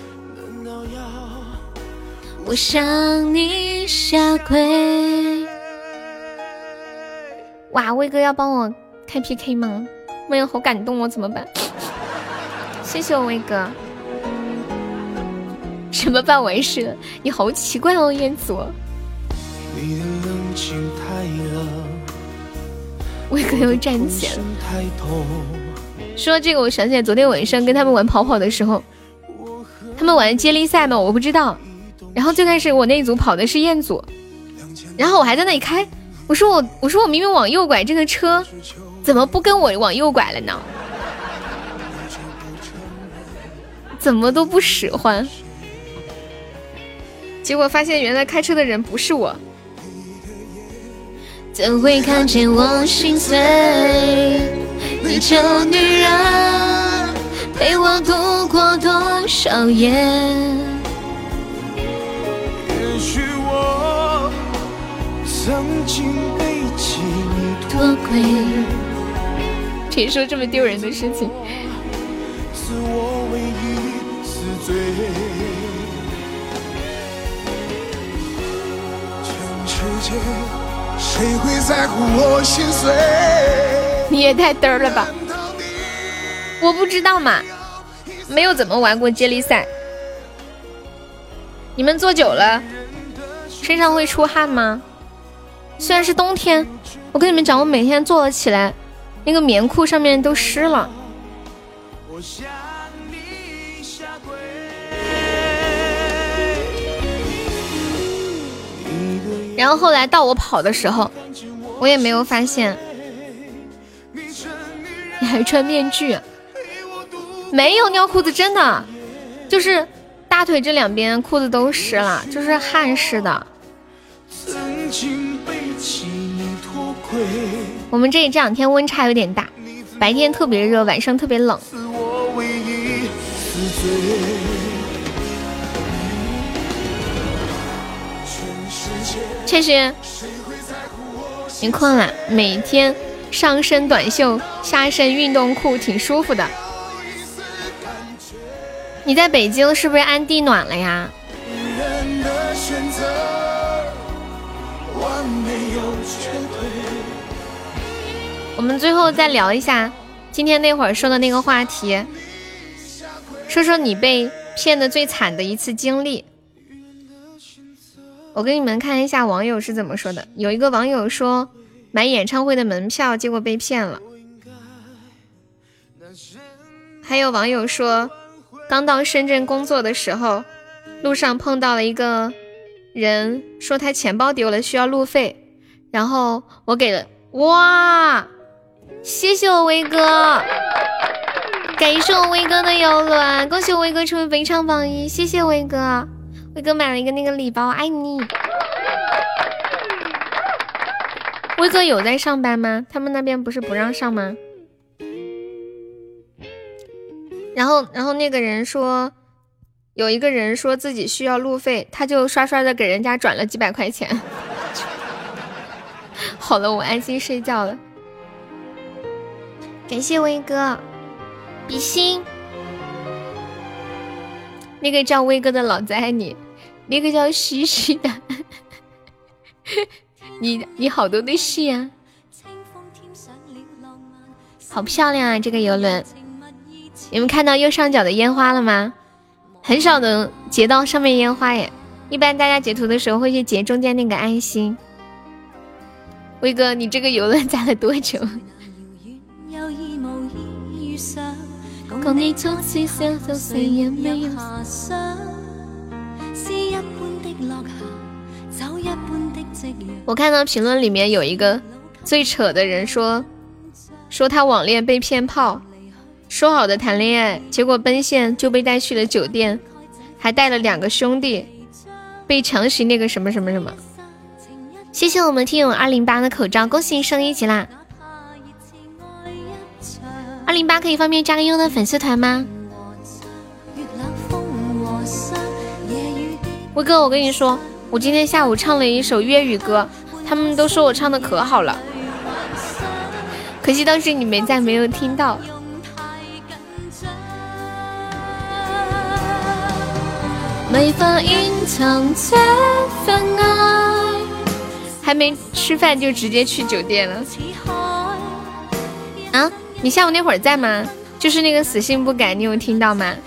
我向你下跪。哇，威哥要帮我开 P K 吗？没有，好感动哦，怎么办？谢谢我威哥。什么办完事了？你好奇怪哦，彦祖。威哥又站起来了。说这个，我想起来昨天晚上跟他们玩跑跑的时候，他们玩接力赛嘛，我不知道。然后最开始我那一组跑的是彦祖，然后我还在那里开，我说我我说我明明往右拐，这个车怎么不跟我往右拐了呢？怎么都不使唤。结果发现原来开车的人不是我。怎会看见我心碎？你这女人陪我度过多少夜？也许我曾经被情脱轨。谁说这么丢人的事情？是我唯一死罪。全世界谁谁会在乎我心碎？ 你也太嘚儿了吧！我不知道嘛，没有怎么玩过接力赛。你们做久了，身上会出汗吗？虽然是冬天，我跟你们讲，我每天坐了起来，那个棉裤上面都湿了。然后后来到我跑的时候，我也没有发现。你还穿面具？没有尿裤子，真的就是大腿这两边裤子都湿了，就是汗湿的。我们这里这两天温差有点大，白天特别热，晚上特别冷。确实，你困了，每天上身短袖，下身运动裤，挺舒服的。你在北京是不是安地暖了呀？我们最后再聊一下今天那会儿说的那个话题，说说你被骗的最惨的一次经历。我给你们看一下网友是怎么说的。有一个网友说买演唱会的门票结果被骗了，还有网友说刚到深圳工作的时候，路上碰到了一个人说他钱包丢了需要路费，然后我给了，哇，谢谢我威哥，感谢我威哥的游轮，恭喜我威哥成为本场榜一，谢谢威哥，威哥买了一个那个礼包，爱你。威哥有在上班吗？他们那边不是不让上吗？然后然后那个人说，有一个人说自己需要路费，他就刷刷的给人家转了几百块钱。好了，我安心睡觉了。感谢威哥比心，那个叫威哥的老子爱你，那个叫嘘嘘的你你好多的嘘啊，好漂亮啊这个游轮。你们看到右上角的烟花了吗？很少能截到上面烟花耶，一般大家截图的时候会去截中间那个爱心。威哥，你这个游轮载了多久？我看到评论里面有一个最扯的人说，说他网恋被骗炮，说好的谈恋爱，结果奔现就被带去了酒店，还带了两个兄弟，被强行那个什么什么什么。谢谢我们听友二零八的口罩，恭喜你升一级啦！二零八可以方便加个优的粉丝团吗？威哥，我跟你说，我今天下午唱了一首粤语歌，他们都说我唱的可好了，可惜当时你没在，没有听到。没法隐藏这份爱，还没吃饭就直接去酒店了啊！你下午那会儿在吗？就是那个死性不改，你有听到吗？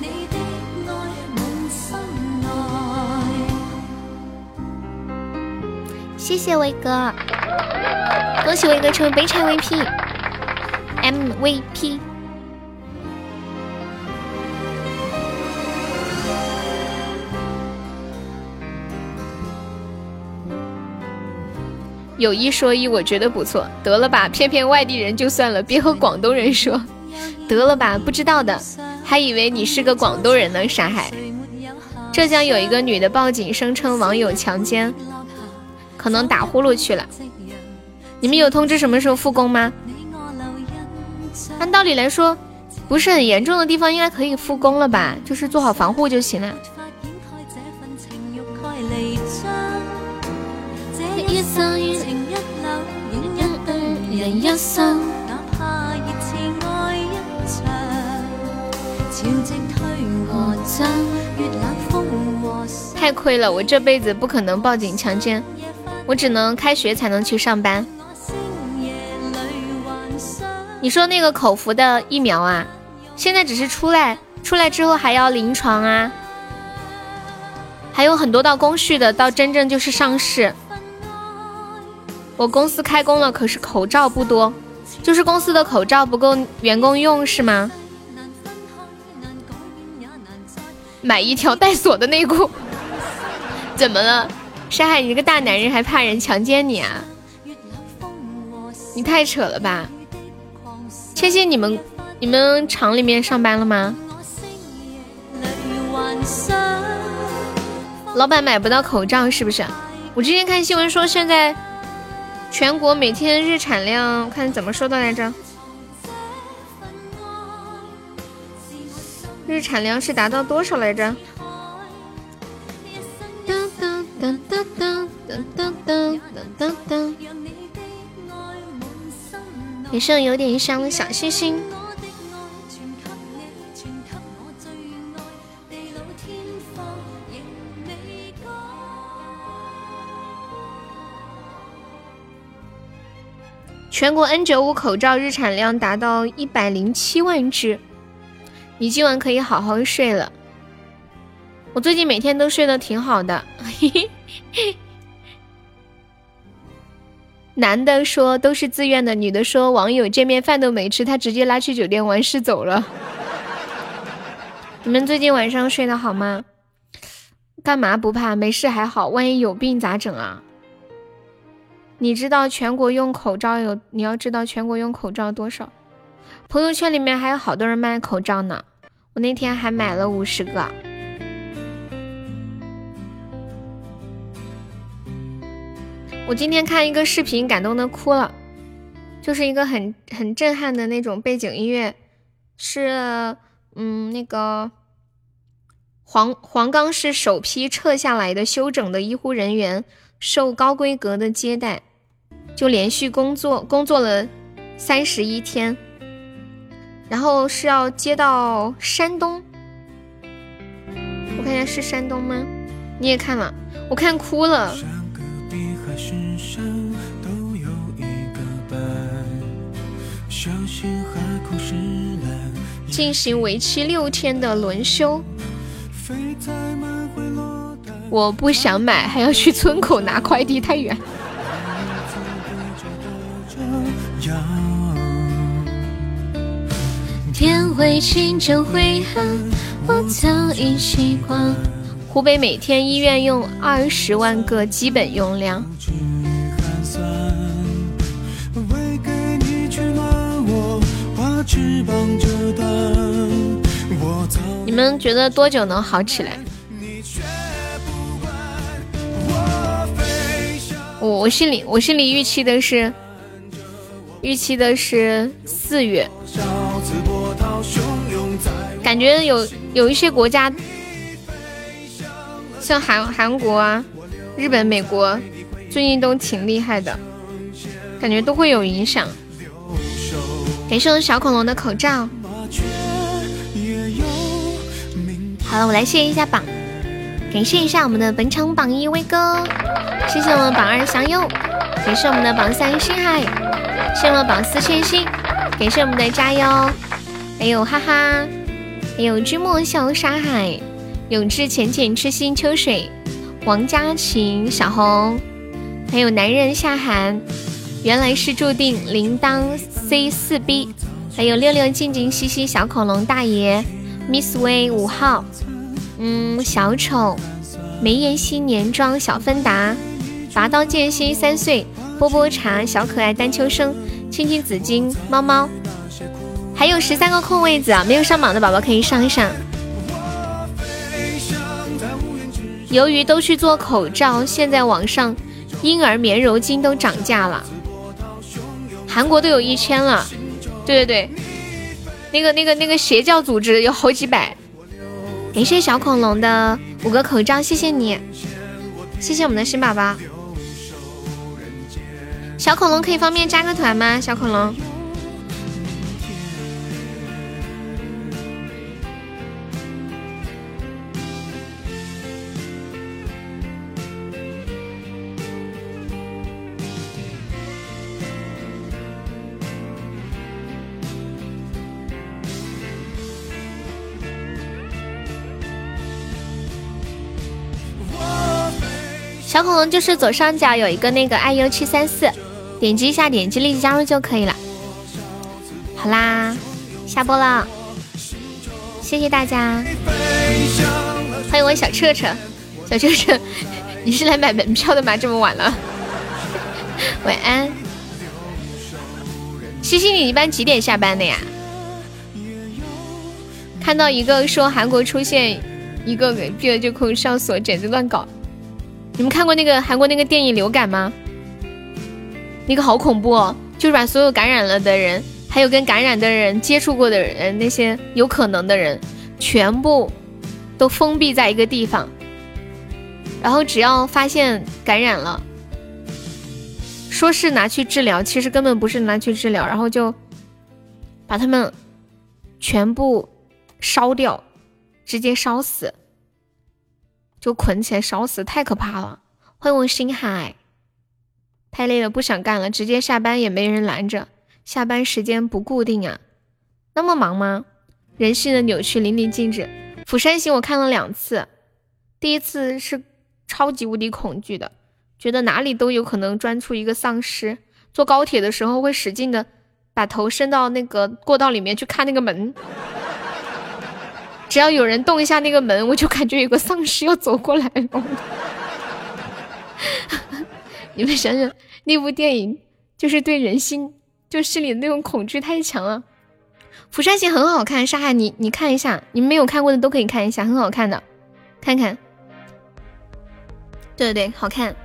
谢谢威哥，恭喜威哥成为北产 V P M V P。有一说一，我觉得不错，得了吧，骗骗外地人就算了，别和广东人说。得了吧，不知道的还以为你是个广东人呢，傻孩。浙江有一个女的报警，声称网友强奸，可能打呼噜去了。你们有通知什么时候复工吗？按道理来说不是很严重的地方应该可以复工了吧，就是做好防护就行了。一生一情一縷，一人一生，哪怕熱熾愛一場，潮汐退和漲，月冷風和霜。太虧了，我這輩子不可能報警強姦。 我只能开学才能去上班。你说那个口服的疫苗啊，现在只是出来，出来之后还要临床啊，还有很多道工序的，到真正就是上市。我公司开工了，可是口罩不多，就是公司的口罩不够员工用是吗？买一条带锁的内裤。怎么了？山海，你这个大男人还怕人强奸你啊？你太扯了吧！千玺，你们你们厂里面上班了吗？老板买不到口罩是不是？我之前看新闻说现在全国每天日产量，看怎么说的来着？日产量是达到多少来着？也是有点伤，小星星。全国 N 九十五 口罩日产量达到一百零七万只，你今晚可以好好睡了。我最近每天都睡得挺好的。男的说都是自愿的，女的说网友见面饭都没吃，他直接拉去酒店完事走了。你们最近晚上睡得好吗？干嘛不怕？没事还好，万一有病咋整啊？你知道全国用口罩有，你要知道全国用口罩多少？朋友圈里面还有好多人卖口罩呢，我那天还买了五十个。我今天看一个视频，感动的哭了，就是一个很很震撼的那种背景音乐，是嗯那个黄黄冈市首批撤下来的休整的医护人员受高规格的接待，就连续工作工作了三十一天，然后是要接到山东，我看一下是山东吗？你也看了？我看哭了。进行为期六天的轮休，我不想买，还要去村口拿快递，太远。天会晴就会暗，我早已习惯。湖北每天医院用二十万个基本用量。你们觉得多久能好起来？我我心里我心里预期的是预期的是四月，感觉有有一些国家，像韩韩国啊、日本、美国，最近都挺厉害的，感觉都会有影响。感谢我小恐龙的口罩。好了，我来谢一下榜，感谢一下我们的本场榜一威哥，谢谢我们榜二祥佑，感谢我们的榜三星海，谢谢我们榜四千星，感谢我们的加油，还有哈哈，还有君莫笑沙海，永志浅浅痴心秋水，王佳琴小红，还有男人夏寒，原来是注定铃铛 C 四 B， 还有六六静静西西小恐龙大爷 Miss Way 五号，嗯小丑眉眼心年妆小芬达，拔刀剑心三岁，波波茶小可爱丹秋生，青青紫金猫猫，还有十三个空位子啊，没有上榜的宝宝可以上一上。由于都去做口罩，现在网上婴儿棉柔巾都涨价了，韩国都有一千了。对对对，那个那个那个邪教组织有好几百。感谢小恐龙的五个口罩，谢谢你，谢谢我们的新宝宝。小恐龙可以方便加个团吗？小恐龙。 小恐龙就是左上角有一个那个 I U 七三四，点击一下，点击立即加入就可以了。好啦，下播了，谢谢大家，欢迎我小彻彻，小彻彻，你是来买门票的吗？这么晚了，晚安。西西，你一般几点下班的呀？看到一个说韩国出现一个给闭了就空上锁，简直乱搞。你们看过那个韩国那个电影《流感》吗？那个好恐怖哦，就是把所有感染了的人，还有跟感染的人接触过的人，那些有可能的人，全部都封闭在一个地方，然后只要发现感染了，说是拿去治疗，其实根本不是拿去治疗，然后就把他们全部烧掉，直接烧死，就捆起来烧死，太可怕了。欢迎我星海，太累了不想干了，直接下班也没人拦着，下班时间不固定啊，那么忙吗？人性的扭曲淋漓尽致。釜山行我看了两次，第一次是超级无敌恐惧的，觉得哪里都有可能钻出一个丧尸，坐高铁的时候会使劲的把头伸到那个过道里面去看那个门，只要有人动一下那个门，我就感觉有个丧尸要走过来了。你们想想，那部电影就是对人心就心里的那种恐惧太强了。釜山行很好看，沙海你你看一下，你们没有看过的都可以看一下，很好看的，看看。对对对，好看。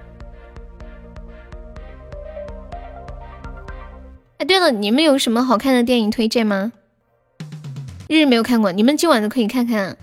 哎，对了，你们有什么好看的电影推荐吗？日日没有看过，你们今晚都可以看看。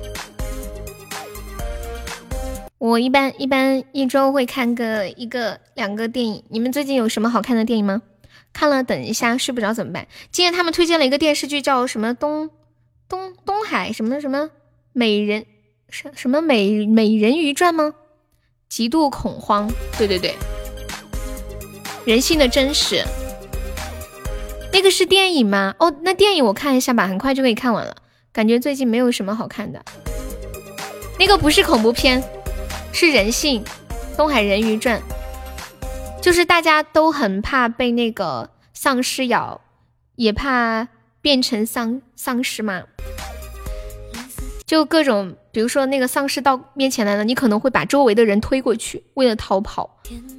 我一般一般一周会看个一个两个电影，你们最近有什么好看的电影吗？看了等一下睡不着怎么办？今天他们推荐了一个电视剧叫什么东东东海什么什么美人什什么美美人鱼传吗？极度恐慌，对对对，人性的真实。那个是电影吗？哦，那电影我看一下吧，很快就可以看完了。感觉最近没有什么好看的。那个不是恐怖片，是人性，东海人鱼传。就是大家都很怕被那个丧尸咬，也怕变成丧丧尸嘛。就各种，比如说那个丧尸到面前来了，你可能会把周围的人推过去，为了逃跑。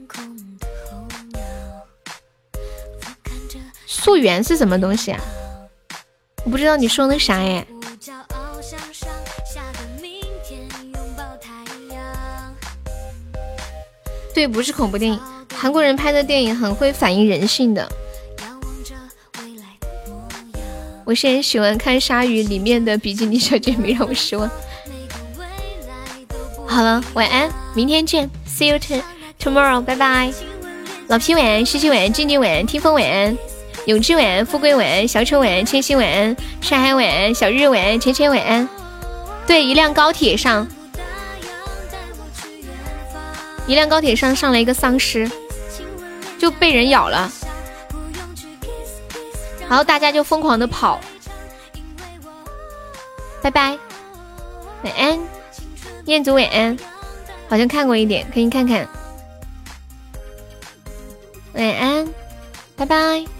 溯源是什么东西啊？我不知道你说的啥耶。对，不是恐怖电影，韩国人拍的电影很会反映人性的。我是很喜欢看鲨鱼里面的比基尼小姐，没让我失望。好了，晚安，明天见 ，See you tomorrow， 拜拜。老皮晚安，西西晚安，静静晚安，听风晚安，永志晚安，富贵晚安，小丑晚安，千玺晚安，上海晚安，小日晚安，浅浅晚安。对，一辆高铁上，一辆高铁上上来一个丧尸，就被人咬了，然后大家就疯狂的跑。拜拜，晚安，彦祖晚安，好像看过一点，可以看看。晚安，拜拜。